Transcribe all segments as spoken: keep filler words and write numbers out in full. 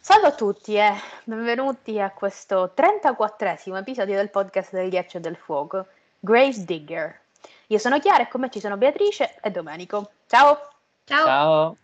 Salve a tutti e benvenuti a questo trentaquattresimo episodio del podcast del Ghiaccio e del Fuoco, Gravedigger. Io sono Chiara e con me ci sono Beatrice e Domenico. Ciao! Ciao! Ciao!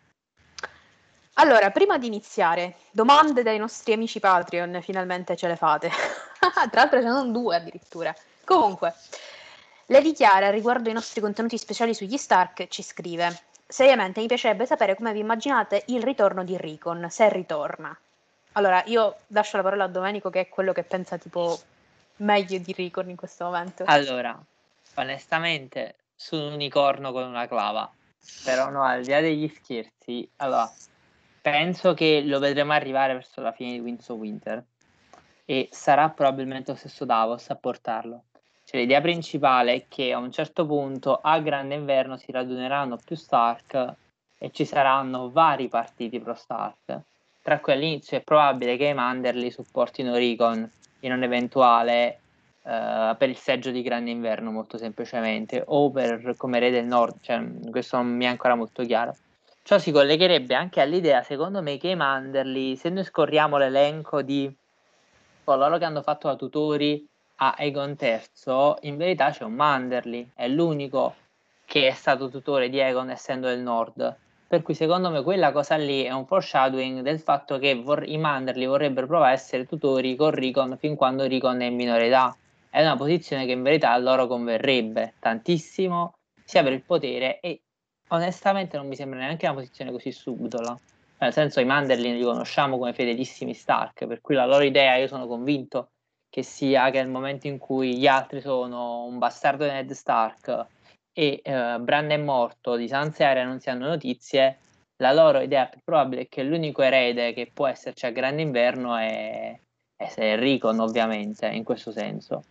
Allora, prima di iniziare, domande dai nostri amici Patreon, finalmente ce le fate. Tra l'altro ce ne sono due addirittura. Comunque, Lady Chiara, riguardo i nostri contenuti speciali sugli Stark, ci scrive: seriamente mi piacerebbe sapere come vi immaginate il ritorno di Rickon, se ritorna. Allora, io lascio la parola a Domenico, che è quello che pensa tipo meglio di Rickon in questo momento. Allora, onestamente, sono un unicorno con una clava, però no, al di là degli scherzi, allora, penso che lo vedremo arrivare verso la fine di Winds of Winter e sarà probabilmente lo stesso Davos a portarlo. Cioè, l'idea principale è che a un certo punto a Grande Inverno si raduneranno più Stark e ci saranno vari partiti pro Stark, tra cui all'inizio è probabile che i Manderly supportino Rickon in un eventuale uh, per il seggio di Grande Inverno, molto semplicemente, o per come Re del Nord, cioè, questo non mi è ancora molto chiaro. Ciò si collegherebbe anche all'idea, secondo me, che i Manderly, se noi scorriamo l'elenco di coloro che hanno fatto da tutori a Aegon terzo, in verità c'è un Manderly, è l'unico che è stato tutore di Aegon essendo del Nord, per cui secondo me quella cosa lì è un foreshadowing del fatto che vor- i Manderly vorrebbero provare a essere tutori con Rickon fin quando Rickon è in minore età. È una posizione che in verità a loro converrebbe tantissimo, sia per il potere e onestamente non mi sembra neanche una posizione così subdola. Nel senso, i Manderly li conosciamo come fedelissimi Stark, per cui la loro idea, io sono convinto che sia che nel momento in cui gli altri sono un bastardo di Ned Stark e eh, Bran è morto, di Sansa e Arya non si hanno notizie, la loro idea più probabile è che l'unico erede che può esserci a Grande Inverno è, è Rickon, ovviamente, in questo senso.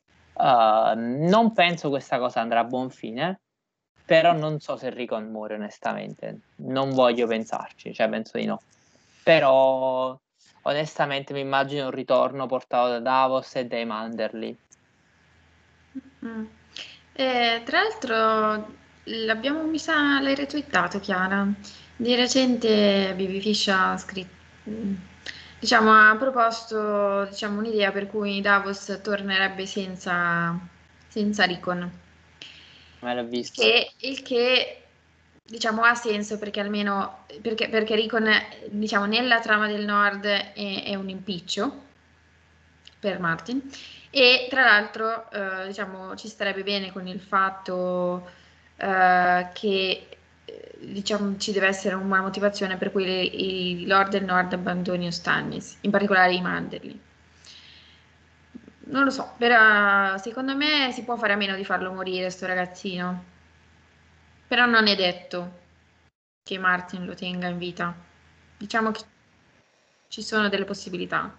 Uh, non penso questa cosa andrà a buon fine, però non so se Rickon muore, onestamente. Non voglio pensarci, cioè penso di no. Però onestamente mi immagino un ritorno portato da Davos e dai Manderly. Mm. Eh, tra l'altro l'abbiamo mi sa l'hai retweetato, Chiara. Di recente B B Fish ha scritto, mm, diciamo, ha proposto, diciamo, un'idea per cui Davos tornerebbe senza, senza Rickon. Me l'ho Il visto. che, il che, diciamo, ha senso perché almeno perché, perché Rickon, diciamo, nella trama del Nord è, è un impiccio per Martin. E tra l'altro, eh, diciamo, ci starebbe bene con il fatto eh, che eh, diciamo, ci deve essere una motivazione per cui le- i Lord del Nord abbandonino Stannis, in particolare i Manderly. Non lo so, però secondo me si può fare a meno di farlo morire, sto ragazzino. Però non è detto che Martin lo tenga in vita. Diciamo che ci sono delle possibilità.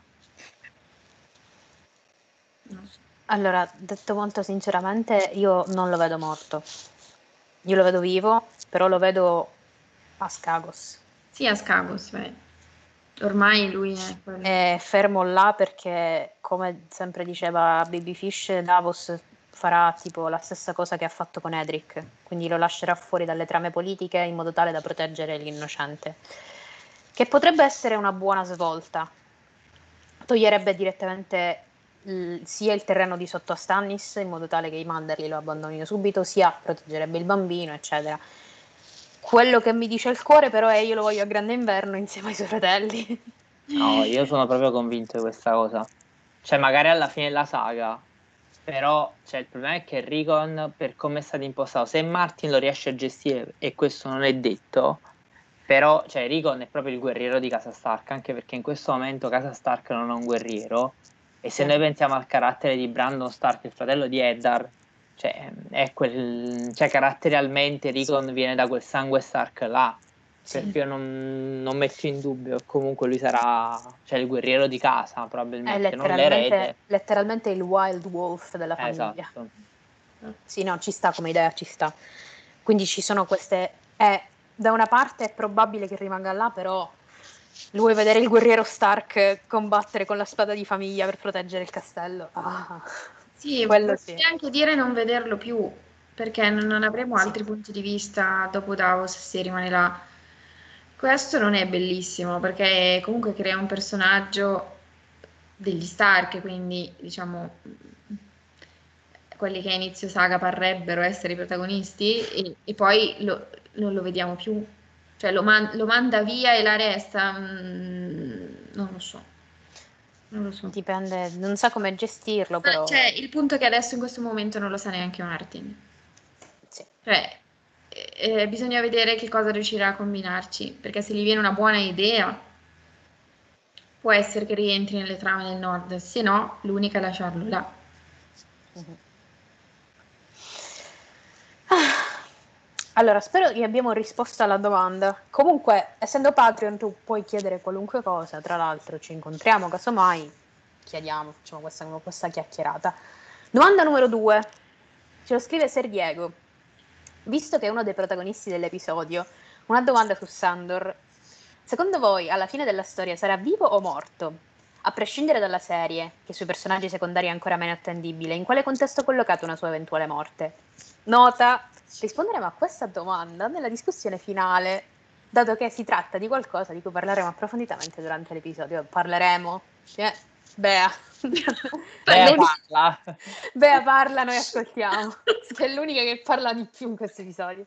Non so. Allora, detto molto sinceramente, io non lo vedo morto. Io lo vedo vivo, però lo vedo a Skagos. Sì, a Skagos, beh. Ormai lui è quello. È fermo là perché, come sempre diceva Baby Fish, Davos farà tipo la stessa cosa che ha fatto con Edric, quindi lo lascerà fuori dalle trame politiche in modo tale da proteggere l'innocente. Che potrebbe essere una buona svolta. Toglierebbe direttamente il, sia il terreno di sotto a Stannis in modo tale che i Manderly lo abbandonino subito, sia proteggerebbe il bambino, eccetera. Quello che mi dice il cuore però è io lo voglio a Grande Inverno insieme ai suoi fratelli. No, io sono proprio convinto di questa cosa. Cioè, magari alla fine della saga, però cioè, il problema è che Rickon, per come è stato impostato, se Martin lo riesce a gestire, e questo non è detto, però cioè, Rickon è proprio il guerriero di Casa Stark, anche perché in questo momento Casa Stark non è un guerriero, e se Sì. noi pensiamo al carattere di Brandon Stark, il fratello di Eddard, cioè, è quel, cioè caratterialmente Rickon viene da quel sangue Stark là. Sì. Perché io non, non metto in dubbio, comunque lui sarà cioè, il guerriero di casa, È probabilmente, non letteralmente, l'erede. letteralmente il wild wolf della Eh, famiglia. esatto. Sì, no, ci sta come idea, ci sta. Quindi ci sono queste... È, da una parte è probabile che rimanga là, però lui vuoi vedere il guerriero Stark combattere con la spada di famiglia per proteggere il castello. Ah, Sì, quello sì. vorrei anche dire non vederlo più, perché non, non avremo Sì. altri punti di vista dopo Davos se rimane là. Questo non è bellissimo perché comunque crea un personaggio degli Stark, quindi diciamo quelli che a inizio saga parrebbero essere i protagonisti e, e poi lo- non lo vediamo più. Cioè lo, man- lo manda via e la resta, mm, non lo so, non lo so. Dipende, non sa come gestirlo, Ma, cioè, però il punto è che adesso in questo momento non lo sa neanche Martin. sì. Cioè, eh, eh, bisogna vedere che cosa riuscirà a combinarci, perché se gli viene una buona idea, può essere che rientri nelle trame del nord, se no, l'unica è lasciarlo là. Mhm. Ah, Allora, spero che abbiamo risposto alla domanda. Comunque, essendo Patreon, tu puoi chiedere qualunque cosa. Tra l'altro, ci incontriamo, casomai chiediamo, facciamo questa, questa chiacchierata. Domanda numero due. Ce lo scrive Ser Diego. Visto che è uno dei protagonisti dell'episodio, una domanda su Sandor. Secondo voi, alla fine della storia, sarà vivo o morto? A prescindere dalla serie, che sui personaggi secondari è ancora meno attendibile, in quale contesto è collocata una sua eventuale morte? Nota, risponderemo a questa domanda nella discussione finale, dato che si tratta di qualcosa di cui parleremo approfonditamente durante l'episodio. Parleremo. Eh, Bea. Bea L'unica- parla. Bea parla, noi ascoltiamo. Che è l'unica che parla di più in questo episodio.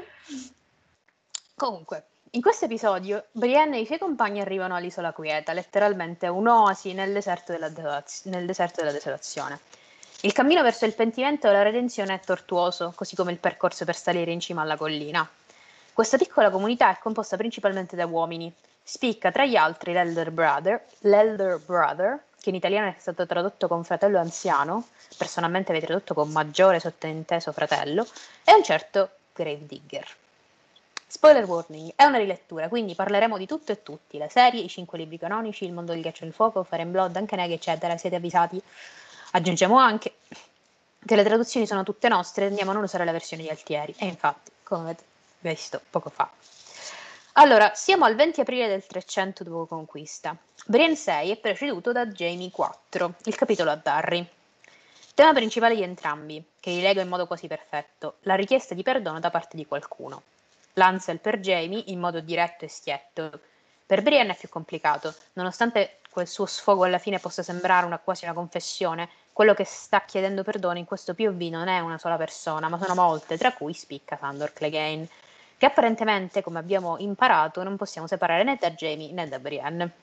Comunque, in questo episodio, Brienne e i suoi compagni arrivano all'isola quieta, letteralmente un'oasi nel deserto della, desolaz- nel deserto della desolazione. Il cammino verso il pentimento e la redenzione è tortuoso, così come il percorso per salire in cima alla collina. Questa piccola comunità è composta principalmente da uomini. Spicca tra gli altri l'Elder Brother, l'Elder Brother, che in italiano è stato tradotto con fratello anziano, personalmente avevo tradotto con maggiore sottointeso fratello, e un certo Gravedigger. Spoiler warning, è una rilettura, quindi parleremo di tutto e tutti, la serie, i cinque libri canonici, il mondo del ghiaccio e il fuoco, Fire and Blood, anche Neg, eccetera, siete avvisati. Aggiungiamo anche che le traduzioni sono tutte nostre e andiamo a non usare la versione di Altieri, e infatti, come avete visto poco fa. Allora, siamo al venti aprile del trecento dopo Conquista. Brienne sei è preceduto da Jaime quattro, il capitolo a Darry. Tema principale di entrambi, che li lega in modo quasi perfetto, la richiesta di perdono da parte di qualcuno. Lancel per Jaime in modo diretto e schietto. Per Brienne è più complicato, nonostante quel suo sfogo alla fine possa sembrare una, quasi una confessione, quello che sta chiedendo perdono in questo P O V non è una sola persona, ma sono molte, tra cui spicca Sandor Clegane, che apparentemente, come abbiamo imparato, non possiamo separare né da Jaime né da Brienne.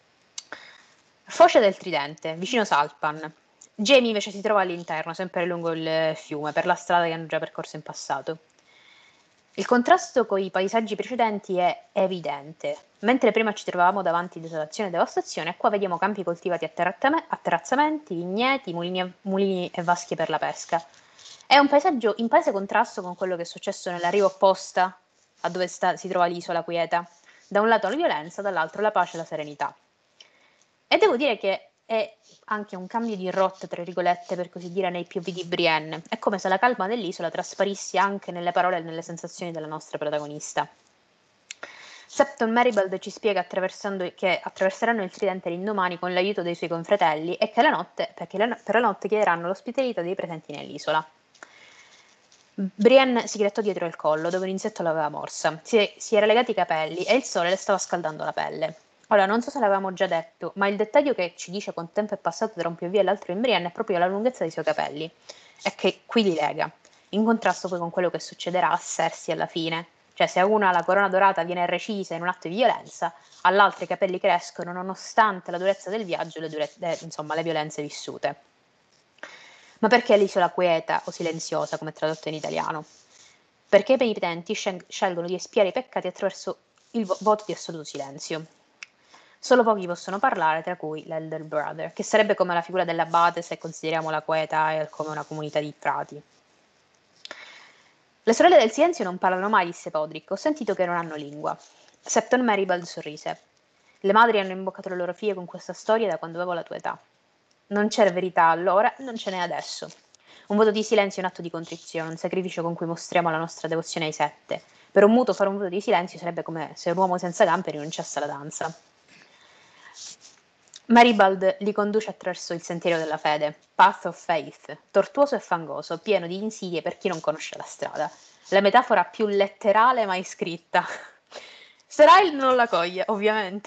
Foce del Tridente, vicino Salpan. Jaime invece si trova all'interno, sempre lungo il fiume, per la strada che hanno già percorso in passato. Il contrasto con i paesaggi precedenti è evidente. Mentre prima ci trovavamo davanti a desolazione e devastazione, qua vediamo campi coltivati a, terrattame- a terrazzamenti, vigneti, mulini, mulini e vasche per la pesca. È un paesaggio in palese contrasto con quello che è successo nella riva opposta a dove sta, si trova l'isola quieta. Da un lato la violenza, dall'altro la pace e la serenità. E devo dire che è anche un cambio di rotta, tra virgolette, per così dire, nei P O V di Brienne. È come se la calma dell'isola trasparisse anche nelle parole e nelle sensazioni della nostra protagonista. Septon Maribald ci spiega che attraverseranno il Tridente l'indomani con l'aiuto dei suoi confratelli e che la notte, perché la, per la notte chiederanno l'ospitalità dei presenti nell'isola. Brienne si grattò dietro il collo, dove un insetto l'aveva morsa. Si, si era legati i capelli e il sole le stava scaldando la pelle. Ora, non so se l'avevamo già detto, ma il dettaglio che ci dice quanto tempo è passato tra un P O V e l'altro in Brienne è proprio la lunghezza dei suoi capelli, e che qui li lega, in contrasto poi con quello che succederà a Cersei alla fine. Cioè, se a una la corona dorata viene recisa in un atto di violenza, all'altra i capelli crescono nonostante la durezza del viaggio e le, dure- eh, insomma, le violenze vissute. Ma perché l'isola quieta o silenziosa, come tradotto in italiano? Perché i penitenti scel- scelgono di espiare i peccati attraverso il vo- voto di assoluto silenzio. Solo pochi possono parlare, tra cui l'Elder Brother, che sarebbe come la figura dell'abate se consideriamo la quieta come una comunità di frati. Le sorelle del silenzio non parlano mai, disse Podrick. Ho sentito che non hanno lingua. Septon Maribald sorrise. Le madri hanno imboccato le loro figlie con questa storia da quando avevo la tua età. Non c'era verità allora, non ce n'è adesso. Un voto di silenzio è un atto di contrizione, un sacrificio con cui mostriamo la nostra devozione ai sette. Per un muto fare un voto di silenzio sarebbe come se un uomo senza gambe rinunciasse alla danza. Maribald li conduce attraverso il sentiero della fede, Path of Faith, tortuoso e fangoso, pieno di insidie per chi non conosce la strada. La metafora più letterale mai scritta. Serail non la coglie, ovviamente.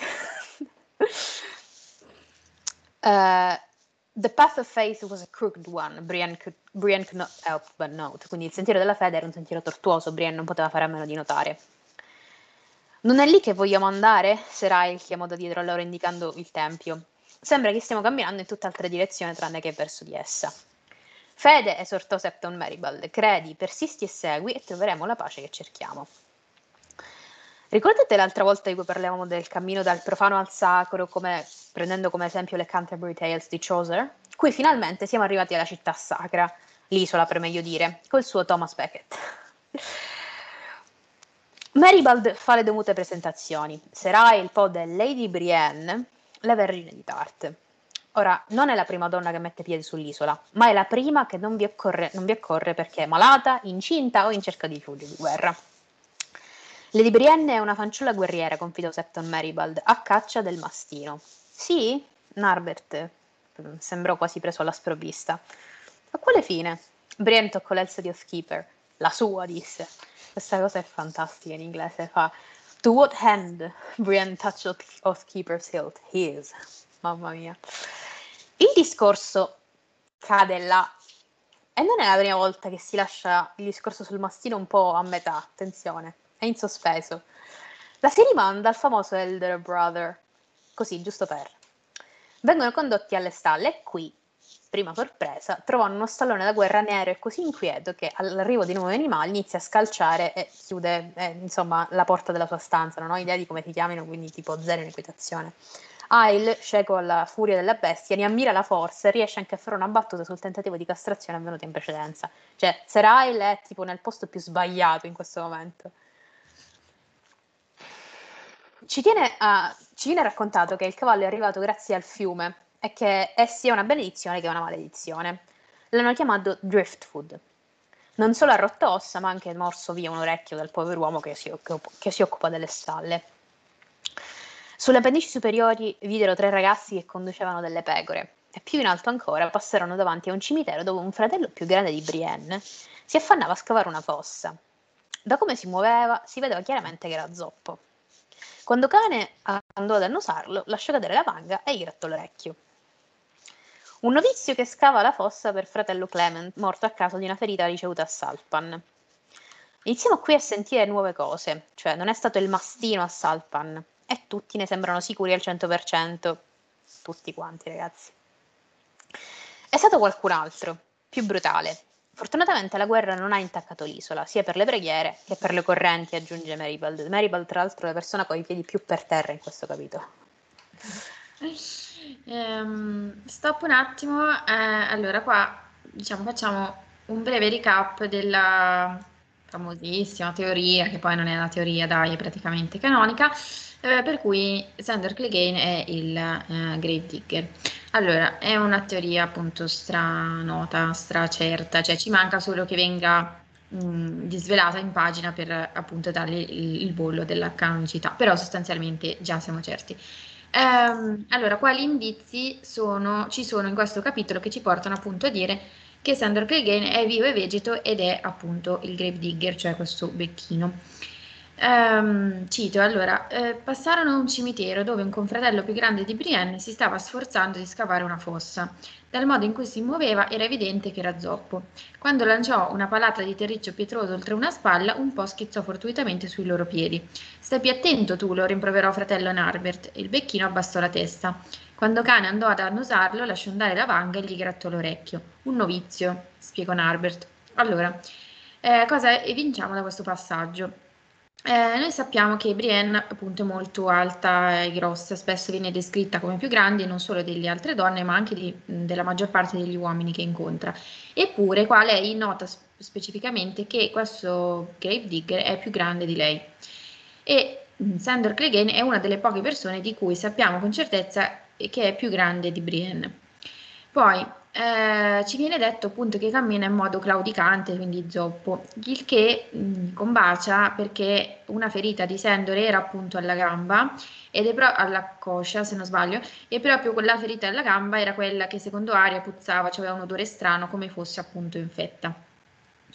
uh, The path of faith was a crooked one. Brienne could, Brienne could not help but note. Quindi il sentiero della fede era un sentiero tortuoso, Brienne non poteva fare a meno di notare. Non è lì che vogliamo andare? Serail chiamò da dietro a loro indicando il tempio. Sembra che stiamo camminando in tutt'altra direzione tranne che verso di essa. Fede, esortò Septon Meribald, credi, persisti e segui e troveremo la pace che cerchiamo. Ricordate l'altra volta di cui parlavamo del cammino dal profano al sacro, come, prendendo come esempio le Canterbury Tales di Chaucer? Qui finalmente siamo arrivati alla città sacra, l'isola per meglio dire, col suo Thomas Becket. Meribald fa le dovute presentazioni. Serail, Pod e Lady Brienne, le vergine di Tarte. Ora, non è la prima donna che mette piede sull'isola, ma è la prima che non vi occorre, non vi occorre perché è malata, incinta o in cerca di rifugio di guerra. Lady Brienne è una fanciulla guerriera, confidò Septon Meribald, a caccia del mastino. Sì? Narbert sembrò quasi preso alla sprovvista. A quale fine? Brienne toccò l'elsa di Oathkeeper. La sua, disse. Questa cosa è fantastica in inglese, fa To what hand? Brienne touched Oathkeeper's hilt. His. Mamma mia. Il discorso cade là. E non è la prima volta che si lascia il discorso sul mastino un po' a metà, attenzione, è in sospeso. La si rimanda al famoso Elder Brother, così, giusto per. Vengono condotti alle stalle e qui, prima sorpresa, trovano uno stallone da guerra nero e così inquieto che all'arrivo di nuovi animali inizia a scalciare e chiude, eh, insomma, la porta della sua stanza. Non ho idea di come si chiamino, quindi tipo zero in equitazione. Ail, cieco alla furia della bestia, ne ammira la forza e riesce anche a fare una battuta sul tentativo di castrazione avvenuto in precedenza. Cioè, Serail è tipo nel posto più sbagliato in questo momento. Ci, tiene a, ci viene raccontato che il cavallo è arrivato grazie al fiume e che è sia una benedizione che una maledizione. L'hanno chiamato Driftwood. Non solo ha rotto ossa, ma anche morso via un orecchio dal povero uomo che si, che, che si occupa delle stalle. Sulle pendici superiori videro tre ragazzi che conducevano delle pecore e più in alto ancora passarono davanti a un cimitero dove un fratello più grande di Brienne si affannava a scavare una fossa. Da come si muoveva si vedeva chiaramente che era zoppo. Quando Cane andò ad annusarlo, lasciò cadere la vanga e gli grattò l'orecchio. Un novizio che scava la fossa per fratello Clement, morto a causa di una ferita ricevuta a Salpan. Iniziamo qui a sentire nuove cose, cioè non è stato il mastino a Salpan, e tutti ne sembrano sicuri al cento per cento. Tutti quanti, ragazzi. È stato qualcun altro, più brutale. Fortunatamente la guerra non ha intaccato l'isola, sia per le preghiere che per le correnti, aggiunge Meribald. Meribald, tra l'altro, è la persona con i piedi più per terra in questo capitolo. Um, stop un attimo. Eh, allora, qua diciamo facciamo un breve recap della famosissima teoria, che poi non è una teoria, dai, è praticamente canonica, eh, per cui Sandor Clegane è il eh, Grave Digger. Allora, è una teoria appunto stranota, stracerta, cioè ci manca solo che venga mh, disvelata in pagina per appunto dargli il, il bollo della canonicità, però sostanzialmente già siamo certi. Ehm, allora, quali indizi sono, ci sono in questo capitolo che ci portano appunto a dire che Sandor Clegane è vivo e vegeto ed è appunto il Grave Digger, cioè questo becchino. Ehm, cito, allora, eh, passarono a un cimitero dove un confratello più grande di Brienne si stava sforzando di scavare una fossa. Dal modo in cui si muoveva era evidente che era zoppo. Quando lanciò una palata di terriccio pietroso oltre una spalla, un po' schizzò fortuitamente sui loro piedi. Stai più attento tu, lo rimproverò fratello Narbert, e il becchino abbassò la testa. Quando Cane andò ad annusarlo, lasciò andare la vanga e gli grattò l'orecchio. Un novizio, spiegò Narbert. Allora, eh, cosa evinciamo da questo passaggio? Eh, noi sappiamo che Brienne appunto è molto alta e grossa, spesso viene descritta come più grande non solo delle altre donne ma anche di, della maggior parte degli uomini che incontra. Eppure qua lei nota specificamente che questo Grave Digger è più grande di lei. E Sandor Clegane è una delle poche persone di cui sappiamo con certezza che è più grande di Brienne. Poi eh, ci viene detto appunto che cammina in modo claudicante, quindi zoppo, il che mh, combacia perché una ferita di Sandor era appunto alla gamba ed è pro- alla coscia, se non sbaglio, e proprio quella ferita alla gamba era quella che secondo Aria puzzava, cioè aveva un odore strano come fosse appunto infetta.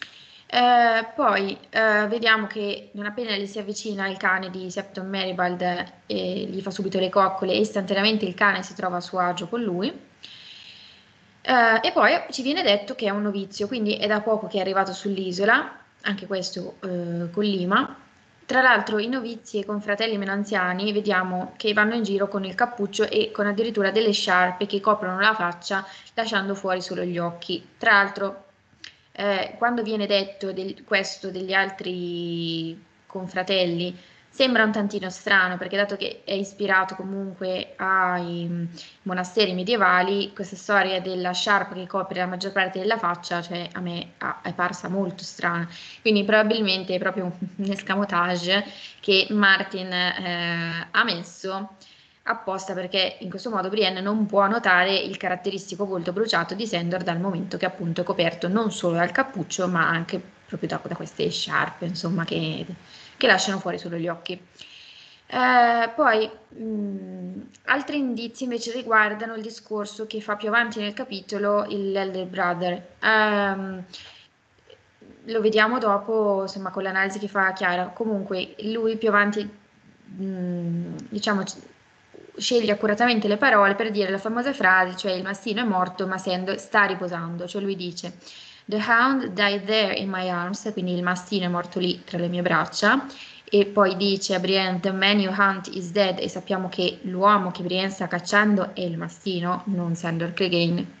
Eh, poi eh, vediamo che non appena gli si avvicina il cane di Septon Meribald e gli fa subito le coccole e istantaneamente il cane si trova a suo agio con lui. Eh, e poi ci viene detto che è un novizio, quindi è da poco che è arrivato sull'isola, anche questo eh, con Lima. Tra l'altro i novizi e i confratelli meno anziani vediamo che vanno in giro con il cappuccio e con addirittura delle sciarpe che coprono la faccia lasciando fuori solo gli occhi. Tra l'altro eh, quando viene detto del, questo degli altri confratelli sembra un tantino strano perché dato che è ispirato comunque ai mh, monasteri medievali, questa storia della sciarpa che copre la maggior parte della faccia, cioè a me ha- è parsa molto strana. Quindi probabilmente è proprio un escamotage che Martin eh, ha messo apposta perché in questo modo Brienne non può notare il caratteristico volto bruciato di Sandor dal momento che appunto è coperto non solo dal cappuccio ma anche proprio da, da queste sciarpe insomma che, che lasciano fuori solo gli occhi. Eh, poi mh, altri indizi invece riguardano il discorso che fa più avanti nel capitolo il Elder Brother. Ehm, lo vediamo dopo, insomma, con l'analisi che fa Chiara. Comunque, lui più avanti, mh, diciamo, c- sceglie accuratamente le parole per dire la famosa frase, cioè il mastino è morto, ma Sandor sta riposando. Cioè lui dice, The hound died there in my arms, quindi il mastino è morto lì tra le mie braccia. E poi dice a Brienne, The man you hunt is dead, e sappiamo che l'uomo che Brienne sta cacciando è il mastino, non Sandor Clegane.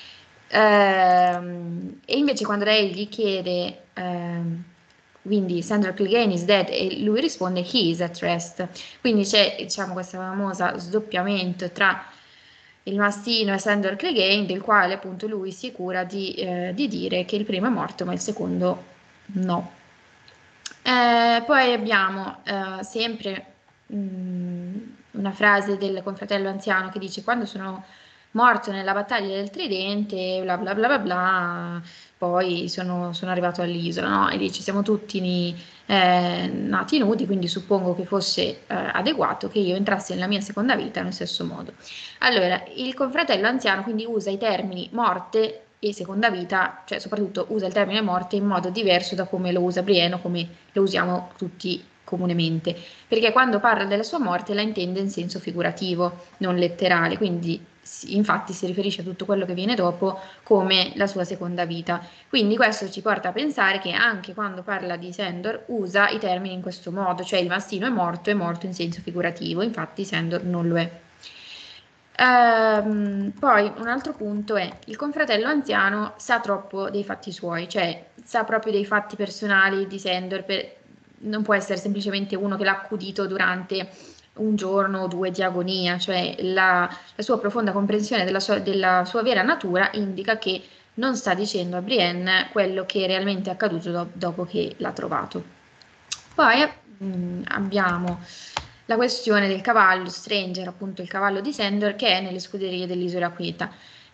Ehm, e invece quando lei gli chiede, ehm, quindi Sandor Clegane is dead, e lui risponde he is at rest. Quindi c'è, diciamo, questo famoso sdoppiamento tra il mastino e Sandor Clegane, del quale appunto lui si cura di, eh, di dire che il primo è morto, ma il secondo no. Eh, poi abbiamo eh, sempre mh, una frase del confratello anziano che dice quando sono morto nella battaglia del Tridente, bla bla bla bla bla, poi sono, sono arrivato all'isola, no? E dice siamo tutti eh, nati nudi, quindi suppongo che fosse eh, adeguato che io entrassi nella mia seconda vita nello stesso modo. Allora, il confratello anziano quindi usa i termini morte e seconda vita, cioè soprattutto usa il termine morte in modo diverso da come lo usa Brienne o come lo usiamo tutti comunemente, perché quando parla della sua morte la intende in senso figurativo, non letterale, quindi infatti si riferisce a tutto quello che viene dopo come la sua seconda vita. Quindi questo ci porta a pensare che anche quando parla di Sandor usa i termini in questo modo, cioè il mastino è morto, è morto in senso figurativo, infatti Sandor non lo è. Ehm, poi un altro punto è il confratello anziano sa troppo dei fatti suoi, cioè sa proprio dei fatti personali di Sandor, per, non può essere semplicemente uno che l'ha accudito durante un giorno o due di agonia, cioè la, la sua profonda comprensione della sua, della sua vera natura indica che non sta dicendo a Brienne quello che realmente è accaduto do- dopo che l'ha trovato. Poi mh, abbiamo la questione del cavallo Stranger, appunto il cavallo di Sandor, che è nelle scuderie dell'Isola Quieta.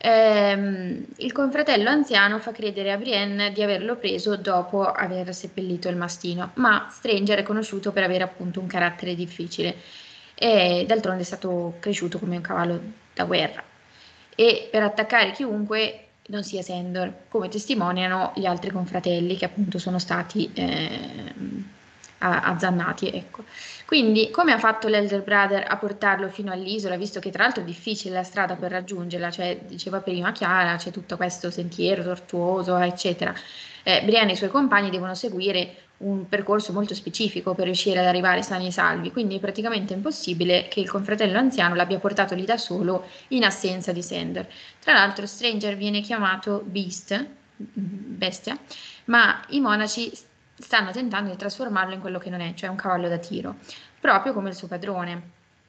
Ehm, il confratello anziano fa credere a Brienne di averlo preso dopo aver seppellito il mastino, ma Stranger è conosciuto per avere appunto un carattere difficile e d'altronde è stato cresciuto come un cavallo da guerra e per attaccare chiunque non sia Sandor, come testimoniano gli altri confratelli che appunto sono stati eh, azzannati, ecco. Quindi, come ha fatto l'Elder Brother a portarlo fino all'isola, visto che tra l'altro è difficile la strada per raggiungerla, cioè diceva prima Chiara, c'è tutto questo sentiero tortuoso, eccetera. Eh, Brienne e i suoi compagni devono seguire un percorso molto specifico per riuscire ad arrivare sani e salvi, quindi è praticamente impossibile che il confratello anziano l'abbia portato lì da solo in assenza di Sandor. Tra l'altro Stranger viene chiamato Beast, bestia, ma i monaci stanno tentando di trasformarlo in quello che non è, cioè un cavallo da tiro, proprio come il suo padrone.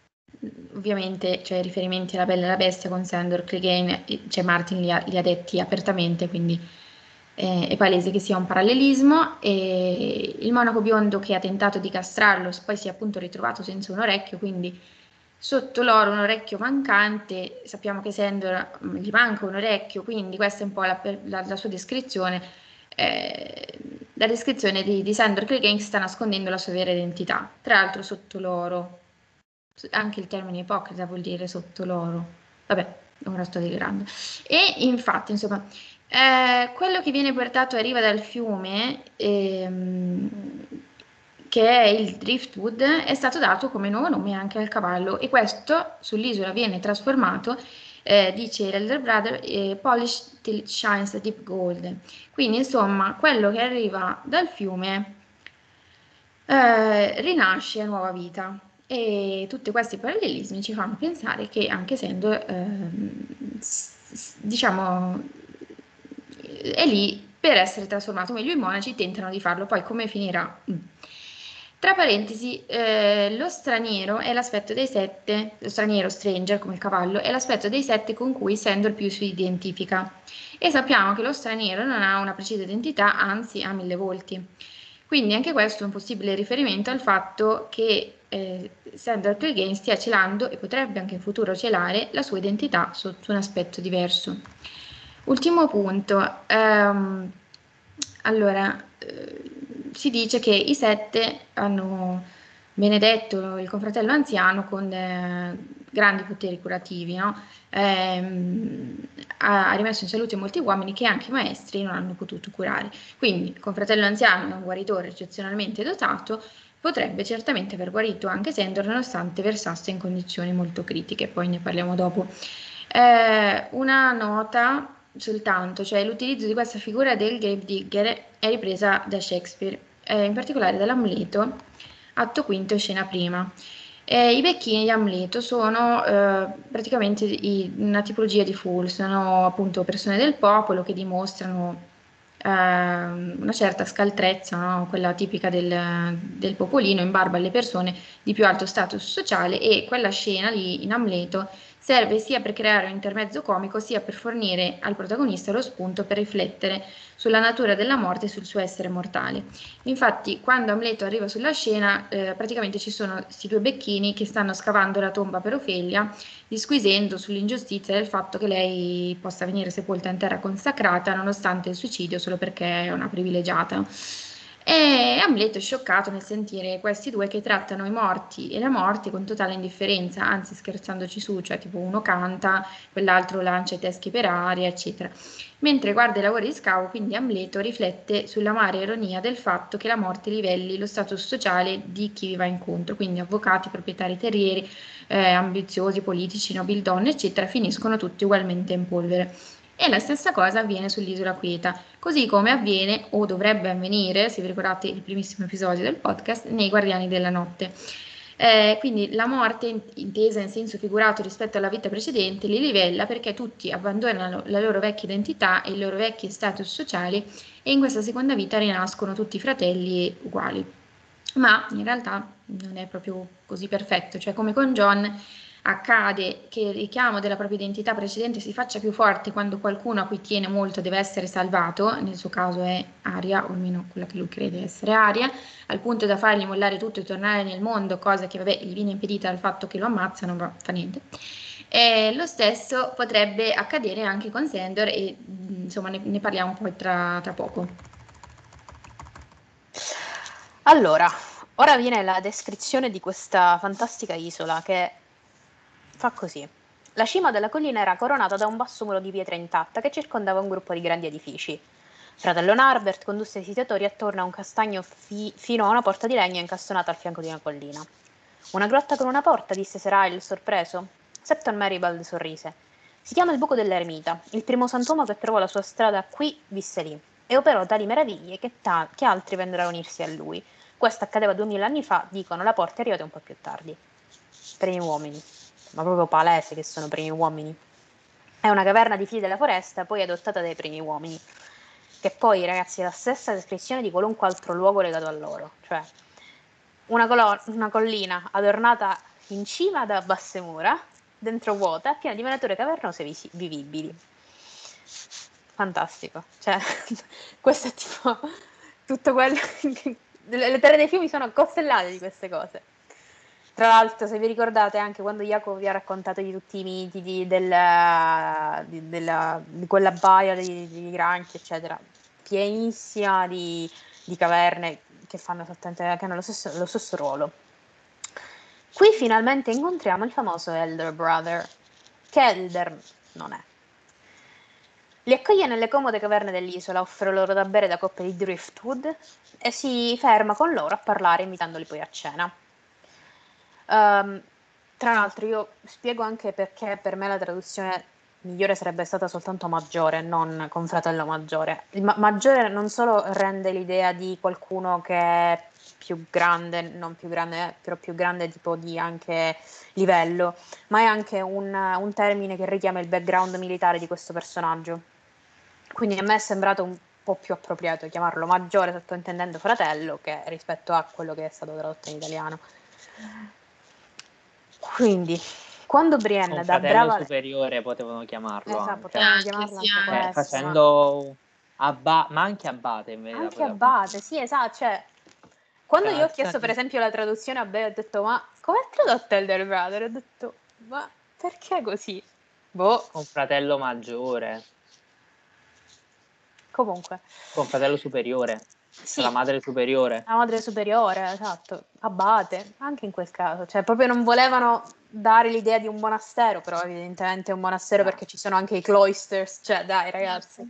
Ovviamente c'è riferimenti alla Bella e la Bestia con Sandor Clegane, cioè Martin li ha, li ha detti apertamente, quindi eh, è palese che sia un parallelismo. E il monaco biondo che ha tentato di castrarlo poi si è appunto ritrovato senza un orecchio, quindi sotto l'oro un orecchio mancante, sappiamo che Sandor mh, gli manca un orecchio, quindi questa è un po' la, la, la sua descrizione. Eh, la descrizione di, di Sandor Clegane sta nascondendo la sua vera identità, tra l'altro sotto l'oro, anche il termine ipocrita vuol dire sotto l'oro, vabbè, ora sto delirando. E infatti, insomma, Eh, quello che viene portato a riva dal fiume, ehm, che è il driftwood, è stato dato come nuovo nome anche al cavallo e questo sull'isola viene trasformato, eh, dice l'Elder Brother, eh, polished till it shines a deep gold. Quindi insomma quello che arriva dal fiume eh, rinasce a nuova vita. E tutti questi parallelismi ci fanno pensare che anche Sandor, ehm, s- s- diciamo, è lì per essere trasformato. Meglio i monaci tentano di farlo, poi come finirà? Mm. Tra parentesi, eh, lo straniero è l'aspetto dei sette, lo straniero, stranger come il cavallo, è l'aspetto dei sette con cui Sandor più si identifica. E sappiamo che lo straniero non ha una precisa identità, anzi ha mille volti. Quindi anche questo è un possibile riferimento al fatto che eh, Sandor Clegane stia celando e potrebbe anche in futuro celare la sua identità sotto un aspetto diverso. Ultimo punto, ehm, allora eh, si dice che i sette hanno benedetto il confratello anziano con eh, grandi poteri curativi, no? Ehm, ha, ha rimesso in salute molti uomini che anche i maestri non hanno potuto curare. Quindi il confratello anziano è un guaritore eccezionalmente dotato, potrebbe certamente aver guarito anche Sandor nonostante versasse in condizioni molto critiche, poi ne parliamo dopo. Eh, una nota soltanto, cioè l'utilizzo di questa figura del gravedigger è ripresa da Shakespeare, eh, in particolare dall'Amleto, atto quinto, scena prima. Eh, I becchini di Amleto sono eh, praticamente i- una tipologia di fool, sono appunto persone del popolo che dimostrano ehm, una certa scaltrezza, no? Quella tipica del, del popolino in barba alle persone di più alto status sociale e quella scena lì in Amleto serve sia per creare un intermezzo comico sia per fornire al protagonista lo spunto per riflettere sulla natura della morte e sul suo essere mortale. Infatti, quando Amleto arriva sulla scena, eh, praticamente ci sono questi due becchini che stanno scavando la tomba per Ofelia, disquisendo sull'ingiustizia del fatto che lei possa venire sepolta in terra consacrata nonostante il suicidio solo perché è una privilegiata. E Amleto è scioccato nel sentire questi due che trattano i morti e la morte con totale indifferenza, anzi scherzandoci su, cioè tipo uno canta, quell'altro lancia i teschi per aria, eccetera. Mentre guarda i lavori di scavo, quindi Amleto riflette sull'amara ironia del fatto che la morte livelli lo status sociale di chi vi va incontro, quindi avvocati, proprietari terrieri, eh, ambiziosi, politici, nobildonne, eccetera, finiscono tutti ugualmente in polvere. E la stessa cosa avviene sull'isola quieta, così come avviene o dovrebbe avvenire, se vi ricordate il primissimo episodio del podcast, nei Guardiani della Notte. Eh, quindi la morte, intesa in senso figurato rispetto alla vita precedente, li livella perché tutti abbandonano la loro vecchia identità e i loro vecchi status sociali e in questa seconda vita rinascono tutti fratelli uguali. Ma in realtà non è proprio così perfetto, cioè come con John accade che il richiamo della propria identità precedente si faccia più forte quando qualcuno a cui tiene molto deve essere salvato, nel suo caso è Aria, o almeno quella che lui crede essere Aria, al punto da fargli mollare tutto e tornare nel mondo, cosa che vabbè gli viene impedita dal fatto che lo ammazzano, ma fa niente. E lo stesso potrebbe accadere anche con Sandor e insomma ne, ne parliamo poi tra, tra poco. Allora, ora viene la descrizione di questa fantastica isola che fa così. La cima della collina era coronata da un basso muro di pietra intatta che circondava un gruppo di grandi edifici. Fratello Narbert condusse i visitatori attorno a un castagno fi- fino a una porta di legno incastonata al fianco di una collina. Una grotta con una porta, disse Serail, sorpreso. Septon Maribald sorrise. Si chiama il Buco dell'Eremita. Il primo santuomo che trovò la sua strada qui visse lì e operò tali meraviglie che, ta- che altri vennero a unirsi a lui. Questo accadeva duemila anni fa, dicono, la porta è arrivata un po' più tardi. Primi uomini, ma proprio palese che sono primi uomini. È una caverna di figli della foresta, poi adottata dai primi uomini, che poi, ragazzi, è la stessa descrizione di qualunque altro luogo legato a loro, cioè una, colo- una collina adornata in cima da basse mura, dentro vuota, piena di venature cavernose visi- vivibili. Fantastico, cioè questo è tipo tutto quello che... le terre dei fiumi sono costellate di queste cose. Tra l'altro, se vi ricordate, anche quando Jacopo vi ha raccontato di tutti i miti di, della, di, della, di quella baia di, di granchi, eccetera, pienissima di, di caverne che fanno esattamente, che hanno lo stesso, lo stesso ruolo. Qui finalmente incontriamo il famoso Elder Brother, che Elder non è. Li accoglie nelle comode caverne dell'isola, offre loro da bere da coppe di driftwood e si ferma con loro a parlare, invitandoli poi a cena. Um, tra l'altro io spiego anche perché per me la traduzione migliore sarebbe stata soltanto maggiore, non con fratello maggiore. Il ma- maggiore non solo rende l'idea di qualcuno che è più grande, non più grande, però più grande tipo di anche livello, ma è anche un, un termine che richiama il background militare di questo personaggio. Quindi a me è sembrato un po' più appropriato chiamarlo maggiore, sottointendendo fratello, che rispetto a quello che è stato tradotto in italiano. Quindi, quando Brienne Con da fratello brava... superiore potevano chiamarlo Esatto, anche. potevano Anche, chiamarlo sì, anche Eh, anche. questo, ma... facendo abba- ma anche abate in verità Anche potevano. Abate, sì, esatto, cioè... Quando io ho chiesto per Cazzati. esempio la traduzione a Bea, ho detto, ma com'è tradotto Elder Brother? Ho detto, ma perché così? Boh, Con fratello maggiore, comunque. con fratello superiore, Sì, cioè la madre superiore. la madre superiore, esatto, Abate, anche in quel caso, cioè proprio non volevano dare l'idea di un monastero, però evidentemente è un monastero Ah, perché ci sono anche i cloisters, cioè dai ragazzi,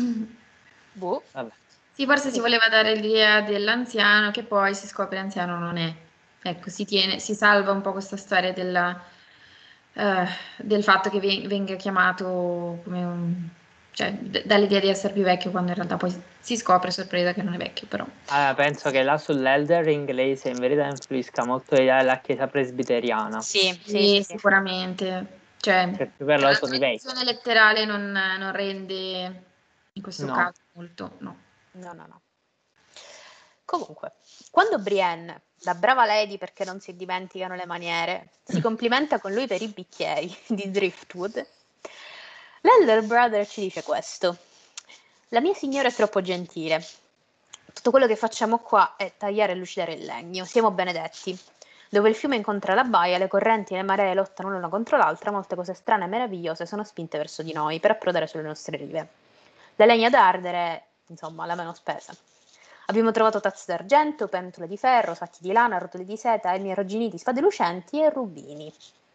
boh. vabbè. Sì, forse si Sì. voleva dare l'idea dell'anziano che poi si scopre anziano non è. Ecco, si tiene, si salva un po' questa storia della, eh, del fatto che ve- venga chiamato come un, cioè d- dall'idea di essere più vecchio quando in realtà poi si scopre sorpresa che non è vecchio, però. Allora, penso che là sull'Elder inglese in verità influisca molto l'idea della chiesa presbiteriana, Sì, sì, Sì, sì, sì. sicuramente. Cioè, che più per loro la sono i traduzione vecchi. letterale non, non rende in questo No. caso molto, no. No, no, no. Comunque, quando Brienne, da brava lady perché non si dimenticano le maniere, si complimenta con lui per i bicchieri di Driftwood, l'Elder Brother ci dice questo. La mia signora è troppo gentile. Tutto quello che facciamo qua è tagliare e lucidare il legno. Siamo benedetti. Dove il fiume incontra la baia, le correnti e le maree lottano l'una contro l'altra, molte cose strane e meravigliose sono spinte verso di noi per approdare sulle nostre rive. La legna da ardere, insomma, la meno spesa. Abbiamo trovato tazze d'argento, pentole di ferro, sacchi di lana, rotoli di seta, elmi arrugginiti, spade lucenti e rubini.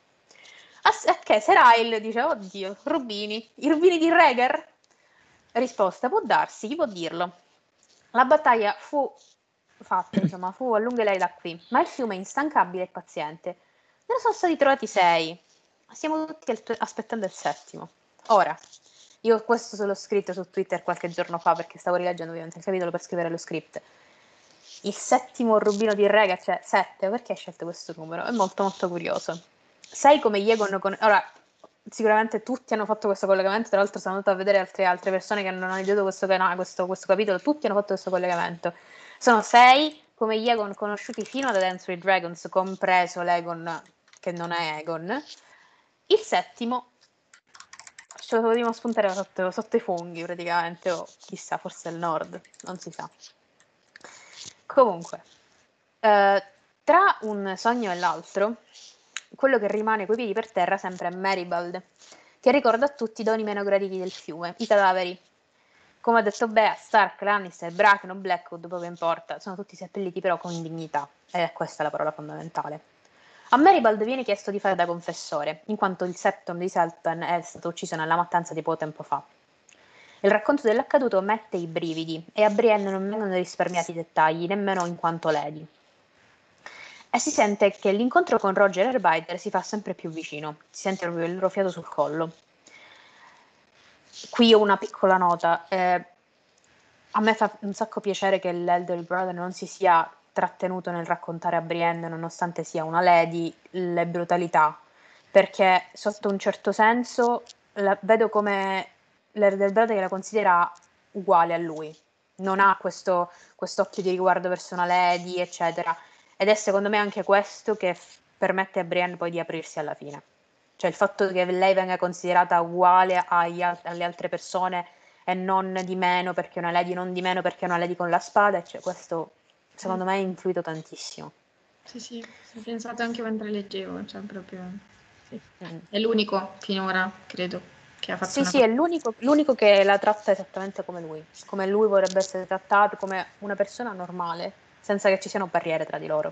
A che Serail dice, oddio, rubini, i rubini di Rhaegar? Risposta, può darsi, chi può dirlo? La battaglia fu fatta, insomma, fu a lunghe lei da qui, ma il fiume è instancabile e paziente. Ne sono stati trovati sei. Stiamo tutti aspettando il settimo. Ora, io questo se l'ho scritto su Twitter qualche giorno fa perché stavo rileggendo ovviamente il capitolo per scrivere lo script. Il settimo rubino di Rhaegar, cioè sette, perché hai scelto questo numero? È molto molto curioso. Sai come Yegon con... Ora, sicuramente tutti hanno fatto questo collegamento, tra l'altro sono andata a vedere altre, altre persone che hanno analizzato questo, questo, questo capitolo, tutti hanno fatto questo collegamento. Sono sei come Yegon conosciuti fino ad Dance with Dragons, compreso l'Egon che non è Egon. Il settimo ce lo dobbiamo spuntare sotto, sotto i funghi praticamente, o chissà, forse il nord, non si sa. Comunque, eh, tra un sogno e l'altro, quello che rimane coi piedi per terra sempre è Maribald, che ricorda a tutti i doni meno graditi del fiume, i cadaveri. Come ha detto Bea, Stark, Lannister, Bracken o Blackwood, poco importa, sono tutti seppelliti però con dignità, ed è questa la parola fondamentale. A Maribald viene chiesto di fare da confessore, in quanto il Septon di Selpen è stato ucciso nella mattanza di poco tempo fa. Il racconto dell'accaduto mette i brividi e a Brienne non vengono risparmiati i dettagli, nemmeno in quanto lady. E si sente che l'incontro con Roger Arbiter si fa sempre più vicino, si sente proprio il loro fiato sul collo. Qui ho una piccola nota. Eh, a me fa un sacco piacere che l'Elder Brother non si sia trattenuto nel raccontare a Brienne, nonostante sia una lady, le brutalità, perché sotto un certo senso la, vedo come l'Elder Brother che la considera uguale a lui, non ha questo occhio di riguardo verso una lady, eccetera, ed è secondo me anche questo che f- permette a Brienne poi di aprirsi alla fine. Cioè il fatto che lei venga considerata uguale agli, alle altre persone e non di meno perché è una lady, non di meno perché è una lady con la spada, cioè questo secondo me ha influito tantissimo. Sì, sì, ho pensato anche mentre leggevo, cioè proprio... Sì. Mm. È l'unico finora, credo, che ha fatto Sì, una sì, cosa. è l'unico, l'unico che la tratta esattamente come lui, come lui vorrebbe essere trattato, come una persona normale, senza che ci siano barriere tra di loro.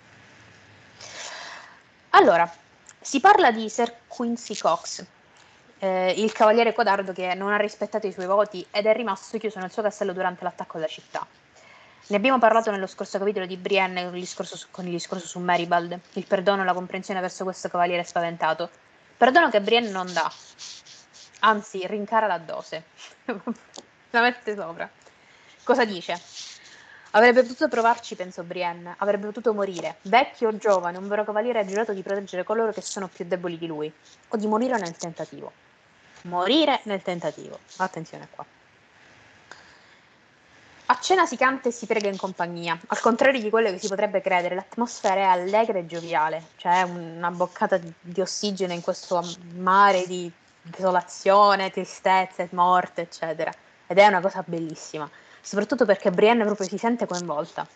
Allora, si parla di Sir Quincy Cox, eh, il cavaliere codardo che non ha rispettato i suoi voti ed è rimasto chiuso nel suo castello durante l'attacco alla città. Ne abbiamo parlato nello scorso capitolo di Brienne con il discorso su, con il discorso su Maribald, il perdono e la comprensione verso questo cavaliere spaventato. Perdono che Brienne non dà, anzi rincara la dose, la mette sopra. Cosa dice? Avrebbe potuto provarci, pensò Brienne, avrebbe potuto morire, vecchio o giovane, un vero cavaliere ha giurato di proteggere coloro che sono più deboli di lui, o di morire nel tentativo. Morire nel tentativo, attenzione qua. A cena si canta e si prega in compagnia, al contrario di quello che si potrebbe credere, l'atmosfera è allegra e gioviale, c'è una boccata di ossigeno in questo mare di desolazione, tristezza, morte, eccetera, ed è una cosa bellissima, soprattutto perché Brienne proprio si sente coinvolta.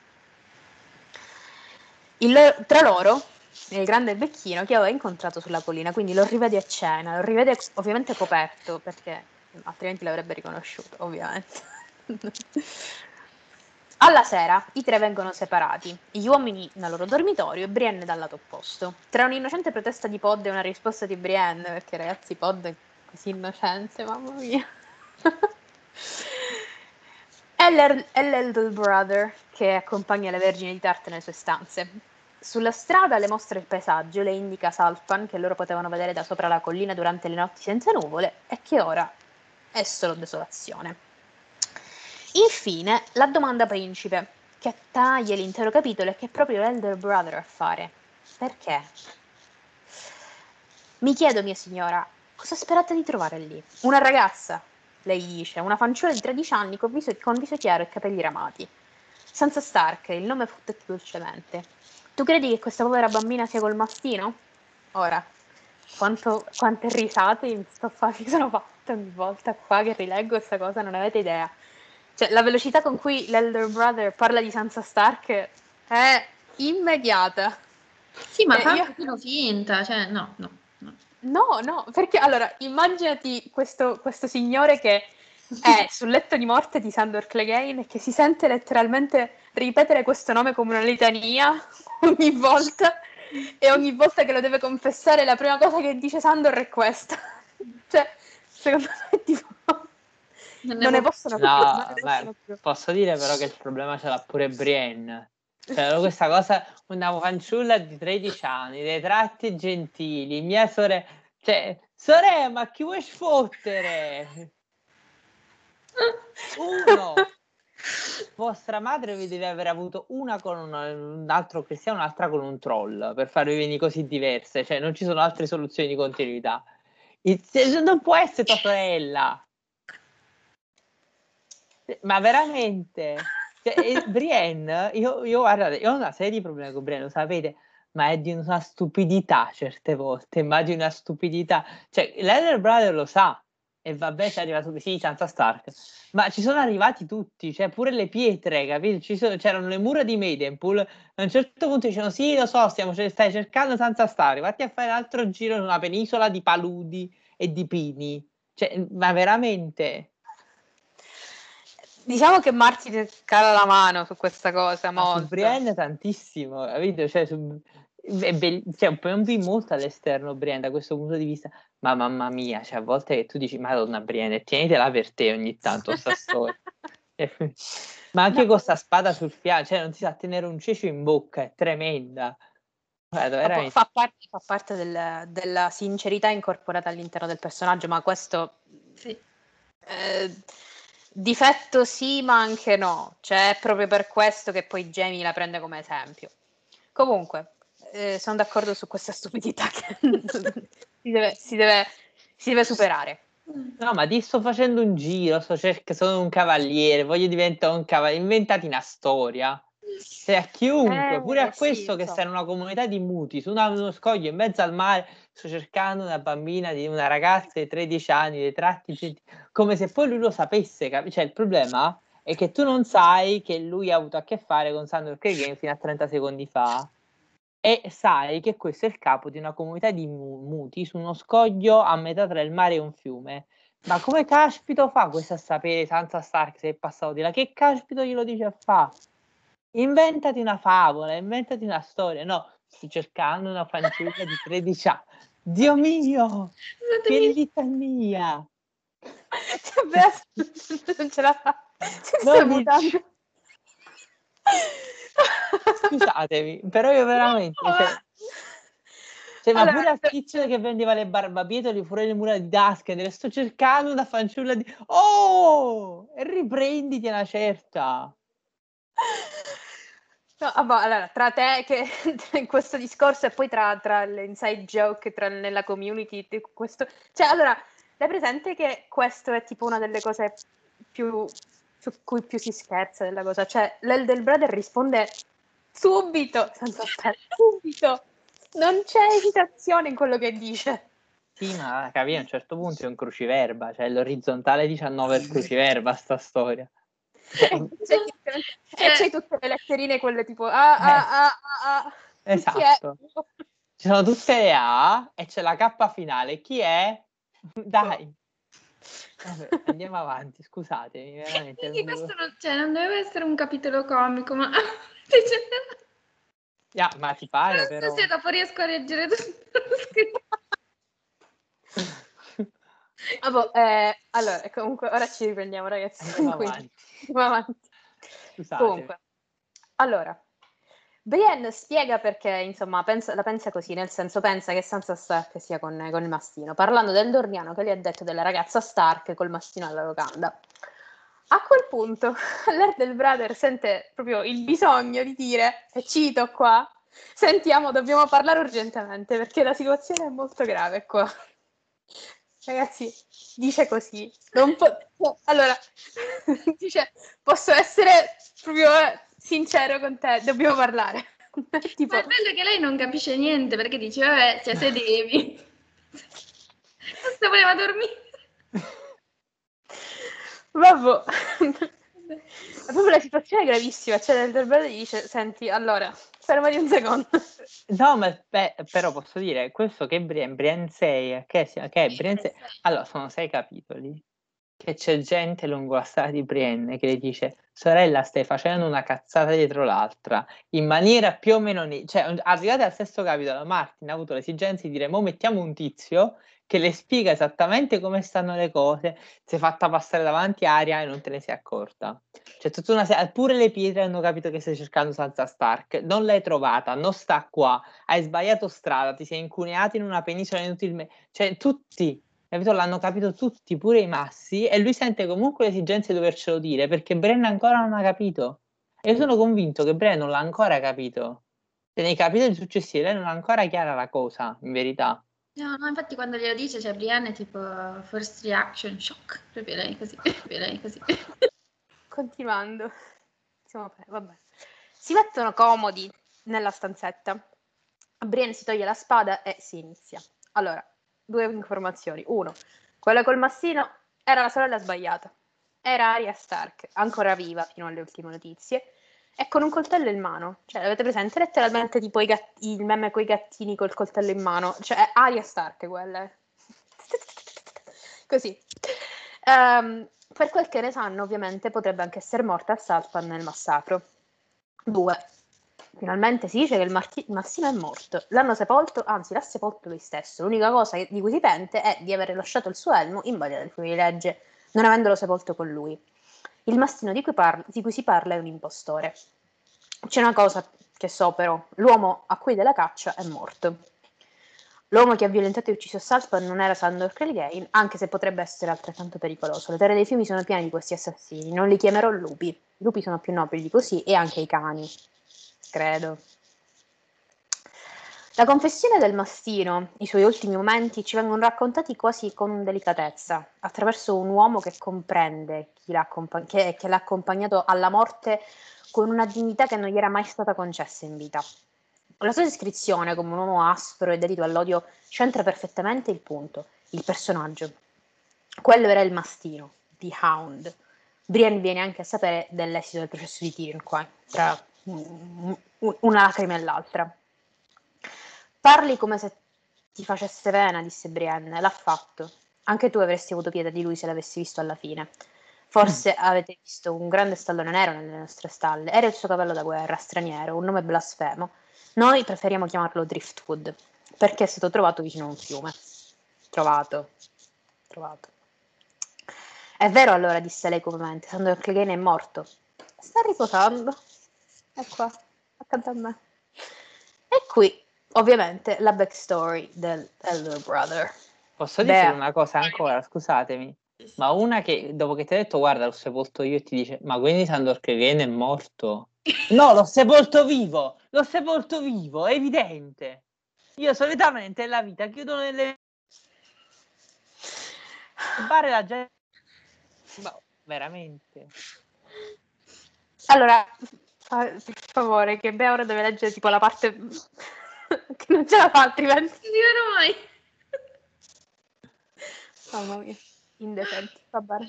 Il, tra loro, il grande becchino che aveva incontrato sulla collina, quindi lo rivede a cena, lo rivede ovviamente coperto, perché altrimenti l'avrebbe riconosciuto, ovviamente. Alla sera i tre vengono separati, gli uomini dal loro dormitorio e Brienne dal lato opposto. Tra un'innocente protesta di Pod e una risposta di Brienne, perché ragazzi Pod è così innocente, mamma mia. È l'Eldel Brother che accompagna le vergini di Tarte nelle sue stanze. Sulla strada le mostra il paesaggio, le indica Salpan che loro potevano vedere da sopra la collina durante le notti senza nuvole e che ora è solo desolazione. Infine, la domanda principe, che attaglia l'intero capitolo e che è proprio l'Elder Brother a fare. Perché? Mi chiedo, mia signora, cosa sperate di trovare lì? Una ragazza, lei dice, una fanciulla di tredici anni con viso, con viso chiaro e capelli ramati. Sansa Stark, il nome fu detto dolcemente. Tu credi che questa povera bambina sia col mastino? Ora, quanto, quante risate mi, sto fa- mi sono fatte ogni volta qua che rileggo questa cosa, non avete idea. Cioè, la velocità con cui l'Elder Brother parla di Sansa Stark è immediata. Sì, ma Eh, fa io... un pochino finta, cioè no, no, no. No, no, perché allora immaginati questo, questo signore che è sul letto di morte di Sandor Clegane e che si sente letteralmente ripetere questo nome come una litania ogni volta e ogni volta che lo deve confessare la prima cosa che dice Sandor è questa. Cioè, secondo me tipo Non ne, non ne può... possono più, non No, ne beh, possono più. posso dire però che il problema ce l'ha pure Brienne. Cioè, questa cosa, una fanciulla di tredici anni, dei tratti gentili, mia sorella, cioè, sorella, ma chi vuoi sfottere? Uno, vostra madre vi deve aver avuto una con una, un altro cristiano, un'altra con un troll, per farvi venire così diverse, cioè non ci sono altre soluzioni di continuità. Il, non può essere tua sorella. Ma veramente? Cioè, Brienne, io, io guardate, io ho una serie di problemi con Brienne, lo sapete, ma è di una stupidità certe volte, ma di una stupidità. Cioè, l'Elder Brother lo sa, e vabbè, ci è arrivato sì, Sansa Stark, ma ci sono arrivati tutti, cioè pure le pietre, capito? Ci sono, c'erano le mura di Maidenpool, a un certo punto dicevano, sì, lo so, stiamo, stai cercando Sansa Stark, vatti a fare un altro giro in una penisola di paludi e di pini. Cioè, ma veramente... Diciamo che Martin cala la mano su questa cosa Ma su molto. Brienne tantissimo, capito? Cioè, su, è be- cioè, poi non vi molto all'esterno Brienne da questo punto di vista, ma mamma mia, cioè, a volte che tu dici, Madonna Brienne, tienitela per te ogni tanto sta storia. Ma anche No. con sta spada sul fianco, cioè non si sa tenere un cecio in bocca, è tremenda. Guarda, veramente. Fa parte, fa parte del, della sincerità incorporata all'interno del personaggio, ma questo Sì. eh, difetto sì, ma anche no. Cioè, è proprio per questo che poi Jamie la prende come esempio. Comunque, eh, sono d'accordo su questa stupidità che si, deve, si, deve, si deve superare. No, ma ti sto facendo un giro, sto cercando, sono un cavaliere, voglio diventare un cavaliere, inventati una storia. Cioè, a chiunque, pure Eh, a sì, questo che so. sta in una comunità di muti, su una- uno scoglio in mezzo al mare, sto cercando una bambina, di una ragazza di tredici anni, dei tratti, gentili, come se poi lui lo sapesse, capi? Cioè, il problema è che tu non sai che lui ha avuto a che fare con Sandor Clegane fino a trenta secondi fa. E sai che questo è il capo di una comunità di muti su uno scoglio a metà tra il mare e un fiume. Ma come caspito fa questo a sapere Sansa Stark se è passato di là? Che caspito glielo dice a fa? Inventati una favola, inventati una storia. No, sto cercando una fanciulla di tredici anni. Dio mio, che Scusatemi. litania! Non ce la fa. Si No, sta mi- mutando. Scusatemi, però io veramente, cioè, cioè, ma Allora, pure al tizio che vendeva le barbabietoli fuori le mura di Dasken, le sto cercando una fanciulla di... Oh! E riprenditi una certa! no, ah, boh, allora, tra te che in questo discorso e poi tra, tra le inside joke tra, nella community, di questo, cioè, allora, hai presente che questo è tipo una delle cose più su cui più si scherza della cosa, cioè l'Elder Brother risponde subito, senza aspettare, subito, non c'è esitazione in quello che dice. Sì, ma capi, a un certo punto è un cruciverba, cioè l'orizzontale diciannove è il cruciverba, sta storia. Cioè, E c'è, Cioè, e c'hai tutte le letterine, quelle tipo ah, ah, eh, ah, ah, ah. Chi è? esatto. Ci sono tutte le A e c'è la K finale. Chi è? Dai. Vabbè, andiamo avanti, scusatemi, veramente. quindi questo non, cioè, non doveva essere un capitolo comico, ma cioè, Yeah, ma ti pare non so però... se dopo riesco a leggere tutto lo scritto. Ah, boh, eh, allora, comunque, ora ci riprendiamo, ragazzi. Andiamo Quindi, avanti. andiamo avanti. Scusate. Comunque, allora, Brienne spiega perché, insomma, pensa, la pensa così, nel senso pensa che Sansa Stark sia con, con il mastino, parlando del Dorniano che gli ha detto della ragazza Stark col mastino alla locanda. A quel punto, Lord del Brother sente proprio il bisogno di dire, e cito qua, sentiamo, dobbiamo parlare urgentemente perché la situazione è molto grave qua. Ragazzi, dice così. Non po- allora, dice, posso essere proprio eh, sincero con te, dobbiamo parlare. Tipo, Ma il bello è che lei non capisce niente perché dice, vabbè, cioè, sedevi. Basta, voleva dormire. vabbè. È proprio la situazione è gravissima. Cioè, il Brother gli dice, senti, allora, fermati un secondo. No, ma beh, però posso dire, questo che è Brienne, Brienne sei, che, sia- che è Brienne sei, allora sono sei capitoli, che c'è gente lungo la strada di Brienne che le dice, sorella stai facendo una cazzata dietro l'altra, in maniera più o meno, ne- cioè arrivate al sesto capitolo, Martin ha avuto l'esigenza di dire, mo mettiamo un tizio che le spiega esattamente come stanno le cose, si è fatta passare davanti Arya e non te ne sei accorta. Cioè, tutta una se- pure le pietre hanno capito che stai cercando Sansa Stark, non l'hai trovata, non sta qua, hai sbagliato strada, ti sei incuneato in una penisola inutilmente, cioè tutti, capito? L'hanno capito tutti, pure i massi, e lui sente comunque l'esigenza di dovercelo dire, perché Bren ancora non ha capito. E io sono convinto che Bren non l'ha ancora capito. E nei capitoli successivi lei non ha ancora chiara la cosa, in verità. No, no, infatti quando glielo dice, cioè, Brienne è tipo first reaction, shock, proprio lei così, proprio lei così. Continuando. Siamo, vabbè. Si mettono comodi nella stanzetta. Brienne si toglie la spada e si inizia. Allora, due informazioni. Uno, quella col mastino era la sorella sbagliata. Era Arya Stark, ancora viva fino alle ultime notizie, e con un coltello in mano. Cioè, avete presente letteralmente tipo i gatti, il meme con i gattini col coltello in mano? Cioè, è Arya Stark quella. Così. Um, per quel che ne sanno, ovviamente, potrebbe anche essere morta a Saltpan nel massacro. Due. Finalmente si dice che il, Marti- il Massimo è morto. L'hanno sepolto, anzi l'ha sepolto lui stesso. L'unica cosa di cui si pente è di aver lasciato il suo elmo in balia del fuorilegge, non avendolo sepolto con lui. Il Mastino di cui, parla, di cui si parla è un impostore. C'è una cosa che so però, l'uomo a cui della caccia è morto. L'uomo che ha violentato e ucciso Saltpan non era Sandor Clegane, anche se potrebbe essere altrettanto pericoloso. Le terre dei fiumi sono piene di questi assassini, non li chiamerò lupi. I lupi sono più nobili di così e anche i cani, credo. La confessione del mastino, i suoi ultimi momenti, ci vengono raccontati quasi con delicatezza, attraverso un uomo che comprende chi l'ha, accompa- che, che l'ha accompagnato alla morte con una dignità che non gli era mai stata concessa in vita. La sua descrizione come un uomo aspro e dedito all'odio centra perfettamente il punto, il personaggio. Quello era il mastino, The Hound. Brienne viene anche a sapere dell'esito del processo di Tyrion qua, tra una lacrima e l'altra. Parli come se ti facesse pena, disse Brienne. L'ha fatto. Anche tu avresti avuto pietà di lui se l'avessi visto alla fine. Forse avete visto un grande stallone nero nelle nostre stalle. Era il suo cavallo da guerra, straniero, un nome blasfemo. Noi preferiamo chiamarlo Driftwood. perché è stato trovato vicino a un fiume. Trovato. Trovato. È vero allora, disse lei comunemente, Sandor Clegane è morto. Sta riposando. È qua, accanto a me. E qui, ovviamente, la backstory del Elder Brother. Posso Beh. dire una cosa ancora, scusatemi, ma una che dopo che ti ha detto guarda l'ho sepolto io e ti dice ma quindi Sandor Clegane è morto? No, l'ho sepolto vivo, l'ho sepolto vivo, è evidente. Io solitamente nella vita chiudo nelle bare la gente, ma veramente. Allora, fa- per favore, che Bea ora deve leggere tipo la parte che non ce la fa altrimenti. Non dicono mai. Mamma mia, indecenti, va bene.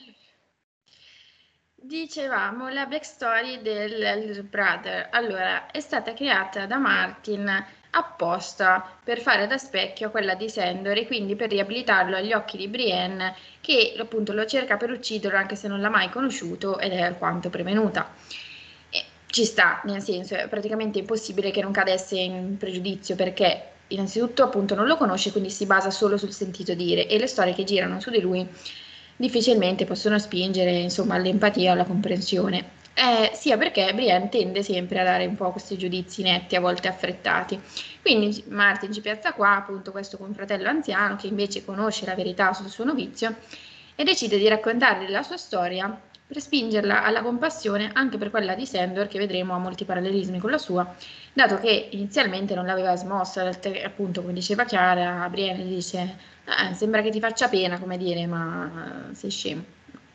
Dicevamo la backstory del Elder Brother. Allora, è stata creata da Martin apposta per fare da specchio a quella di Sandor e quindi per riabilitarlo agli occhi di Brienne, che appunto lo cerca per ucciderlo anche se non l'ha mai conosciuto ed è alquanto prevenuta. E ci sta, nel senso, è praticamente impossibile che non cadesse in pregiudizio perché innanzitutto appunto non lo conosce, quindi si basa solo sul sentito dire e le storie che girano su di lui difficilmente possono spingere insomma all'empatia o alla comprensione. Eh, sia perché Brienne tende sempre a dare un po' questi giudizi netti, a volte affrettati. Quindi Martin ci piazza qua appunto questo confratello anziano che invece conosce la verità sul suo novizio e decide di raccontargli la sua storia per spingerla alla compassione anche per quella di Sandor, che vedremo ha molti parallelismi con la sua, dato che inizialmente non l'aveva smossa, appunto come diceva Chiara, Brienne dice eh, sembra che ti faccia pena, come dire, ma sei scemo.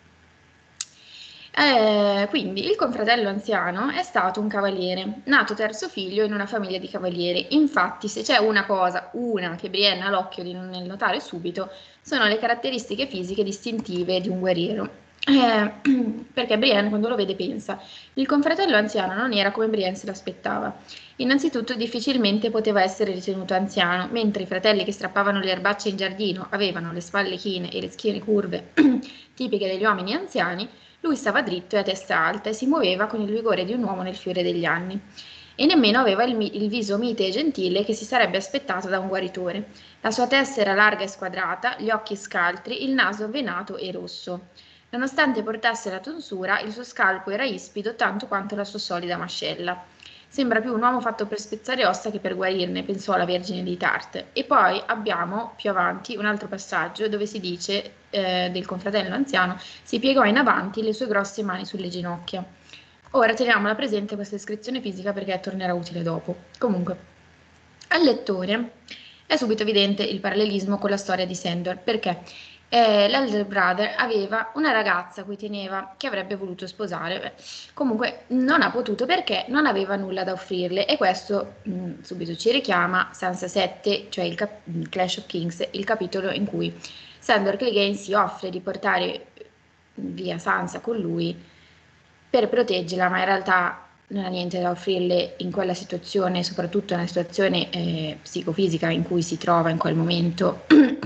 Eh, quindi il confratello anziano è stato un cavaliere, nato terzo figlio in una famiglia di cavalieri. Infatti, se c'è una cosa, una che Brienne ha l'occhio di non notare subito, sono le caratteristiche fisiche distintive di un guerriero. Eh, perché Brienne, quando lo vede, pensa: il confratello anziano non era come Brienne se l'aspettava. Innanzitutto, difficilmente poteva essere ritenuto anziano, mentre i fratelli che strappavano le erbacce in giardino avevano le spalle chine e le schiene curve tipiche degli uomini anziani. Lui stava dritto e a testa alta e si muoveva con il vigore di un uomo nel fiore degli anni. E nemmeno aveva il, mi- il viso mite e gentile che si sarebbe aspettato da un guaritore. La sua testa era larga e squadrata, gli occhi scaltri, il naso venato e rosso. Nonostante portasse la tonsura, il suo scalpo era ispido tanto quanto la sua solida mascella. Sembra più un uomo fatto per spezzare ossa che per guarirne, pensò la Vergine di Tarte. E poi abbiamo più avanti un altro passaggio dove si dice eh, del confratello anziano: si piegò in avanti le sue grosse mani sulle ginocchia. Ora teniamola presente questa descrizione fisica perché tornerà utile dopo. Comunque, al lettore è subito evidente il parallelismo con la storia di Sandor, perché eh, l'Elder Brother aveva una ragazza a cui teneva, che avrebbe voluto sposare. Beh, comunque non ha potuto perché non aveva nulla da offrirle e questo mh, subito ci richiama Sansa sette, cioè il, cap- il Clash of Kings, il capitolo in cui Sandor Clegane si offre di portare via Sansa con lui per proteggerla, ma in realtà non ha niente da offrirle in quella situazione, soprattutto nella situazione eh, psicofisica in cui si trova in quel momento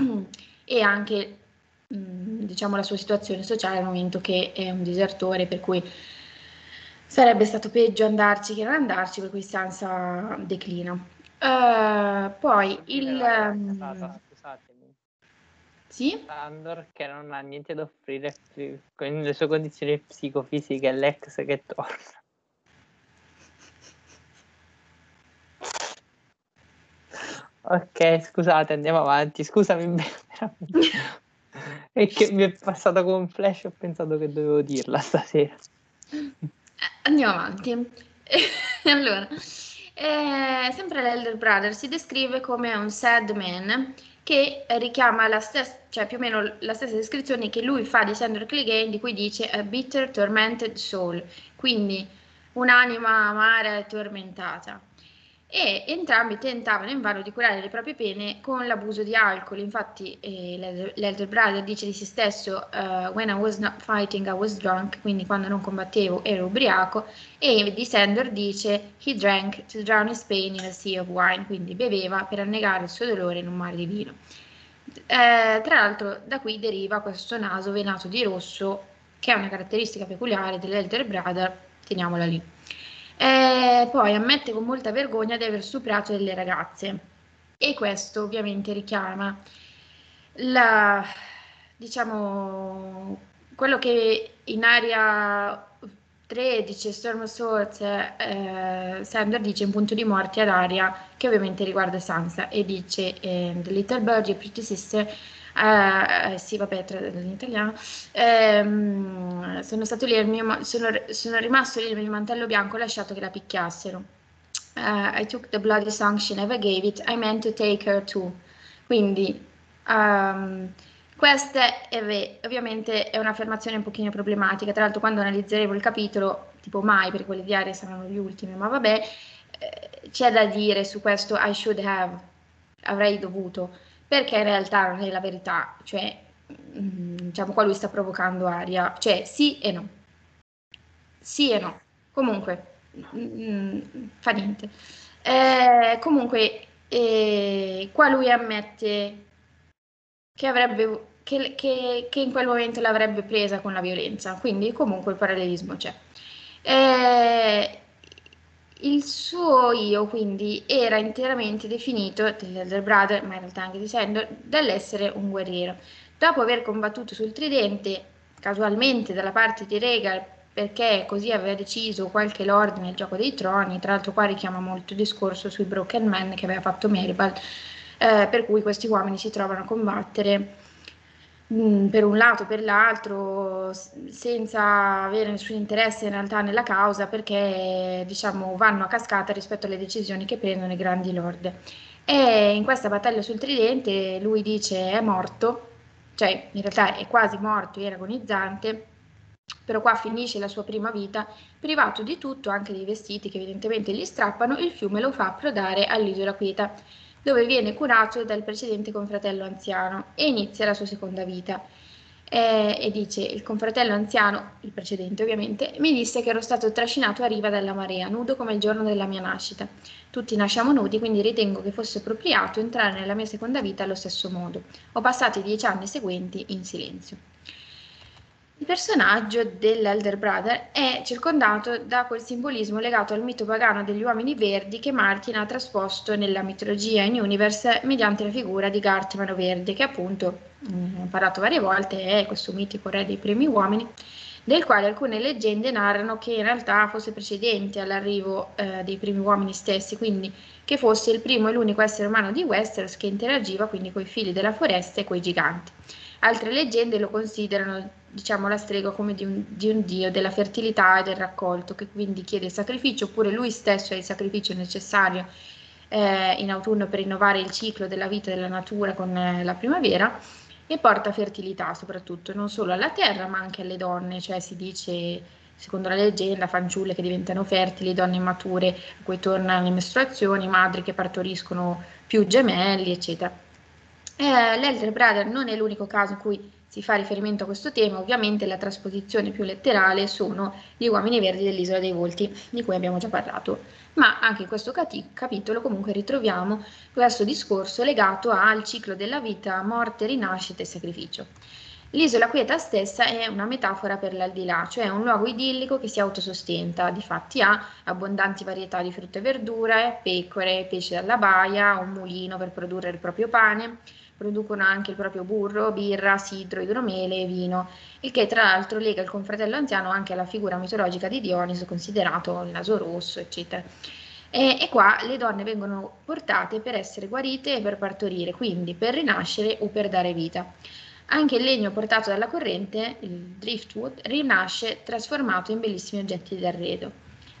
e anche mh, diciamo la sua situazione sociale al momento che è un disertore, per cui sarebbe stato peggio andarci che non andarci, per cui Sansa declina. Uh, poi il um, Scusatemi. Sì? Sandor che non ha niente da offrire con le sue condizioni psicofisiche e l'ex che torna. Ok, scusate, andiamo avanti. Scusami, veramente. È che mi è passato come un flash e ho pensato che dovevo dirla stasera. Andiamo avanti. Allora, eh, sempre l'Elder Brother si descrive come un sad man che richiama la stessa, cioè più o meno la stessa descrizione che lui fa di Sandor Clegane, di cui dice a bitter tormented soul, quindi un'anima amara e tormentata. E entrambi tentavano invano di curare le proprie pene con l'abuso di alcol. Infatti eh, l'Elder Brother dice di se stesso uh, when I was not fighting I was drunk, quindi quando non combattevo ero ubriaco, e di Sandor dice he drank to drown his pain in a sea of wine, quindi beveva per annegare il suo dolore in un mare di vino. Eh, tra l'altro da qui deriva questo naso venato di rosso, che è una caratteristica peculiare dell'Elder Brother, teniamola lì. Eh, poi ammette con molta vergogna di aver stuprato delle ragazze e questo ovviamente richiama la, diciamo, quello che in area tredici Storm of Swords eh, Sander dice in punto di morte ad Arya, che ovviamente riguarda Sansa, e dice eh, The Little Bird, Your Pretty Sister, eh, sì vabbè tra, in italiano, ehm, sono stato lì, il mio, sono, sono rimasto lì nel mio mantello bianco, ho lasciato che la picchiassero. Uh, I took the bloody song, she never gave it, I meant to take her too. Quindi um, questa è, ovviamente è un'affermazione un pochino problematica, tra l'altro quando analizzeremo il capitolo, tipo mai, perché quelli di Arya saranno gli ultimi, ma vabbè, eh, c'è da dire su questo I should have, avrei dovuto, perché in realtà non è la verità, cioè, mm, diciamo qua lui sta provocando Arya, cioè sì e no, sì e no, comunque, mm, fa niente. Eh, comunque, eh, qua lui ammette che avrebbe che, che, che in quel momento l'avrebbe presa con la violenza, quindi comunque il parallelismo c'è. Eh, il suo io quindi era interamente definito dell'Elder Brother, ma in realtà anche di Sandor, dall'essere un guerriero. Dopo aver combattuto sul tridente, casualmente dalla parte di Rhaegar, perché così aveva deciso qualche lord nel Gioco dei Troni, tra l'altro qua richiama molto il discorso sui Broken Men che aveva fatto Meribald, eh, per cui questi uomini si trovano a combattere mh, per un lato, per l'altro, s- senza avere nessun interesse in realtà nella causa, perché diciamo vanno a cascata rispetto alle decisioni che prendono i grandi lord. E in questa battaglia sul tridente lui dice è morto, cioè in realtà è quasi morto, era agonizzante, però qua finisce la sua prima vita, privato di tutto, anche dei vestiti che evidentemente gli strappano, il fiume lo fa approdare all'isola quieta, dove viene curato dal precedente confratello anziano e inizia la sua seconda vita. Eh, e dice, il confratello anziano, il precedente ovviamente, mi disse che ero stato trascinato a riva dalla marea, nudo come il giorno della mia nascita. Tutti nasciamo nudi, quindi ritengo che fosse appropriato entrare nella mia seconda vita allo stesso modo. Ho passato i dieci anni seguenti in silenzio. Il personaggio dell'Elder Brother è circondato da quel simbolismo legato al mito pagano degli uomini verdi che Martin ha trasposto nella mitologia in universe mediante la figura di Garth Mano Verde, che appunto, mh, ho parlato varie volte, è questo mitico re dei primi uomini, del quale alcune leggende narrano che in realtà fosse precedente all'arrivo eh, dei primi uomini stessi, quindi che fosse il primo e l'unico essere umano di Westeros che interagiva quindi coi figli della foresta e coi giganti. Altre leggende lo considerano, diciamo, la stregua come di un, di un dio della fertilità e del raccolto, che quindi chiede il sacrificio, oppure lui stesso è il sacrificio necessario eh, in autunno per rinnovare il ciclo della vita e della natura con eh, la primavera, e porta fertilità soprattutto, non solo alla terra ma anche alle donne, cioè si dice, secondo la leggenda, fanciulle che diventano fertili, donne mature a cui tornano le mestruazioni, madri che partoriscono più gemelli, eccetera. Eh, L'Elder Brother non è l'unico caso in cui si fa riferimento a questo tema, ovviamente la trasposizione più letterale sono gli uomini verdi dell'Isola dei Volti, di cui abbiamo già parlato, ma anche in questo cati- capitolo comunque ritroviamo questo discorso legato al ciclo della vita, morte, rinascita e sacrificio. L'isola quieta stessa è una metafora per l'aldilà, cioè un luogo idillico che si autosostenta, difatti ha abbondanti varietà di frutta e verdure, pecore, pesce dalla baia, un mulino per produrre il proprio pane, producono anche il proprio burro, birra, sidro, idromele e vino, il che tra l'altro lega il confratello anziano anche alla figura mitologica di Dioniso, considerato il naso rosso, eccetera. E, e qua le donne vengono portate per essere guarite e per partorire, quindi per rinascere o per dare vita. Anche il legno portato dalla corrente, il driftwood, rinasce trasformato in bellissimi oggetti d'arredo.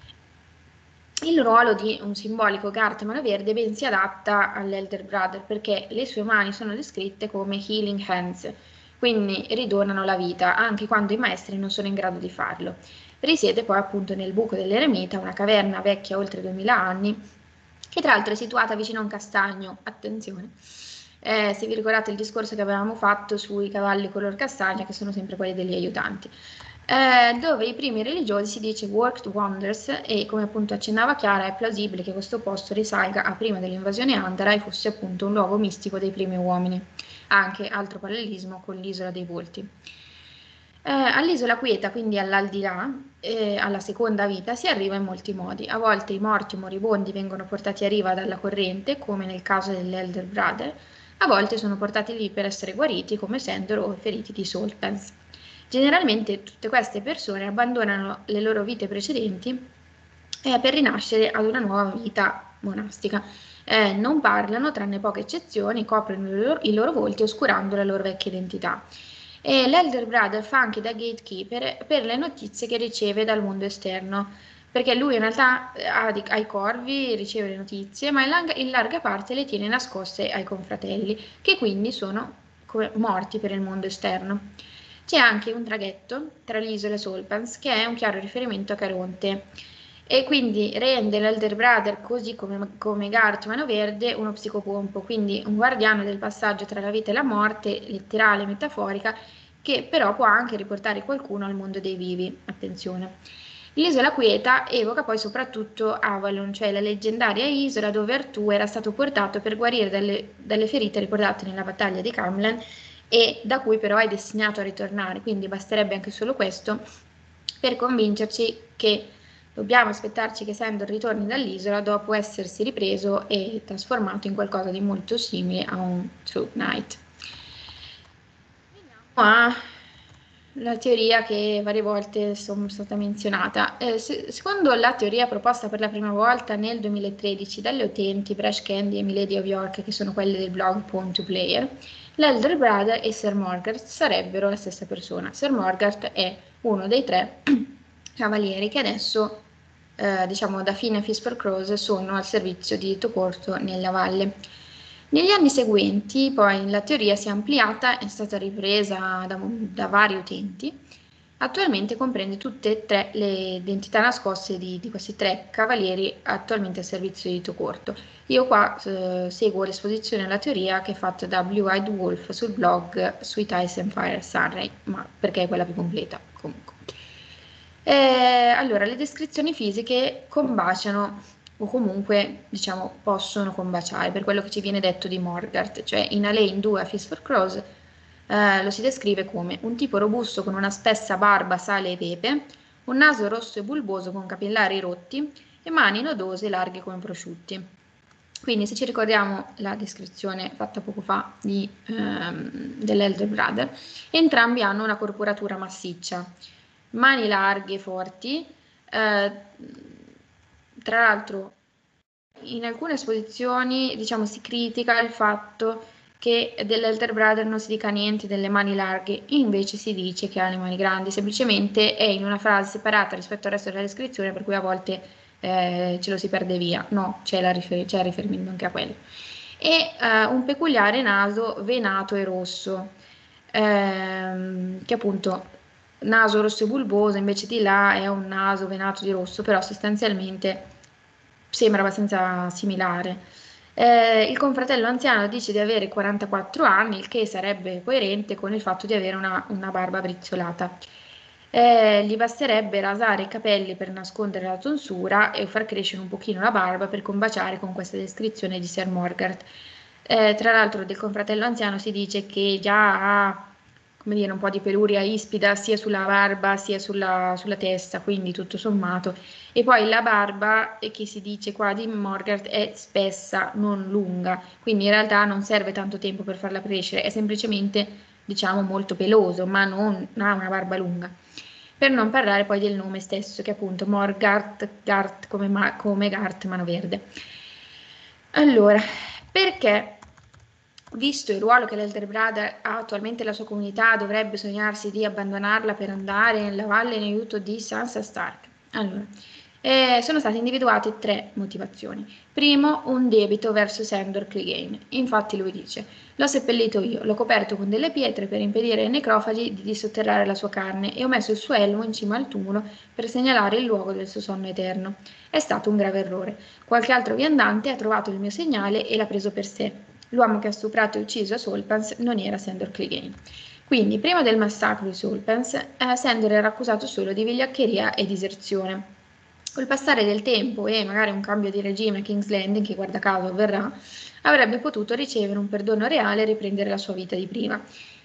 Il ruolo di un simbolico Garth Mano Verde ben si adatta all'Elder Brother perché le sue mani sono descritte come healing hands, quindi ridonano la vita anche quando i maestri non sono in grado di farlo. Risiede poi appunto nel buco dell'eremita, una caverna vecchia oltre duemila anni, che tra l'altro è situata vicino a un castagno, attenzione, eh, se vi ricordate il discorso che avevamo fatto sui cavalli color castagna, che sono sempre quelli degli aiutanti, eh, dove i primi religiosi si dice worked wonders e come appunto accennava Chiara è plausibile che questo posto risalga a prima dell'invasione Andara e fosse appunto un luogo mistico dei primi uomini, anche altro parallelismo con l'isola dei Volti. Eh, all'isola quieta, quindi all'aldilà, eh, alla seconda vita, si arriva in molti modi. A volte i morti o moribondi vengono portati a riva dalla corrente, come nel caso dell'Elder Brother, a volte sono portati lì per essere guariti, come Sandor o feriti di Saltpans. Generalmente tutte queste persone abbandonano le loro vite precedenti eh, per rinascere ad una nuova vita monastica. Eh, non parlano, tranne poche eccezioni, coprono i loro, i loro volti oscurando la loro vecchia identità. E l'Elder Brother fa anche da gatekeeper per le notizie che riceve dal mondo esterno, perché lui in realtà ha, ha i corvi, riceve le notizie, ma in larga, in larga parte le tiene nascoste ai confratelli, che quindi sono come morti per il mondo esterno. C'è anche un traghetto tra l'isola e Solpans, che è un chiaro riferimento a Caronte, e quindi rende l'Elder Brother, così come, come Garth Mano Verde, uno psicopompo, quindi un guardiano del passaggio tra la vita e la morte, letterale e metaforica, che però può anche riportare qualcuno al mondo dei vivi. Attenzione. L'isola quieta evoca poi soprattutto Avalon, cioè la leggendaria isola dove Artù era stato portato per guarire dalle, dalle ferite riportate nella battaglia di Camlan e da cui però è destinato a ritornare, quindi basterebbe anche solo questo per convincerci che dobbiamo aspettarci che Sandor ritorni dall'isola dopo essersi ripreso e trasformato in qualcosa di molto simile a un True Knight. Veniamo alla teoria che varie volte sono stata menzionata. Eh, se, secondo la teoria proposta per la prima volta nel duemilatredici dalle utenti Brash Candy e Milady of York, che sono quelle del blog Pawn to Player, l'Elder Brother e Ser Morgart sarebbero la stessa persona. Ser Morgart è uno dei tre cavalieri che adesso, eh, diciamo da fine Fistful Crows, sono al servizio di Tocorto nella valle. Negli anni seguenti poi la teoria si è ampliata, è stata ripresa da, da vari utenti. Attualmente comprende tutte e tre le identità nascoste di, di questi tre cavalieri attualmente al servizio di Tocorto. Io qua eh, seguo l'esposizione alla teoria che è fatta da Blue Eyed Wolf sul blog Sweet Ice and Fire Sunray, ma perché è quella più completa comunque. Eh, allora, le descrizioni fisiche combaciano o comunque, diciamo, possono combaciare per quello che ci viene detto di Morgart, cioè in Alain due a Fistful Crows eh, lo si descrive come un tipo robusto con una spessa barba, sale e pepe, un naso rosso e bulboso con capillari rotti e mani nodose larghe come prosciutti. Quindi se ci ricordiamo la descrizione fatta poco fa di, ehm, dell'Elder Brother, entrambi hanno una corporatura massiccia, mani larghe, forti, eh, tra l'altro in alcune esposizioni diciamo si critica il fatto che dell'Elder Brother non si dica niente delle mani larghe, invece si dice che ha le mani grandi, semplicemente è in una frase separata rispetto al resto della descrizione, per cui a volte eh, ce lo si perde via, no, c'è, la rifer- c'è il riferimento anche a quello. E eh, un peculiare naso venato e rosso, ehm, che appunto naso rosso e bulboso, invece di là è un naso venato di rosso, però sostanzialmente sembra abbastanza similare. Eh, il confratello anziano dice di avere quarantaquattro anni, il che sarebbe coerente con il fatto di avere una, una barba brizzolata. Eh, gli basterebbe rasare i capelli per nascondere la tonsura e far crescere un pochino la barba per combaciare con questa descrizione di Ser Morgart. Eh, tra l'altro del confratello anziano si dice che già ha, come dire, un po' di peluria ispida sia sulla barba sia sulla, sulla testa, quindi tutto sommato. E poi la barba, che si dice qua di Morgart, è spessa, non lunga, quindi in realtà non serve tanto tempo per farla crescere, è semplicemente, diciamo, molto peloso, ma non ha una barba lunga. Per non parlare poi del nome stesso, che è appunto Morgart, Gart come, ma, come Gart Mano Verde. Allora, perché, visto il ruolo che l'Elder Brother ha attualmente la sua comunità, dovrebbe sognarsi di abbandonarla per andare nella valle in aiuto di Sansa Stark? Allora, eh, sono state individuate tre motivazioni. Primo, un debito verso Sandor Clegane. Infatti lui dice: l'ho seppellito io, l'ho coperto con delle pietre per impedire ai necrofagi di dissotterrare la sua carne e ho messo il suo elmo in cima al tumulo per segnalare il luogo del suo sonno eterno. È stato un grave errore. Qualche altro viandante ha trovato il mio segnale e l'ha preso per sé. L'uomo che ha stuprato e ucciso a Solpans non era Sandor Clegane. Quindi, prima del massacro di Solpans, eh, Sandor era accusato solo di vigliaccheria e diserzione. Col passare del tempo e magari un cambio di regime a King's Landing, che guarda caso avverrà, avrebbe potuto ricevere un perdono reale e riprendere la sua vita di prima.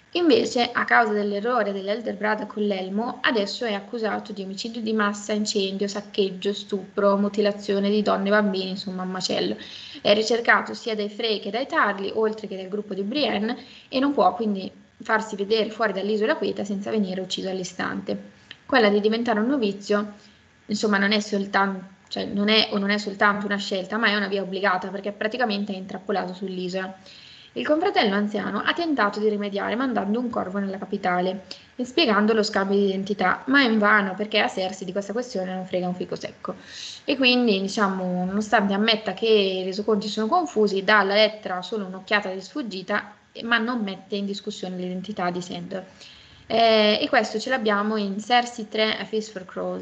Invece, a causa dell'errore dell'Elder Brother con l'elmo, adesso è accusato di omicidio di massa, incendio, saccheggio, stupro, mutilazione di donne e bambini, insomma un macello. È ricercato sia dai Frey che dai Tarly, oltre che dal gruppo di Brienne, e non può quindi farsi vedere fuori dall'isola quieta senza venire ucciso all'istante. Quella di diventare un novizio, insomma, non è soltanto, cioè non è o non è soltanto una scelta, ma è una via obbligata, perché praticamente è intrappolato sull'isola. Il confratello anziano ha tentato di rimediare mandando un corvo nella capitale e spiegando lo scambio di identità, ma è invano perché a Cersei di questa questione non frega un fico secco. E quindi, diciamo, nonostante ammetta che i resoconti sono confusi, dà alla lettera solo un'occhiata di sfuggita, ma non mette in discussione l'identità di Sandor. Eh, e questo ce l'abbiamo in Cersei tre A Feast for Crows,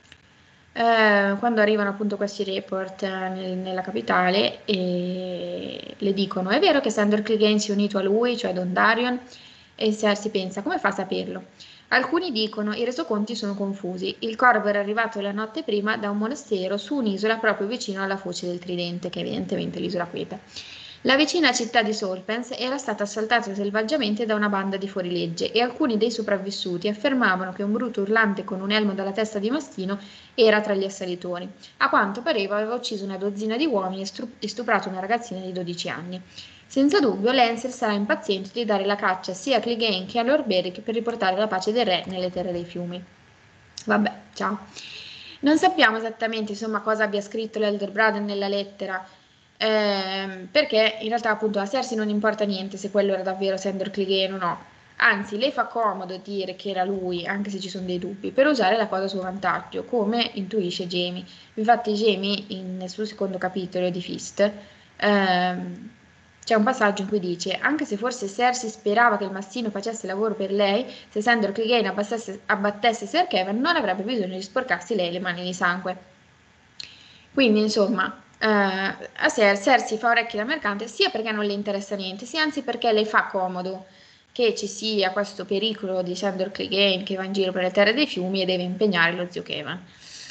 eh, quando arrivano appunto questi report eh, nel, nella capitale e le dicono: è vero che Sandor Clegane si è unito a lui, cioè Don Darion? E Cersei pensa: come fa a saperlo? Alcuni dicono: i resoconti sono confusi, il corvo era arrivato la notte prima da un monastero su un'isola proprio vicino alla foce del Tridente, che è evidentemente l'isola quieta. La vicina città di Solpens era stata assaltata selvaggiamente da una banda di fuorilegge e alcuni dei sopravvissuti affermavano che un bruto urlante con un elmo dalla testa di mastino era tra gli assalitori. A quanto pareva aveva ucciso una dozzina di uomini e stuprato una ragazzina di dodici anni. Senza dubbio Lancel sarà impaziente di dare la caccia sia a Clegane che a Lord Beric per riportare la pace del re nelle terre dei fiumi. Vabbè, ciao. Non sappiamo esattamente insomma cosa abbia scritto l'Elder Brother nella lettera, ehm, perché in realtà appunto a Cersei non importa niente se quello era davvero Sandor Clegane o no. Anzi, le fa comodo dire che era lui, anche se ci sono dei dubbi, per usare la cosa a suo vantaggio, come intuisce Jaime. Infatti Jaime, in, nel suo secondo capitolo di Feast, ehm, c'è un passaggio in cui dice: anche se forse Cersei sperava che il mastino facesse lavoro per lei, se Sandor Clegane abbattesse, abbattesse Ser Kevan non avrebbe bisogno di sporcarsi lei le mani di sangue. Quindi, insomma, eh, a Cer- Cersei fa orecchie da mercante sia perché non le interessa niente, sia anzi perché le fa comodo che ci sia questo pericolo di Sandor Clegane che va in giro per le terre dei fiumi e deve impegnare lo zio Kevan.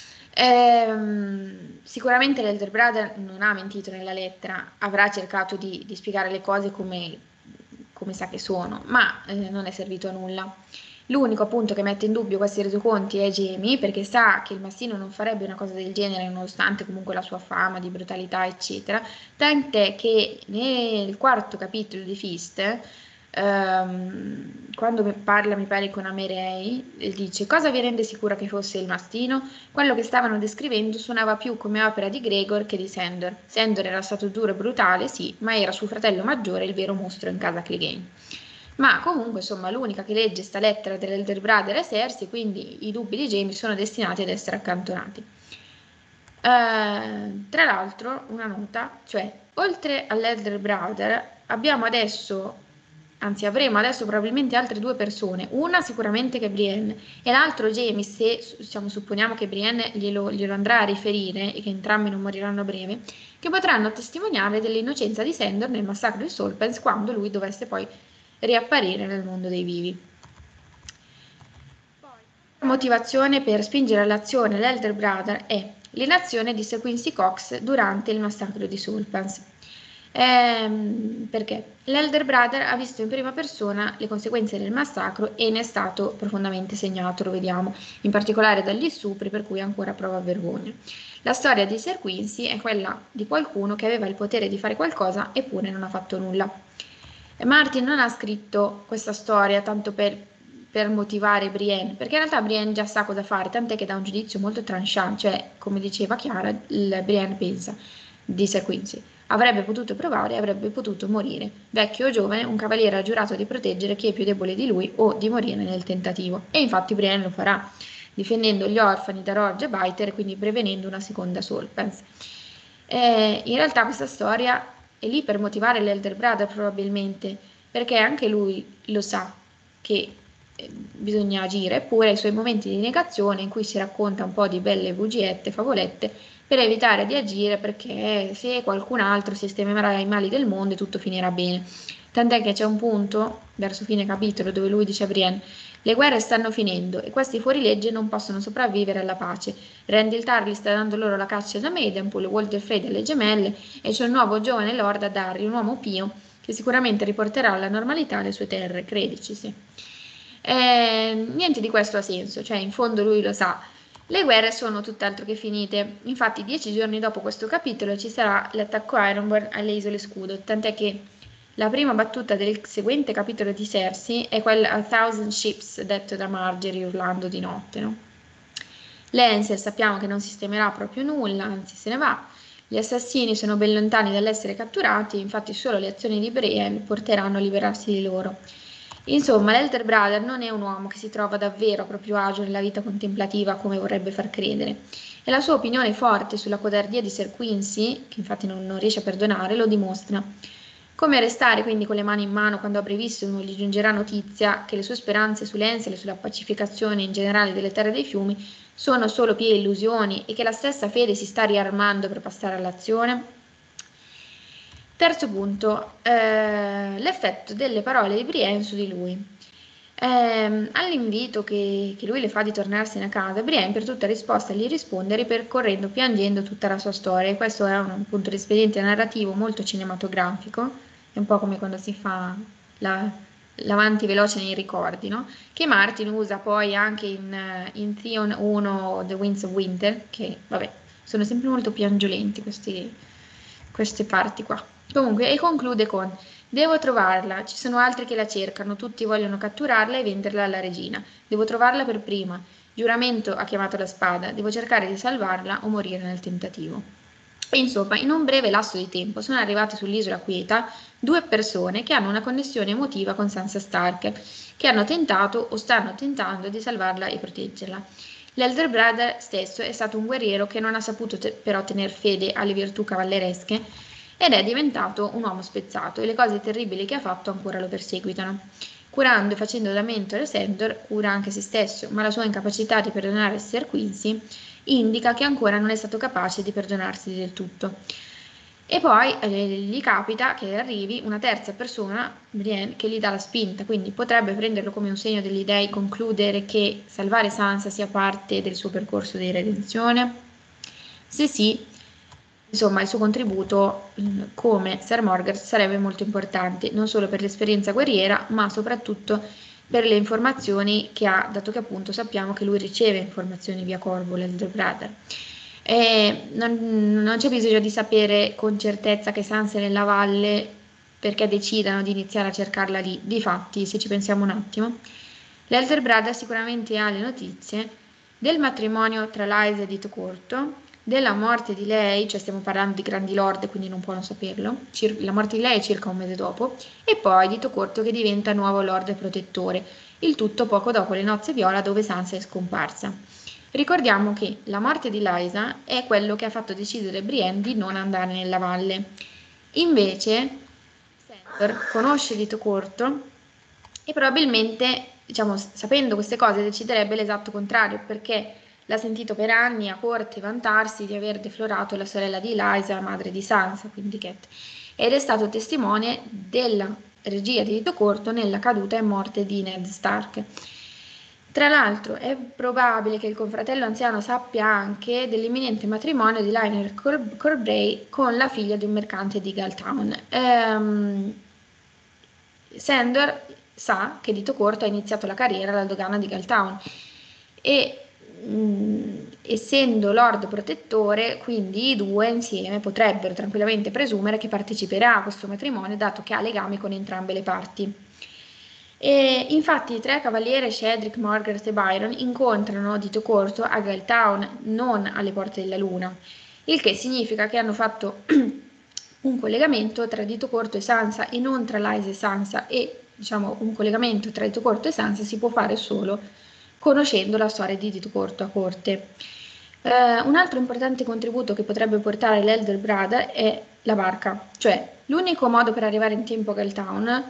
Ehm, sicuramente l'Elder Brother non ha mentito nella lettera, avrà cercato di, di spiegare le cose come, come sa che sono, ma eh, non è servito a nulla. L'unico appunto che mette in dubbio questi resoconti è Jaime, perché sa che il mastino non farebbe una cosa del genere nonostante comunque la sua fama di brutalità eccetera, tant'è che nel quarto capitolo di Feast, ehm, quando parla mi pare con Amerei, dice: cosa vi rende sicura che fosse il mastino? Quello che stavano descrivendo suonava più come opera di Gregor che di Sandor. Sandor era stato duro e brutale, sì, ma era suo fratello maggiore il vero mostro in casa Clegane. Ma comunque, insomma, l'unica che legge sta lettera dell'Elder Brother è Cersei, quindi i dubbi di Jaime sono destinati ad essere accantonati. Eh, tra l'altro, una nota, cioè, oltre all'Elder Brother, abbiamo adesso, anzi avremo adesso probabilmente altre due persone, una sicuramente che è Brienne e l'altro Jaime, se diciamo, supponiamo che Brienne glielo, glielo andrà a riferire e che entrambi non moriranno a breve, che potranno testimoniare dell'innocenza di Sandor nel massacro di Solpens quando lui dovesse poi riapparire nel mondo dei vivi. La motivazione per spingere all'azione l'Elder Brother è l'inazione di Sir Quincy Cox durante il massacro di Solpens. Ehm, perché l'Elder Brother ha visto in prima persona le conseguenze del massacro e ne è stato profondamente segnato, lo vediamo, in particolare dagli stupri, per cui ancora prova vergogna. La storia di Sir Quincy è quella di qualcuno che aveva il potere di fare qualcosa eppure non ha fatto nulla. Martin non ha scritto questa storia tanto per, per motivare Brienne, perché in realtà Brienne già sa cosa fare, tant'è che dà un giudizio molto tranchant, cioè, come diceva Chiara, il Brienne pensa di Sir Quincy. Avrebbe potuto provare, avrebbe potuto morire. Vecchio o giovane, un cavaliere ha giurato di proteggere chi è più debole di lui o di morire nel tentativo. E infatti Brienne lo farà, difendendo gli orfani da Roger e Biter, quindi prevenendo una seconda Solpens. Eh, in realtà questa storia è lì per motivare l'Elder Brother probabilmente, perché anche lui lo sa che eh, bisogna agire, eppure ha i suoi momenti di negazione in cui si racconta un po' di belle bugiette, favolette, per evitare di agire, perché se qualcun altro sistemerà i mali del mondo tutto finirà bene. Tant'è che c'è un punto, verso fine capitolo, dove lui dice a Brienne: le guerre stanno finendo e questi fuorilegge non possono sopravvivere alla pace. Rendil Tarly sta dando loro la caccia da Maidenpool, Walder Frey alle gemelle e c'è un nuovo giovane lord ad Arry, un uomo pio, che che sicuramente riporterà alla normalità le sue terre, credici, sì. Eh, niente di questo ha senso, cioè in fondo lui lo sa. Le guerre sono tutt'altro che finite, infatti dieci giorni dopo questo capitolo ci sarà l'attacco Ironborn alle Isole Scudo, tant'è che la prima battuta del seguente capitolo di Cersei è quella A Thousand Ships, detto da Margaery urlando di notte, no? Lancel sappiamo che non sistemerà proprio nulla, anzi se ne va. Gli assassini sono ben lontani dall'essere catturati, infatti solo le azioni di Brienne porteranno a liberarsi di loro. Insomma, l'Elder Brother non è un uomo che si trova davvero a proprio agio nella vita contemplativa come vorrebbe far credere, e la sua opinione forte sulla codardia di Ser Quincy, che infatti non, non riesce a perdonare, lo dimostra. Come restare quindi con le mani in mano quando a brevissimo gli giungerà notizia che le sue speranze su Lancel e sulla pacificazione in generale delle terre dei fiumi sono solo pie illusioni e che la stessa fede si sta riarmando per passare all'azione? Terzo punto, eh, l'effetto delle parole di Brienne su di lui. Eh, all'invito che, che lui le fa di tornarsene a casa, Brienne per tutta risposta gli risponde ripercorrendo piangendo tutta la sua storia. E questo è un punto di espediente narrativo molto cinematografico, è un po' come quando si fa la, l'avanti veloce nei ricordi, no? Che Martin usa poi anche in, in Theon uno The Winds of Winter, che vabbè, sono sempre molto piangiolenti questi, queste parti qua. Comunque, e conclude con: devo trovarla, ci sono altri che la cercano, tutti vogliono catturarla e venderla alla regina. Devo trovarla per prima. Giuramento ha chiamato la spada, devo cercare di salvarla o morire nel tentativo. Insomma, in un breve lasso di tempo sono arrivate sull'isola quieta due persone che hanno una connessione emotiva con Sansa Stark, che hanno tentato o stanno tentando di salvarla e proteggerla. L'Elder Brother stesso è stato un guerriero che non ha saputo te- però tener fede alle virtù cavalleresche ed è diventato un uomo spezzato e le cose terribili che ha fatto ancora lo perseguitano. Curando e facendo da mentore Sandor, cura anche se stesso, ma la sua incapacità di perdonare Ser Quincy indica che ancora non è stato capace di perdonarsi del tutto. E poi eh, gli capita che arrivi una terza persona, Brienne, che gli dà la spinta, quindi potrebbe prenderlo come un segno degli dei e concludere che salvare Sansa sia parte del suo percorso di redenzione? Se sì, insomma, il suo contributo come Ser Morgert sarebbe molto importante, non solo per l'esperienza guerriera, ma soprattutto per le informazioni che ha, dato che appunto sappiamo che lui riceve informazioni via Corvo, l'Elder Brother. E non, non c'è bisogno di sapere con certezza che Sansa è nella valle perché decidano di iniziare a cercarla lì. Difatti, se ci pensiamo un attimo, l'Elder Brother sicuramente ha le notizie del matrimonio tra Lysa e Dito Corto, della morte di lei, cioè stiamo parlando di grandi lord, quindi non può non saperlo, Cir- la morte di lei è circa un mese dopo, e poi Dito Corto che diventa nuovo lord protettore, il tutto poco dopo le nozze viola dove Sansa è scomparsa. Ricordiamo che la morte di Lysa è quello che ha fatto decidere Brienne di non andare nella valle. Invece Sandor conosce Dito Corto e probabilmente, diciamo, sapendo queste cose deciderebbe l'esatto contrario, perché l'ha sentito per anni a corte vantarsi di aver deflorato la sorella di Lysa, madre di Sansa, quindi Cat, ed è stato testimone della regia di Dito Corto nella caduta e morte di Ned Stark. Tra l'altro è probabile che il confratello anziano sappia anche dell'imminente matrimonio di Lionel Cor- Corbray con la figlia di un mercante di Galtown. Ehm, Sandor sa che Dito Corto ha iniziato la carriera alla dogana di Galtown e mh, essendo Lord Protettore, quindi i due insieme potrebbero tranquillamente presumere che parteciperà a questo matrimonio, dato che ha legami con entrambe le parti. E infatti i tre cavalieri Cedric, Morgert e Byron incontrano Dito Corto a Galtown, non alle Porte della Luna, il che significa che hanno fatto un collegamento tra Dito Corto e Sansa e non tra Lysa e Sansa, e diciamo un collegamento tra Dito Corto e Sansa si può fare solo conoscendo la storia di Dito Corto a corte. Uh, un altro importante contributo che potrebbe portare l'Elder Brother è la barca, cioè l'unico modo per arrivare in tempo a Galtown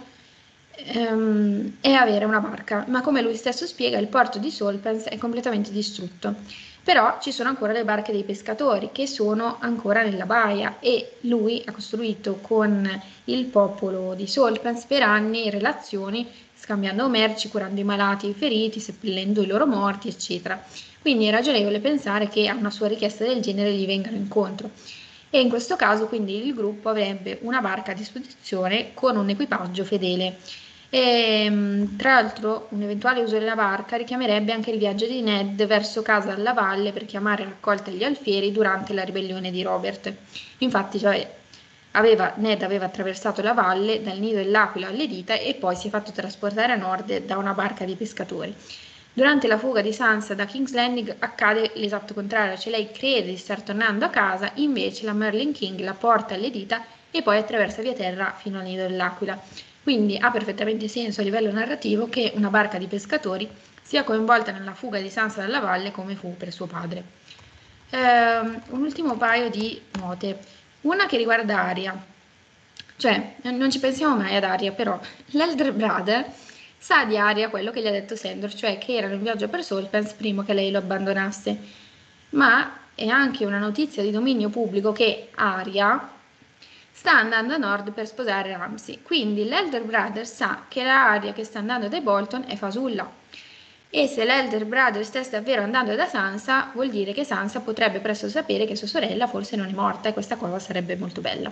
um, è avere una barca, ma come lui stesso spiega il porto di Solpens è completamente distrutto. Però ci sono ancora le barche dei pescatori che sono ancora nella baia e lui ha costruito con il popolo di Solpens per anni relazioni, scambiando merci, curando i malati e i feriti, seppellendo i loro morti, eccetera. Quindi è ragionevole pensare che a una sua richiesta del genere gli vengano incontro. e in questo caso quindi il gruppo avrebbe una barca a disposizione con un equipaggio fedele. E, tra l'altro un eventuale uso della barca richiamerebbe anche il viaggio di Ned verso casa alla valle per chiamare a raccolta gli alfieri durante la ribellione di Robert. Infatti cioè, aveva, Ned aveva attraversato la valle dal nido dell'aquila alle dita e poi si è fatto trasportare a nord da una barca di pescatori. Durante la fuga di Sansa da King's Landing accade l'esatto contrario, cioè lei crede di star tornando a casa, invece la Merlin King la porta alle dita e poi attraversa via terra fino al nido dell'aquila. Quindi ha perfettamente senso a livello narrativo che una barca di pescatori sia coinvolta nella fuga di Sansa dalla valle come fu per suo padre. Ehm, un ultimo paio di note. Una che riguarda Arya. Cioè, non ci pensiamo mai ad Arya, però l'Elder Brother sa di Arya quello che gli ha detto Sandor, cioè che erano in viaggio per Solpens prima che lei lo abbandonasse. Ma è anche una notizia di dominio pubblico che Arya sta andando a nord per sposare Ramsay. Quindi l'Elder Brother sa che la Arya che sta andando dai Bolton è fasulla. E se l'Elder Brother stesse davvero andando da Sansa, vuol dire che Sansa potrebbe presto sapere che sua sorella forse non è morta e questa cosa sarebbe molto bella.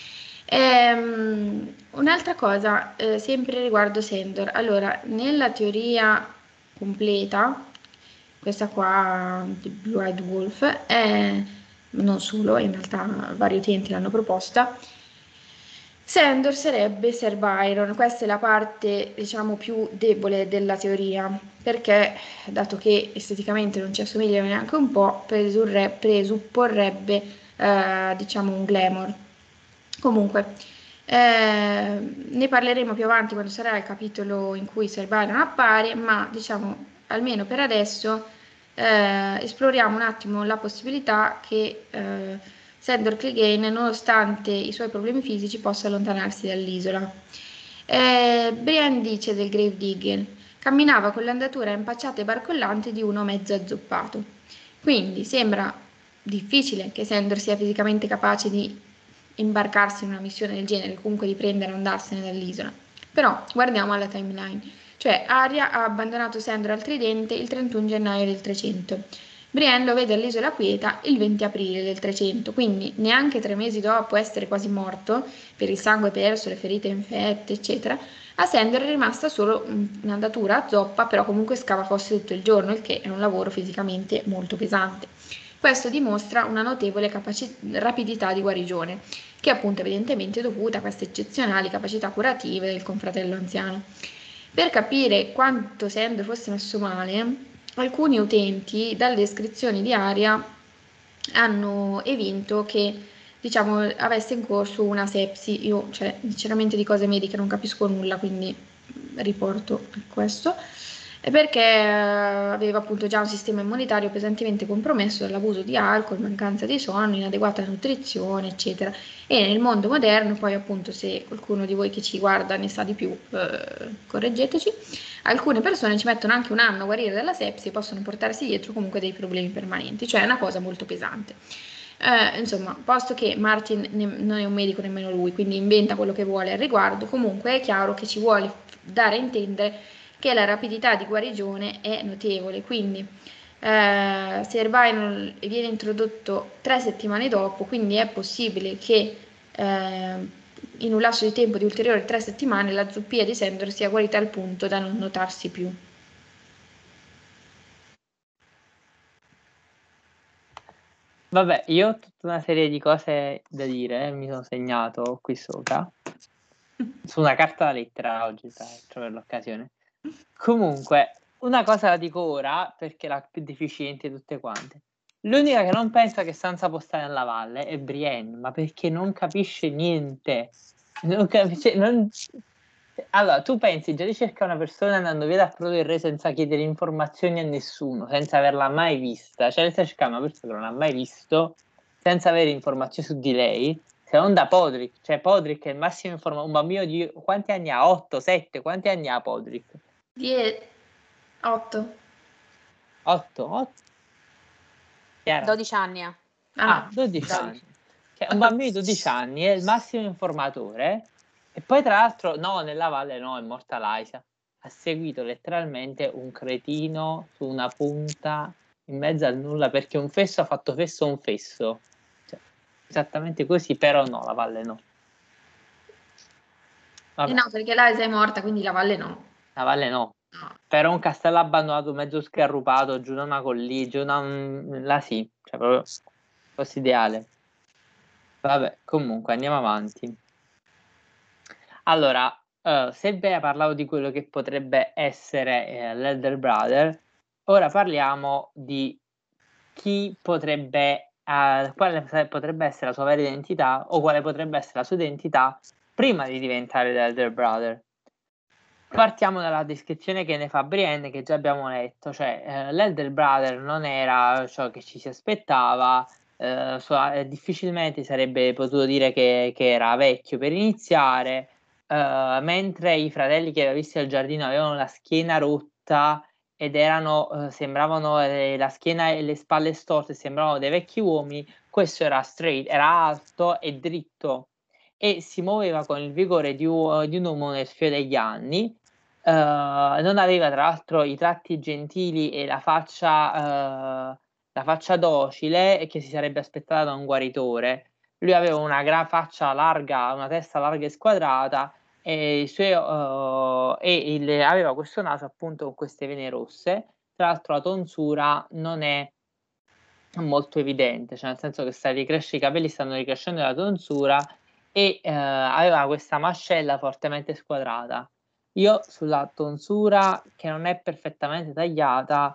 Ehm, un'altra cosa, eh, sempre riguardo Sandor. Allora, nella teoria completa, questa qua di Blue Eyed Wolf, è, non solo, in realtà vari utenti l'hanno proposta, Sandor sarebbe Ser Byron. Questa è la parte, diciamo, più debole della teoria, perché, dato che esteticamente non ci assomiglia neanche un po', presurre, presupporrebbe, eh, diciamo, un glamour. Comunque, eh, ne parleremo più avanti quando sarà il capitolo in cui Ser Byron appare, ma, diciamo, almeno per adesso, eh, esploriamo un attimo la possibilità che eh, Sandor Clegane, nonostante i suoi problemi fisici, possa allontanarsi dall'isola. Eh, Brienne dice del Grave Digger: camminava con l'andatura impacciata e barcollante di uno mezzo azzoppato. Quindi sembra difficile che Sandor sia fisicamente capace di imbarcarsi in una missione del genere, comunque di prendere e andarsene dall'isola. Però guardiamo alla timeline. Cioè, Arya ha abbandonato Sandor al Tridente il trentuno gennaio del trecento. Brienne lo vede all'isola Quieta il venti aprile del trecento, quindi neanche tre mesi dopo essere quasi morto, per il sangue perso, le ferite infette, eccetera, a Sandor è rimasta solo un'andatura a zoppa, però comunque scava fosse tutto il giorno, il che è un lavoro fisicamente molto pesante. Questo dimostra una notevole capaci- rapidità di guarigione, che è appunto evidentemente dovuta a queste eccezionali capacità curative del confratello anziano. Per capire quanto Sandor fosse messo male, alcuni utenti dalle descrizioni di Arya hanno evinto che, diciamo, avesse in corso una sepsi. Io, cioè, sinceramente di cose mediche non capisco nulla, quindi riporto questo, perché aveva appunto già un sistema immunitario pesantemente compromesso dall'abuso di alcol, mancanza di sonno, inadeguata nutrizione, eccetera. E nel mondo moderno, poi appunto se qualcuno di voi che ci guarda ne sa di più, eh, correggeteci, alcune persone ci mettono anche un anno a guarire dalla sepsi e possono portarsi dietro comunque dei problemi permanenti, cioè è una cosa molto pesante. Eh, insomma, posto che Martin ne- non è un medico nemmeno lui, quindi inventa quello che vuole al riguardo, comunque è chiaro che ci vuole dare a intendere che la rapidità di guarigione è notevole, quindi eh, Ser Byron viene introdotto tre settimane dopo, quindi è possibile che eh, in un lasso di tempo di ulteriori tre settimane la zoppia di Sandor sia guarita al punto da non notarsi più. Vabbè, io ho tutta una serie di cose da dire, eh, mi sono segnato qui sopra, su una carta da lettera oggi, tra l'altro, per l'occasione. Comunque, una cosa la dico ora, perché è la più deficiente di tutte quante. L'unica che non pensa che Sansa può stare nella valle è Brienne, ma perché non capisce niente. Non capisce, non... Allora, tu pensi già di cercare una persona andando via da Frodo il Re senza chiedere informazioni a nessuno, senza averla mai vista, cioè stai cercando una persona che non ha mai visto, senza avere informazioni su di lei, se non da Podrick, cioè Podrick è il massimo informato, un bambino di quanti anni ha? otto, sette, quanti anni ha Podrick? otto. otto, otto? dodici anni ha. Ah, Ah, no. dodici anni. Cioè, un bambino di dodici anni è il massimo informatore e poi tra l'altro no, nella valle no, è morta Lysa. Ha seguito letteralmente un cretino su una punta in mezzo al nulla perché un fesso ha fatto fesso a un fesso. Cioè, esattamente così, però no, la valle no. Eh no, perché l'Asia è morta, quindi la valle no. La valle no. No. Però un castello abbandonato, mezzo scarrupato, giù da una collina, giù da un... là sì, cioè proprio fosse ideale. Vabbè, comunque andiamo avanti. Allora, uh, se vi parlavo di quello che potrebbe essere eh, l'Elder Brother, ora parliamo di chi potrebbe, uh, quale potrebbe essere la sua vera identità o quale potrebbe essere la sua identità prima di diventare l'Elder Brother. Partiamo dalla descrizione che ne fa Brienne, che già abbiamo letto, cioè eh, l'Elder Brother non era ciò che ci si aspettava, eh, so, eh, difficilmente sarebbe potuto dire che, che era vecchio per iniziare, eh, mentre i fratelli che aveva visto al giardino avevano la schiena rotta ed erano, eh, sembravano eh, la schiena e le spalle storte, sembravano dei vecchi uomini, questo era straight, era alto e dritto e si muoveva con il vigore di, uh, di un uomo nel fiore degli anni. Uh, non aveva tra l'altro i tratti gentili e la faccia, uh, la faccia docile che si sarebbe aspettata da un guaritore. Lui aveva una gran faccia larga, una testa larga e squadrata e, i suoi, uh, e il, aveva questo naso appunto con queste vene rosse. Tra l'altro la tonsura non è molto evidente, cioè nel senso che sta ricresce, i capelli stanno ricrescendo la tonsura e uh, aveva questa mascella fortemente squadrata. Io sulla tonsura che non è perfettamente tagliata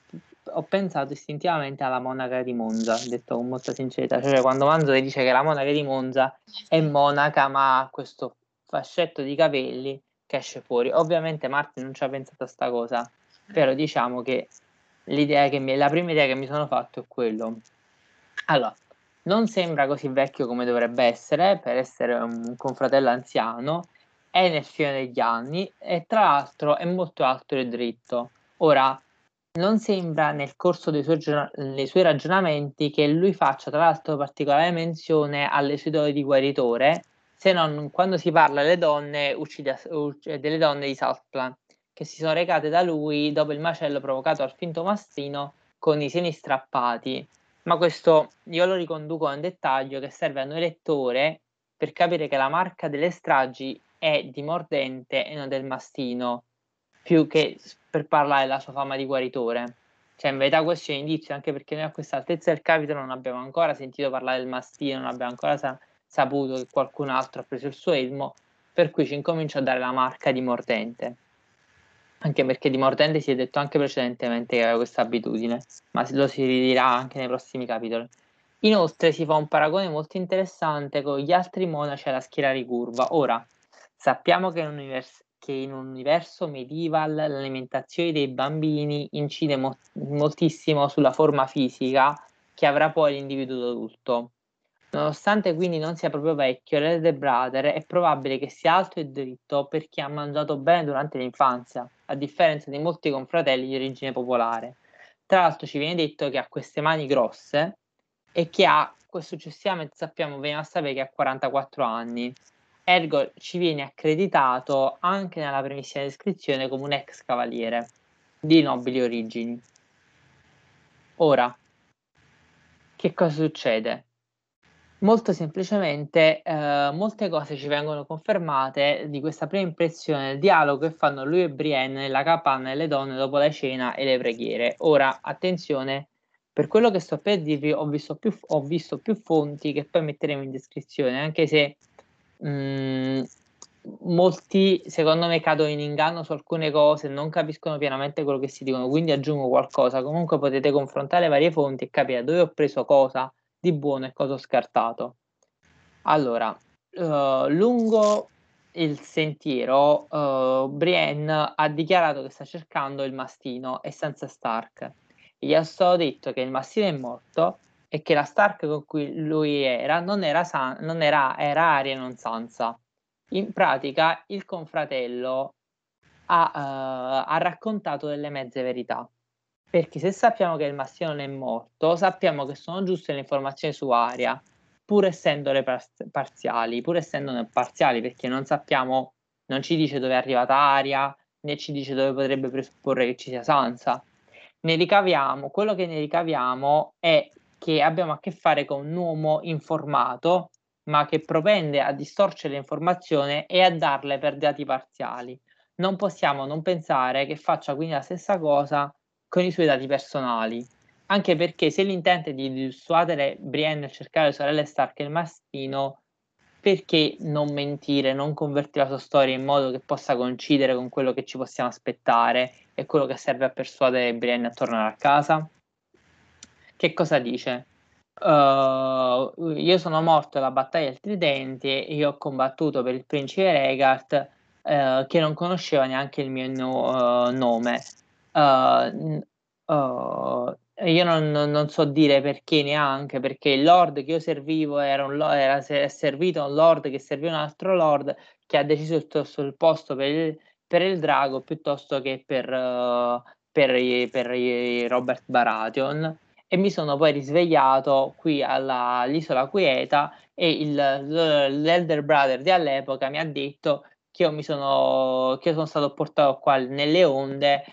ho pensato istintivamente alla monaca di Monza, detto con molta sincerità, cioè quando Manzo dice che la monaca di Monza è monaca ma ha questo fascetto di capelli che esce fuori. Ovviamente Martin non ci ha pensato a sta cosa, però diciamo che l'idea che mi, la prima idea che mi sono fatto è quello. Allora, non sembra così vecchio come dovrebbe essere per essere un confratello anziano, è nel fiore degli anni e tra l'altro è molto alto e dritto. Ora, non sembra nel corso dei suoi, dei suoi ragionamenti che lui faccia tra l'altro particolare menzione alle sue doti di guaritore, se non quando si parla delle donne, uccide, uccide, delle donne di Southplan, che si sono recate da lui dopo il macello provocato al finto mastino con i seni strappati. Ma questo io lo riconduco a un dettaglio che serve a noi lettori per capire che la marca delle stragi è di Mordente e non del mastino, più che per parlare della sua fama di guaritore. Cioè in verità questo è un indizio, anche perché noi a questa altezza del capitolo non abbiamo ancora sentito parlare del mastino, non abbiamo ancora sa- saputo che qualcun altro ha preso il suo elmo, per cui ci incomincia a dare la marca di Mordente. Anche perché di Mordente si è detto anche precedentemente che aveva questa abitudine, ma lo si ridirà anche nei prossimi capitoli. Inoltre si fa un paragone molto interessante con gli altri monaci alla schiera ricurva. Ora, sappiamo che in un universo, che in un universo medieval l'alimentazione dei bambini incide mo- moltissimo sulla forma fisica che avrà poi l'individuo adulto. Nonostante quindi non sia proprio vecchio, l'Elder Brother è probabile che sia alto e dritto perché ha mangiato bene durante l'infanzia, a differenza di molti confratelli di origine popolare. Tra l'altro ci viene detto che ha queste mani grosse e che ha, successivamente sappiamo, veniamo a sapere che ha quarantaquattro anni. Ergo ci viene accreditato anche nella primissima descrizione come un ex cavaliere di nobili origini. Ora, che cosa succede? Molto semplicemente eh, molte cose ci vengono confermate di questa prima impressione del dialogo che fanno lui e Brienne nella capanna delle donne dopo la cena e le preghiere. Ora, attenzione, per quello che sto per dirvi ho visto più, ho visto più fonti che poi metteremo in descrizione, anche se mh, molti secondo me cadono in inganno su alcune cose, non capiscono pienamente quello che si dicono, quindi aggiungo qualcosa. Comunque potete confrontare varie fonti e capire dove ho preso cosa di buono e cosa ho scartato. Allora, uh, lungo il sentiero, uh, Brienne ha dichiarato che sta cercando il mastino e Sansa Stark. Gli è stato detto che il mastino è morto e che la Stark con cui lui era non era, San- non era, era Arya e non Sansa. In pratica, il confratello ha, uh, ha raccontato delle mezze verità. Perché se sappiamo che il mastino non è morto, sappiamo che sono giuste le informazioni su Arya, pur essendole par- parziali, pur essendo parziali, perché non sappiamo, non ci dice dove è arrivata Arya, né ci dice dove potrebbe presupporre che ci sia Sansa. Ne ricaviamo, quello che ne ricaviamo è che abbiamo a che fare con un uomo informato, ma che propende a distorcere l'informazione e a darle per dati parziali. Non possiamo non pensare che faccia quindi la stessa cosa con i suoi dati personali, anche perché se l'intento è di dissuadere Brienne e cercare le sorelle Stark e il mastino, perché non mentire, non convertire la sua storia in modo che possa coincidere con quello che ci possiamo aspettare e quello che serve a persuadere Brienne a tornare a casa? Che cosa dice? Uh, io sono morto alla battaglia del Tridente e io ho combattuto per il principe Rhaegar, uh, che non conosceva neanche il mio no, uh, nome. Uh, uh, io non, non so dire perché neanche, perché il lord che io servivo era, un, era servito un lord che serviva un altro lord che ha deciso il, sul posto per il, per il drago piuttosto che per, uh, per, per Robert Baratheon. E mi sono poi risvegliato qui alla, all'isola Quieta e il, l'elder brother di all'epoca mi ha detto che io mi sono, che io sono stato portato qua nelle onde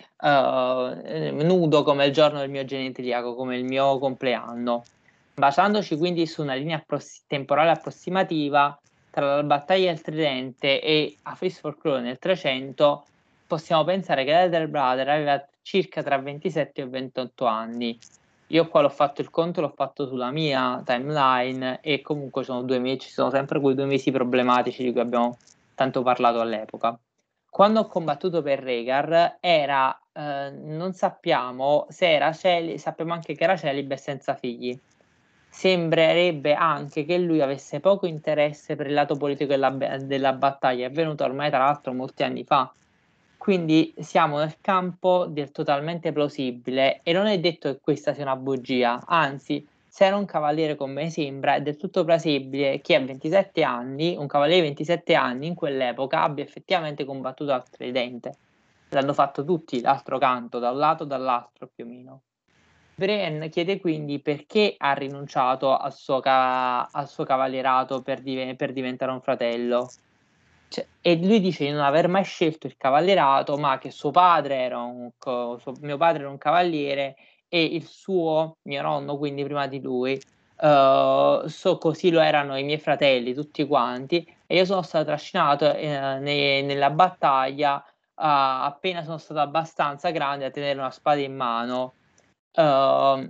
uh, nudo come il giorno del mio genitaliaco, come il mio compleanno. Basandoci quindi su una linea appross- temporale approssimativa tra la battaglia del Tridente e A Feast for Crow nel trecento, possiamo pensare che l'elder brother aveva circa tra ventisette e ventotto anni. Io qua l'ho fatto il conto, l'ho fatto sulla mia timeline e comunque sono due mesi, ci sono sempre quei due mesi problematici di cui abbiamo tanto parlato all'epoca. Quando ho combattuto per Rhaegar era, eh, non sappiamo se era celibe, sappiamo anche che era celibe e senza figli. Sembrerebbe anche che lui avesse poco interesse per il lato politico della, della battaglia, è venuto ormai tra l'altro molti anni fa. Quindi siamo nel campo del totalmente plausibile e non è detto che questa sia una bugia, anzi, se era un cavaliere come mi sembra, è del tutto plausibile che a ventisette anni, un cavaliere di ventisette anni in quell'epoca abbia effettivamente combattuto al Tridente. L'hanno fatto tutti l'altro canto, da un lato e dall'altro più o meno. Brienne chiede quindi perché ha rinunciato al suo, ca- al suo cavalierato per, div- per diventare un fratello. Cioè, e lui dice di non aver mai scelto il cavalierato, ma che suo padre era un co- suo, mio padre era un cavaliere e il suo, mio nonno, quindi prima di lui, uh, so, così lo erano i miei fratelli, tutti quanti, e io sono stato trascinato eh, ne, nella battaglia uh, appena sono stato abbastanza grande a tenere una spada in mano. Uh,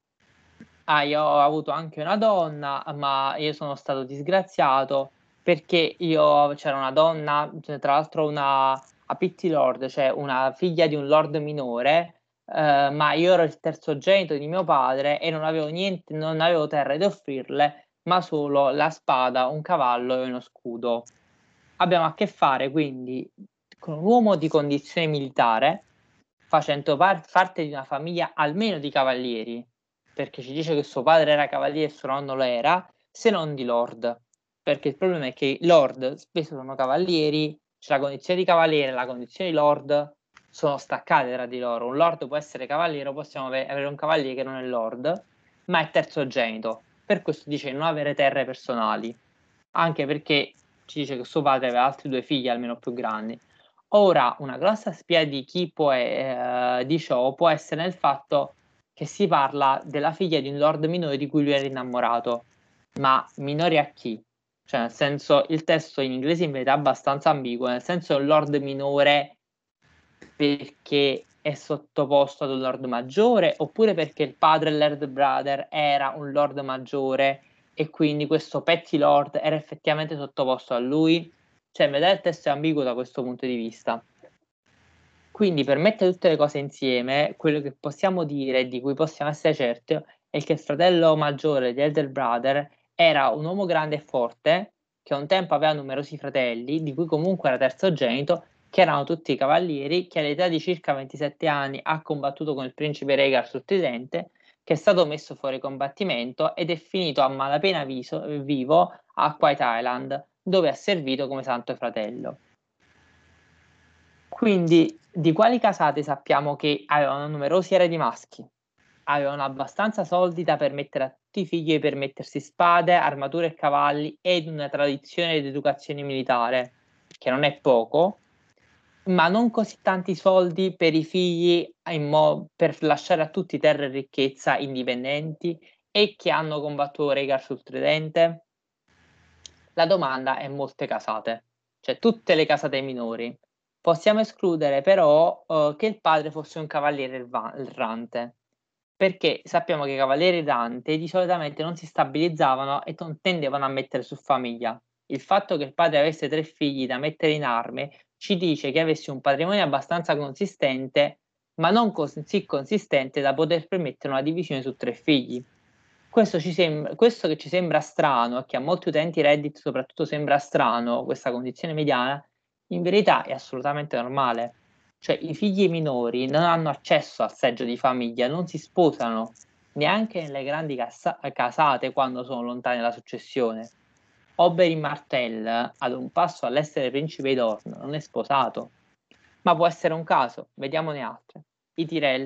ah, io ho avuto anche una donna, ma io sono stato disgraziato perché io c'era una donna, cioè, tra l'altro una a Pitti Lord, cioè una figlia di un lord minore, eh, ma io ero il terzogenito di mio padre e non avevo niente, non avevo terra da offrirle, ma solo la spada, un cavallo e uno scudo. Abbiamo a che fare quindi con un uomo di condizione militare, facendo par- parte di una famiglia almeno di cavalieri, perché ci dice che suo padre era cavaliere e suo nonno lo era, se non di lord. Perché il problema è che i lord spesso sono cavalieri, c'è la condizione di cavaliere e la condizione di lord sono staccate tra di loro. Un lord può essere cavaliere, possiamo avere un cavaliere che non è lord, ma è terzogenito. Per questo dice non avere terre personali, anche perché ci dice che suo padre aveva altri due figli almeno più grandi. Ora, una grossa spia di chi può, eh, di ciò può essere nel fatto che si parla della figlia di un lord minore di cui lui era innamorato, ma minore a chi? Cioè, nel senso, il testo in inglese in verità è abbastanza ambiguo, nel senso è un lord minore perché è sottoposto ad un lord maggiore, oppure perché il padre, l'Lord Brother, era un lord maggiore e quindi questo petty lord era effettivamente sottoposto a lui? Cioè, in verità il testo è ambiguo da questo punto di vista. Quindi, per mettere tutte le cose insieme, quello che possiamo dire, di cui possiamo essere certi, è che il fratello maggiore di Elder Brother era un uomo grande e forte, che un tempo aveva numerosi fratelli, di cui comunque era terzogenito, che erano tutti cavalieri, che all'età di circa ventisette anni ha combattuto con il principe Rhaegar sul Tridente, che è stato messo fuori combattimento ed è finito a malapena viso, vivo a White Island, dove ha servito come santo fratello. Quindi, di quali casate sappiamo che avevano numerosi eredi maschi, avevano abbastanza soldi da permettere a tutti i figli di permettersi spade, armature e cavalli ed una tradizione di educazione militare, che non è poco, ma non così tanti soldi per i figli in mo- per lasciare a tutti terra e ricchezza indipendenti e che hanno combattuto Rhaegar sul tridente? La domanda è molte casate, cioè tutte le casate minori. Possiamo escludere però uh, che il padre fosse un cavaliere errante, perché sappiamo che i cavalieri erranti di solitamente non si stabilizzavano e non tendevano a mettere su famiglia. Il fatto che il padre avesse tre figli da mettere in armi ci dice che avesse un patrimonio abbastanza consistente, ma non così consistente da poter permettere una divisione su tre figli. Questo, ci sembra, questo che ci sembra strano e che a molti utenti Reddit soprattutto sembra strano, questa condizione mediana, in verità è assolutamente normale. Cioè i figli minori non hanno accesso al seggio di famiglia, non si sposano neanche nelle grandi casa- casate quando sono lontani dalla successione. Oberyn Martell, ad un passo all'essere principe di Dorne, non è sposato. Ma può essere un caso, vediamone altre. I Tyrell,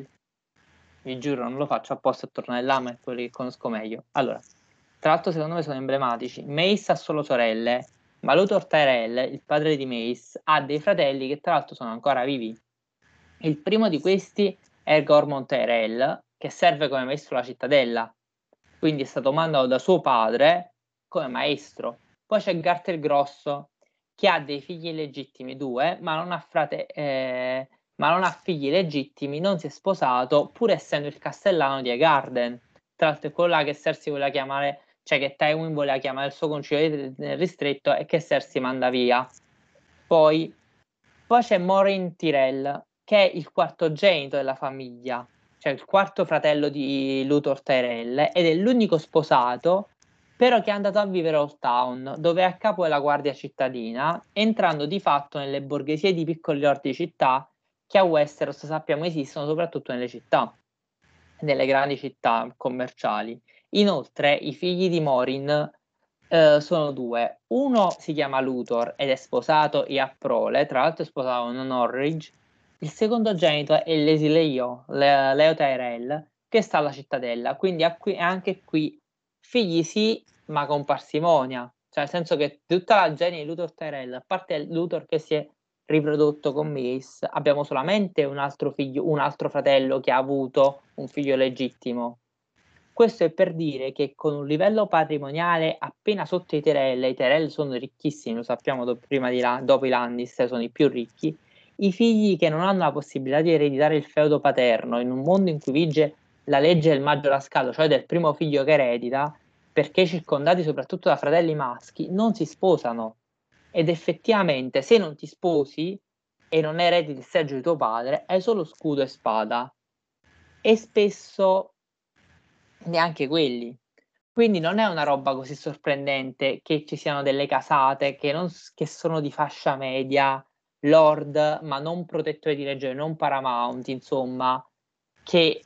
vi giuro, non lo faccio apposta a tornare là, ma è quelli che conosco meglio. Allora, tra l'altro secondo me sono emblematici. Mace ha solo sorelle, ma Luthor Tyrell, il padre di Mace, ha dei fratelli che tra l'altro sono ancora vivi. Il primo di questi è Gormont Tyrell, che serve come maestro alla cittadella, quindi è stato mandato da suo padre come maestro. Poi c'è Garth il Grosso, che ha dei figli illegittimi, due, ma non ha frate, eh, ma non ha figli legittimi, non si è sposato, pur essendo il castellano di Egarden. Tra l'altro è quello là che Cersei voleva chiamare, cioè che Tywin voleva chiamare il suo concilio ristretto e che Cersei manda via. Poi, poi c'è Morin Tyrell, che è il quartogenito della famiglia, cioè il quarto fratello di Luthor Tyrell, ed è l'unico sposato, però che è andato a vivere a Old Town, dove è a capo della guardia cittadina, entrando di fatto nelle borghesie di piccoli orti di città che a Westeros sappiamo esistono soprattutto nelle città, nelle grandi città commerciali. Inoltre i figli di Morin eh, sono due. Uno si chiama Luthor ed è sposato e ha prole, tra l'altro è sposato con Norridge. Il secondogenito è Lesileio, Le- Leo Tyrell, che sta alla cittadella, quindi qui, anche qui figli sì, ma con parsimonia, cioè nel senso che tutta la genie di Luthor Tyrell, a parte Luthor che si è riprodotto con Mace, abbiamo solamente un altro figlio, un altro fratello che ha avuto un figlio legittimo. Questo è per dire che con un livello patrimoniale appena sotto i Tyrell, i Tyrell sono ricchissimi, lo sappiamo do- prima di là, dopo i Lannister sono i più ricchi, i figli che non hanno la possibilità di ereditare il feudo paterno in un mondo in cui vige la legge del maggiorascato, cioè del primo figlio che eredita, perché circondati soprattutto da fratelli maschi, non si sposano. Ed effettivamente se non ti sposi e non erediti il seggio di tuo padre, hai solo scudo e spada. E spesso neanche quelli. Quindi non è una roba così sorprendente che ci siano delle casate che, non, che sono di fascia media, lord, ma non protettori di regione, non paramount, insomma, che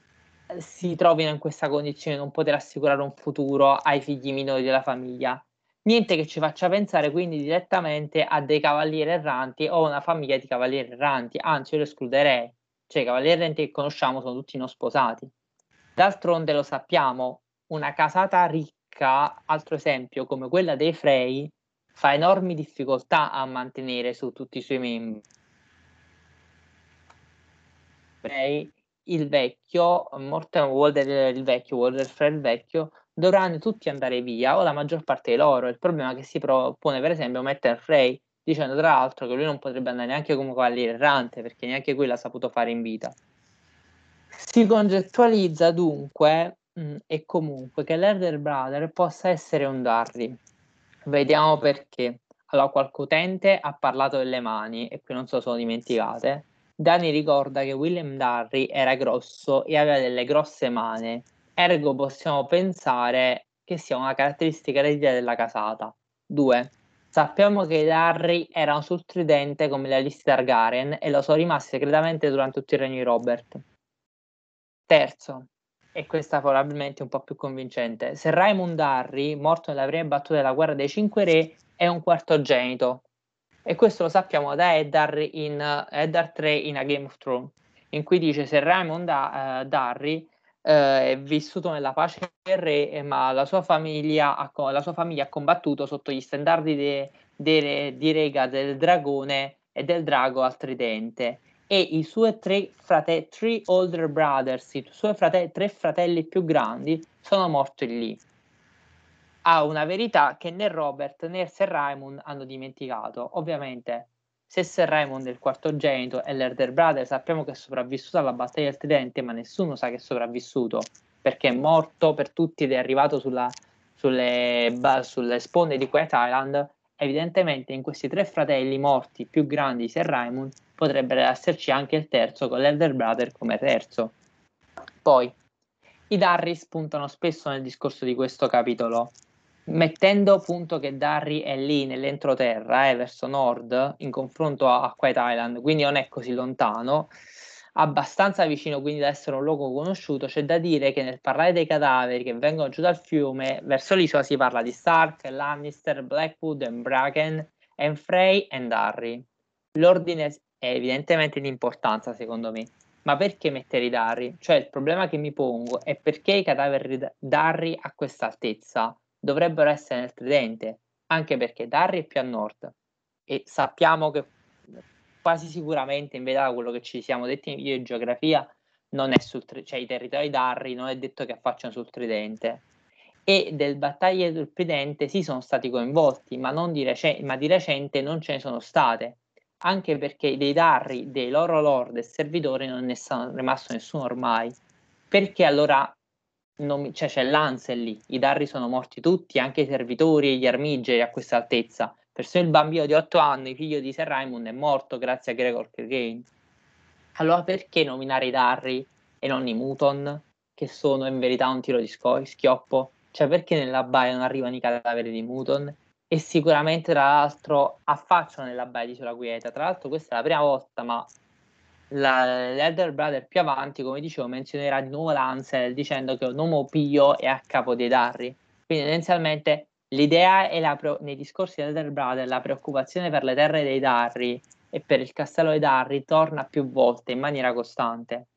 si trovino in questa condizione di non poter assicurare un futuro ai figli minori della famiglia. Niente che ci faccia pensare quindi direttamente a dei cavalieri erranti o una famiglia di cavalieri erranti, anzi io lo escluderei, cioè i cavalieri erranti che conosciamo sono tutti non sposati. D'altronde lo sappiamo, una casata ricca, altro esempio come quella dei Frey, fa enormi difficoltà a mantenere su tutti i suoi membri. Frey, il vecchio, Morten Walder il vecchio, Walder Frey il vecchio, dovranno tutti andare via, o la maggior parte di loro. Il problema è che si propone, per esempio, Metter Frey, dicendo tra l'altro che lui non potrebbe andare neanche come cavaliere errante, perché neanche quello ha saputo fare in vita. Si congettualizza dunque mh, e comunque che l'Elder Brother possa essere un Darry. Vediamo perché. Allora, qualche utente ha parlato delle mani e qui non se lo sono dimenticate. Dani ricorda che William Darry era grosso e aveva delle grosse mani, ergo possiamo pensare che sia una caratteristica ereditaria della casata. due. Sappiamo che i Darry erano sul tridente come le liste Targaryen e lo sono rimasti segretamente durante tutto il regno di Robert. Terzo, e questa probabilmente è un po' più convincente, se Raymond Darry, morto nella prima battuta della guerra dei cinque re, è un quartogenito. E questo lo sappiamo da Eddard in uh, Eddard tre in A Game of Thrones, in cui dice se Raymond da, uh, Darry uh, è vissuto nella pace del re, eh, ma la sua famiglia ha, la sua famiglia ha combattuto sotto gli stendardi de, de, di Rega del dragone e del drago al tridente. e i suoi tre fratelli, three older brothers, i suoi frate- tre fratelli più grandi, sono morti lì. Ha una verità che né Robert né Sir Raymond hanno dimenticato. Ovviamente, se Sir Raymond è il quartogenito e l'Elder Brother sappiamo che è sopravvissuto alla battaglia del Tridente, ma nessuno sa che è sopravvissuto, perché è morto per tutti ed è arrivato sulla, sulle, ba- sulle sponde di Quiet Island. Evidentemente in questi tre fratelli morti più grandi di Sir Raymond potrebbe esserci anche il terzo, con l'Elder Brother come terzo. Poi, i Darry spuntano spesso nel discorso di questo capitolo, mettendo appunto che Darry è lì nell'entroterra, eh, verso nord, in confronto a, a Quiet Island, quindi non è così lontano, abbastanza vicino quindi da essere un luogo conosciuto. C'è da dire che nel parlare dei cadaveri che vengono giù dal fiume, verso l'isola si parla di Stark, Lannister, Blackwood, and Bracken, and Frey e Darry. L'ordine è evidentemente di importanza secondo me. Ma perché mettere i Darry? Cioè il problema che mi pongo è perché i cadaveri Darry a questa altezza dovrebbero essere nel Tridente, anche perché Darry è più a nord e sappiamo che quasi sicuramente, in verità, quello che ci siamo detti in video di geografia non è sul Tridente, cioè i territori Darry non è detto che affacciano sul Tridente, e del battaglie del Tridente sì sono stati coinvolti, ma, non di, rec- ma di recente non ce ne sono state, anche perché dei Darry, dei loro lord e servitori non ne è rimasto nessuno ormai. Perché allora non, cioè, c'è l'Ansel lì, i Darry sono morti tutti, anche i servitori e gli armigeri a questa altezza. Persino il bambino di otto anni, figlio di Sir Raymond, è morto grazie a Gregor Clegane. Allora perché nominare i Darry e non i Muton, che sono in verità un tiro di sco- schioppo? Cioè perché nella baia non arrivano i cadaveri di Muton? E sicuramente tra l'altro affacciano nella baia di Isola Quieta. Tra l'altro questa è la prima volta, ma la, l'Elder Brother più avanti, come dicevo, menzionerà di nuovo Lancel dicendo che un uomo pio è a capo dei Darry. Quindi tendenzialmente l'idea è la pre- nei discorsi dell'Elder Brother, la preoccupazione per le terre dei Darry e per il castello dei Darry torna più volte in maniera costante.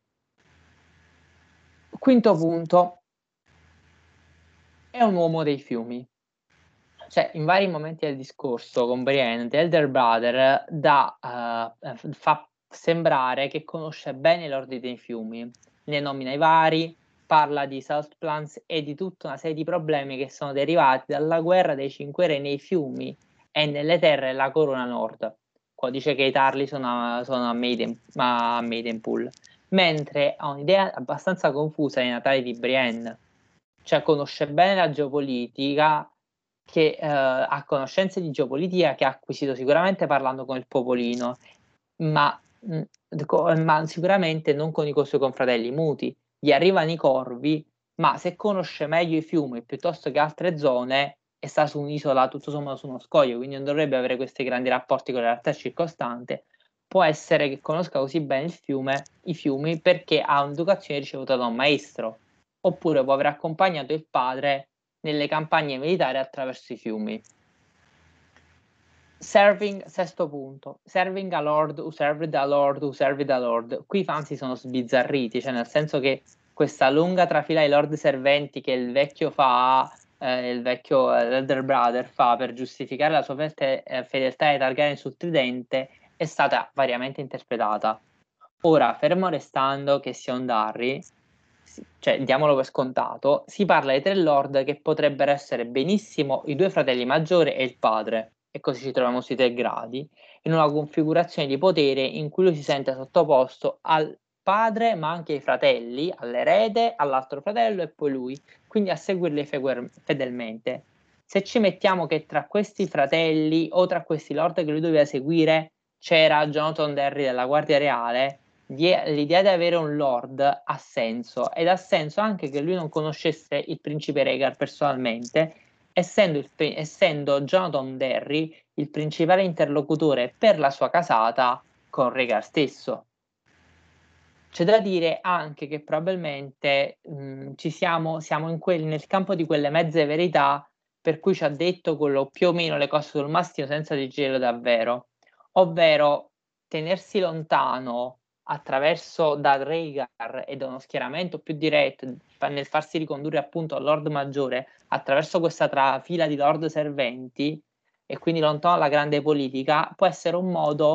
Quinto punto, è un uomo dei fiumi. Cioè, in vari momenti del discorso con Brienne, The Elder Brother da, uh, fa sembrare che conosce bene l'ordine dei fiumi, ne nomina i vari, parla di Salt Plants e di tutta una serie di problemi che sono derivati dalla guerra dei Cinque Re nei fiumi e nelle terre della Corona Nord. Qua dice che i Tarli sono a, sono a, Maiden, a Maidenpool, mentre ha un'idea abbastanza confusa dei natali di Brienne, cioè conosce bene la geopolitica, che eh, ha conoscenze di geopolitica che ha acquisito sicuramente parlando con il popolino, ma, mh, ma sicuramente non con i suoi confratelli muti. Gli arrivano i corvi, ma se conosce meglio i fiumi piuttosto che altre zone e sta su un'isola tutto sommato su uno scoglio, quindi non dovrebbe avere questi grandi rapporti con la realtà circostante, può essere che conosca così bene il fiume, i fiumi perché ha un'educazione ricevuta da un maestro, oppure può aver accompagnato il padre nelle campagne militari attraverso i fiumi. Serving, sesto punto, serving a lord, who served a lord, who served a lord. Qui i fan si sono sbizzarriti, cioè nel senso che questa lunga trafila di lord serventi che il vecchio fa, eh, il vecchio eh, Elder Brother fa per giustificare la sua fedeltà, eh, fedeltà ai Targaryen sul Tridente è stata variamente interpretata. Ora, fermo restando che sia un Darry, cioè diamolo per scontato, si parla di tre lord che potrebbero essere benissimo i due fratelli maggiori e il padre, e così ci troviamo sui tre gradi, in una configurazione di potere in cui lui si sente sottoposto al padre, ma anche ai fratelli, all'erede, all'altro fratello e poi lui, quindi a seguirli fedelmente. Se ci mettiamo che tra questi fratelli o tra questi lord che lui doveva seguire c'era Jonathan Derry della Guardia Reale, l'idea di avere un lord ha senso, ed ha senso anche che lui non conoscesse il principe Rhaegar personalmente, essendo, il, essendo Jonathan Derry il principale interlocutore per la sua casata con Rhaegar stesso. C'è da dire anche che probabilmente mh, ci siamo, siamo in quel, nel campo di quelle mezze verità per cui ci ha detto quello, più o meno le cose sul mastino senza dirlo davvero, ovvero tenersi lontano attraverso da Rhaegar e da uno schieramento più diretto nel farsi ricondurre appunto al Lord Maggiore attraverso questa trafila fila di Lord serventi e quindi lontano dalla grande politica, può essere un modo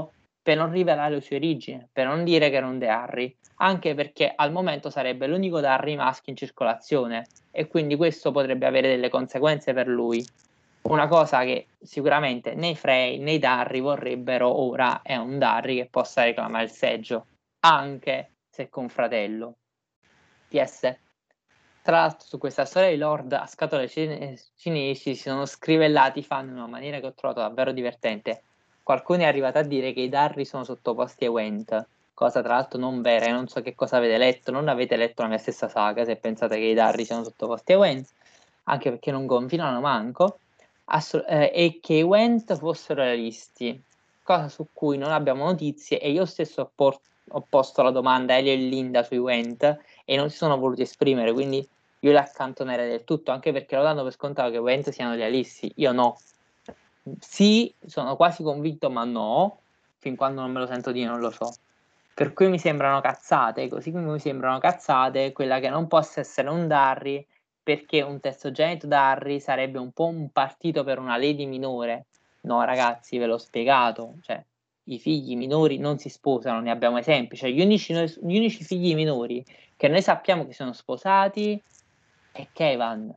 per non rivelare le sue origini, per non dire che era un Darry, anche perché al momento sarebbe l'unico Darry maschio in circolazione e quindi questo potrebbe avere delle conseguenze per lui. Una cosa che sicuramente né i Frey né i Darry vorrebbero ora è un Darry che possa reclamare il seggio, anche se con fratello. P S. Tra l'altro su questa storia di Lord a scatole cine- cinesi si sono scrivellati fan in una maniera che ho trovato davvero divertente. Qualcuno è arrivato a dire che i Darry sono sottoposti ai Went, cosa tra l'altro non vera, non so che cosa avete letto, non avete letto la mia stessa saga se pensate che i Darry siano sottoposti ai Went, anche perché non confinano manco, Assu- eh, e che i Went fossero realisti, cosa su cui non abbiamo notizie e io stesso ho, por- ho posto la domanda a Elio e Linda sui Went e non si sono voluti esprimere, quindi io li accantonerei del tutto, anche perché lo danno per scontato che i Went siano realisti, io no. Sì, sono quasi convinto, ma no, fin quando non me lo sento dire non lo so. Per cui mi sembrano cazzate, così come mi sembrano cazzate quella che non possa essere un Darry, perché un terzogenito Darry sarebbe un po' un partito per una lady minore. No, ragazzi, ve l'ho spiegato, cioè i figli minori non si sposano, ne abbiamo esempi, cioè gli unici, gli unici figli minori che noi sappiamo che sono sposati è Kevan.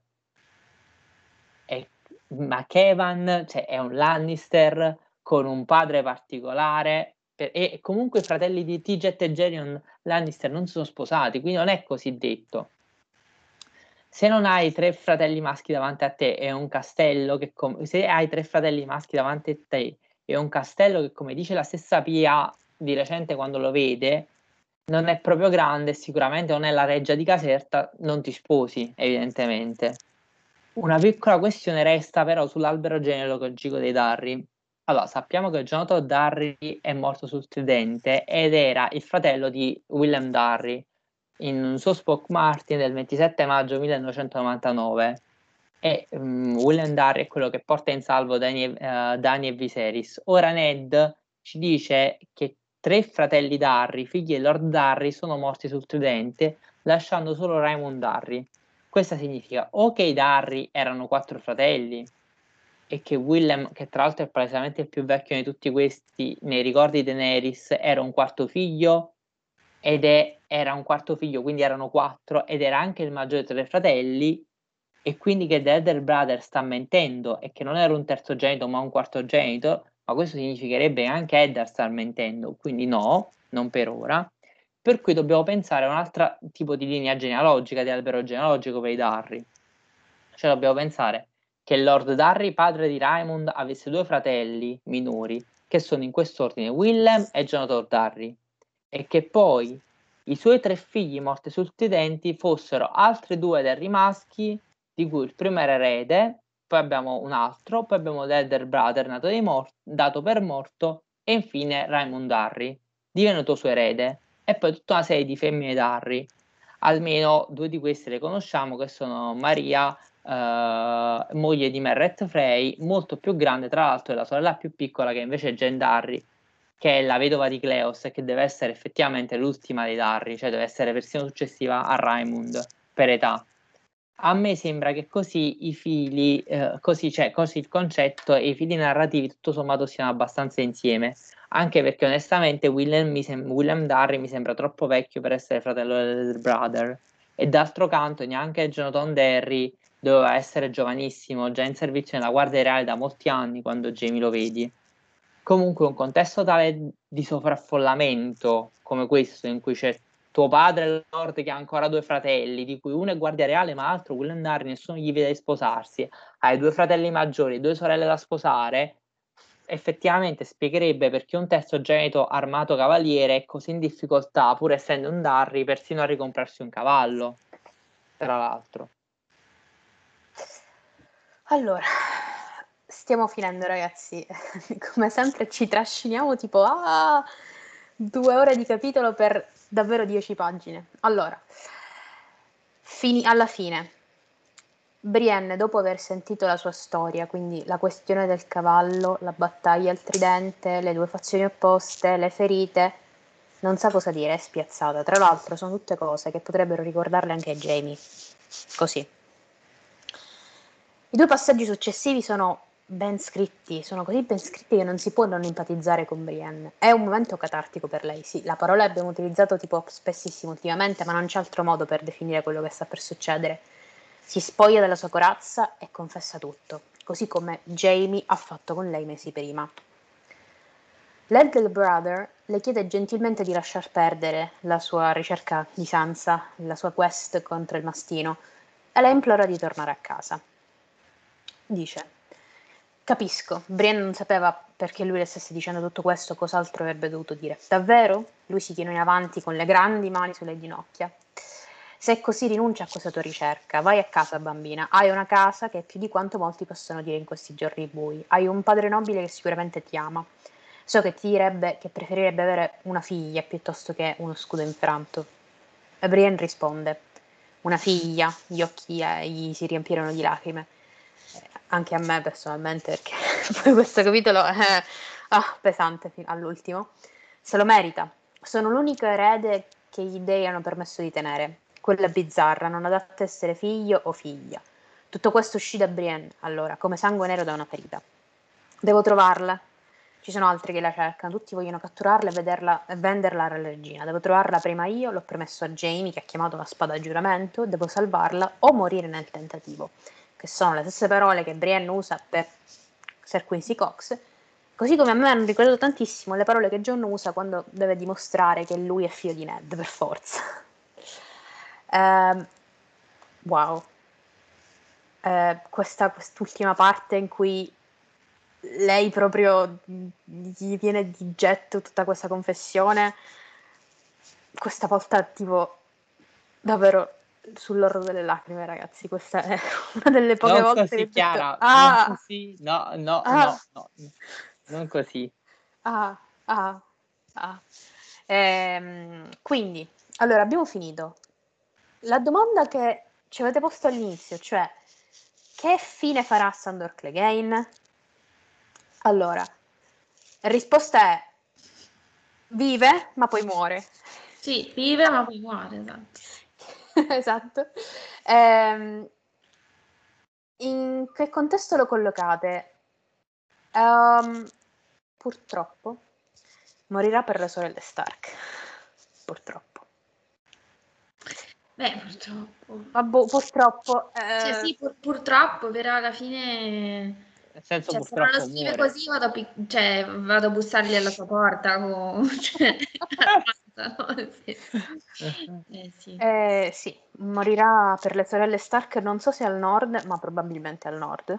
È, ma Kevan, cioè, è un Lannister con un padre particolare per, e comunque i fratelli di T-Jet e Geryon Lannister non sono sposati, quindi non è così detto. Se non hai tre fratelli maschi davanti a te è un castello che com- se hai tre fratelli maschi davanti a te è un castello che, come dice la stessa Pia di recente quando lo vede, non è proprio grande, sicuramente non è la reggia di Caserta, non ti sposi evidentemente. Una piccola questione resta però sull'albero genealogico dei Darry. Allora, sappiamo che Jonathan Darry è morto sul tridente ed era il fratello di Willem Darry in un suo Spock Martin del ventisette maggio millenovecentonovantanove e um, Willem Darry è quello che porta in salvo Dany, uh, Dany e Viserys. Ora Ned ci dice che tre fratelli Darry, figli di Lord Darry, sono morti sul tridente lasciando solo Raymond Darry. Questo significa o che i Darry erano quattro fratelli e che Willem, che tra l'altro è palesemente il più vecchio di tutti questi, nei ricordi di Daenerys, era un quarto figlio ed è, era un quarto figlio, quindi erano quattro ed era anche il maggiore dei tre fratelli e quindi che The Elder Brother sta mentendo e che non era un terzogenito ma un quartogenito, ma questo significherebbe che anche Eddard sta mentendo, quindi no, non per ora. Per cui dobbiamo pensare a un altro tipo di linea genealogica, di albero genealogico per i Darry. Cioè dobbiamo pensare che Lord Darry, padre di Raymond, avesse due fratelli minori, che sono in quest'ordine Willem e Jonathan Darry, e che poi i suoi tre figli morti sul tridente fossero altri due Darry maschi, di cui il primo era erede, poi abbiamo un altro, poi abbiamo l'Elder Brother nato dei mor- dato per morto, e infine Raymond Darry, divenuto suo erede, e poi tutta una serie di femmine Darry. Almeno due di queste le conosciamo, che sono Maria, eh, moglie di Merret Frey, molto più grande, tra l'altro, della sorella più piccola, che invece è Jen Darry, che è la vedova di Cleos e che deve essere effettivamente l'ultima dei Darry, cioè deve essere persino successiva a Raymond per età. A me sembra che così i fili, eh, così, cioè, così il concetto e i fili narrativi tutto sommato siano abbastanza insieme, anche perché onestamente Willem, mi sem- Willem Darry mi sembra troppo vecchio per essere fratello del brother e d'altro canto neanche Jonathan Darry doveva essere giovanissimo, già in servizio nella Guardia Reale da molti anni quando Jamie lo vedi. Comunque un contesto tale di sovraffollamento come questo in cui c'è tuo padre Lord che ha ancora due fratelli, di cui uno è guardia reale ma l'altro Willem Darry, nessuno gli vede sposarsi, hai due fratelli maggiori, due sorelle da sposare, effettivamente spiegherebbe perché un terzogenito armato cavaliere è così in difficoltà, pur essendo un Darry, persino a ricomprarsi un cavallo, tra l'altro. Allora, stiamo finendo ragazzi, come sempre ci trasciniamo tipo ah, due ore di capitolo per davvero dieci pagine. Allora, fini, alla fine, Brienne dopo aver sentito la sua storia, quindi la questione del cavallo, la battaglia al tridente, le due fazioni opposte, le ferite, non sa cosa dire, è spiazzata. Tra l'altro sono tutte cose che potrebbero ricordarle anche a Jamie. Così. I due passaggi successivi sono ben scritti, sono così ben scritti che non si può non empatizzare con Brienne. È un momento catartico per lei, sì, la parola l'abbiamo utilizzato tipo spessissimo ultimamente, ma non c'è altro modo per definire quello che sta per succedere. Si spoglia della sua corazza e confessa tutto, così come Jaime ha fatto con lei mesi prima. L'Edgel Brother le chiede gentilmente di lasciar perdere la sua ricerca di Sansa, la sua quest contro il mastino, e la implora di tornare a casa. Dice: capisco, Brienne non sapeva perché lui le stesse dicendo tutto questo, cos'altro avrebbe dovuto dire. Davvero? Lui si chinò in avanti con le grandi mani sulle ginocchia. Se è così, rinuncia a questa tua ricerca. Vai a casa, bambina. Hai una casa che è più di quanto molti possono dire in questi giorni bui. Hai un padre nobile che sicuramente ti ama. So che ti direbbe che preferirebbe avere una figlia piuttosto che uno scudo infranto. E Brienne risponde: una figlia. Gli occhi eh, gli si riempirono di lacrime. Eh, anche a me personalmente, perché poi questo capitolo è ah, pesante fino all'ultimo. Se lo merita. Sono l'unico erede che gli dei hanno permesso di tenere. Quella bizzarra, non adatta a essere figlio o figlia. Tutto questo uscì da Brienne, allora, come sangue nero da una ferita. Devo trovarla. Ci sono altri che la cercano, tutti vogliono catturarla e vederla e venderla alla regina. Devo trovarla prima io, l'ho promesso a Jaime che ha chiamato la spada a giuramento, devo salvarla o morire nel tentativo, che sono le stesse parole che Brienne usa per Sir Quincy Cox, così come a me hanno ricordato tantissimo le parole che Jon usa quando deve dimostrare che lui è figlio di Ned, per forza. Uh, wow. Uh, questa quest'ultima parte in cui lei proprio gli viene di getto tutta questa confessione, questa volta tipo davvero sull'orlo delle lacrime, ragazzi. Questa è una delle poche non volte così, che ho Chiara, detto ah, non così, no, no, ah, no, no, non così. Ah, ah, ah. Ehm, quindi, allora abbiamo finito. La domanda che ci avete posto all'inizio, cioè che fine farà Sandor Clegane? Allora, la risposta è vive, ma poi muore. Sì, vive ma poi muore, esatto. Esatto. Ehm, in che contesto lo collocate? Um, purtroppo morirà per le sorelle Stark. Purtroppo. Beh, purtroppo. Vabbè, purtroppo. Cioè, Eh, sì, pur- purtroppo, però alla fine... Nel senso, Cioè, se non lo purtroppo scrive muore. così, vado a, pic- cioè, vado a bussargli alla sua porta. Con... cioè, ammazza, no? Sì. Eh, sì. eh, sì, morirà per le sorelle Stark, non so se al nord, ma probabilmente al nord.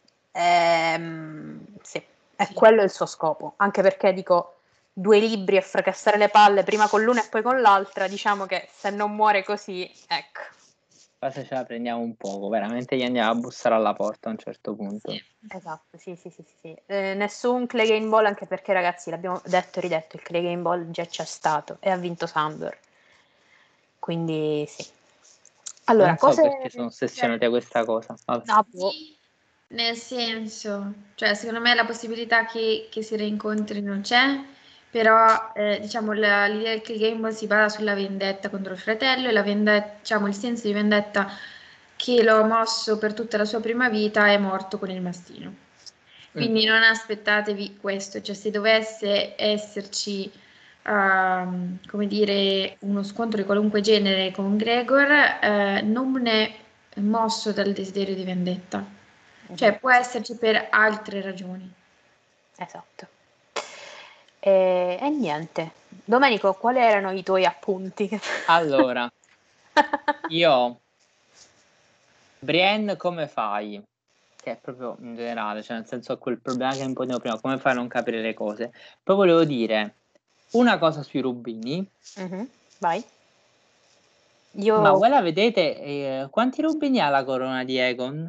Ehm, sì, è Sì. quello il suo scopo, anche perché dico due libri a fracassare le palle prima con l'una e poi con l'altra, diciamo che se non muore così, ecco. Cosa ce la prendiamo un poco, veramente gli andiamo a bussare alla porta a un certo punto. Sì. Esatto, sì, sì, sì, sì, sì. Eh, nessun Clegane Ball, anche perché ragazzi, l'abbiamo detto e ridetto, il Clegane Ball già c'è stato e ha vinto Sandor. Quindi sì. Allora, non so cose... perché sono ossessionati a questa cosa. Vabbè. Ah, boh. Sì, nel senso, cioè, secondo me la possibilità che, che si rincontrino c'è, però eh, diciamo la- l'idea del Kill Game si basa sulla vendetta contro il fratello e la vendetta, diciamo, il senso di vendetta che l'ho mosso per tutta la sua prima vita è morto con il mastino. Quindi non aspettatevi questo, cioè se dovesse esserci, ehm, come dire, uno scontro di qualunque genere con Gregor, eh, non è mosso dal desiderio di vendetta, cioè può esserci per altre ragioni. Esatto. E, e niente. Domenico, quali erano i tuoi appunti? Allora, io, Brienne, come fai? Che è proprio in generale, cioè nel senso quel problema che mi ponevo prima, come fai a non capire le cose? Poi volevo dire una cosa sui rubini. Mhm, vai. Io... Ma voi la vedete? Eh, quanti rubini ha la corona di Aegon?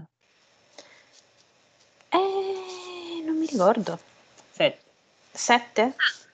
Eh, non mi ricordo. Sette. Sette?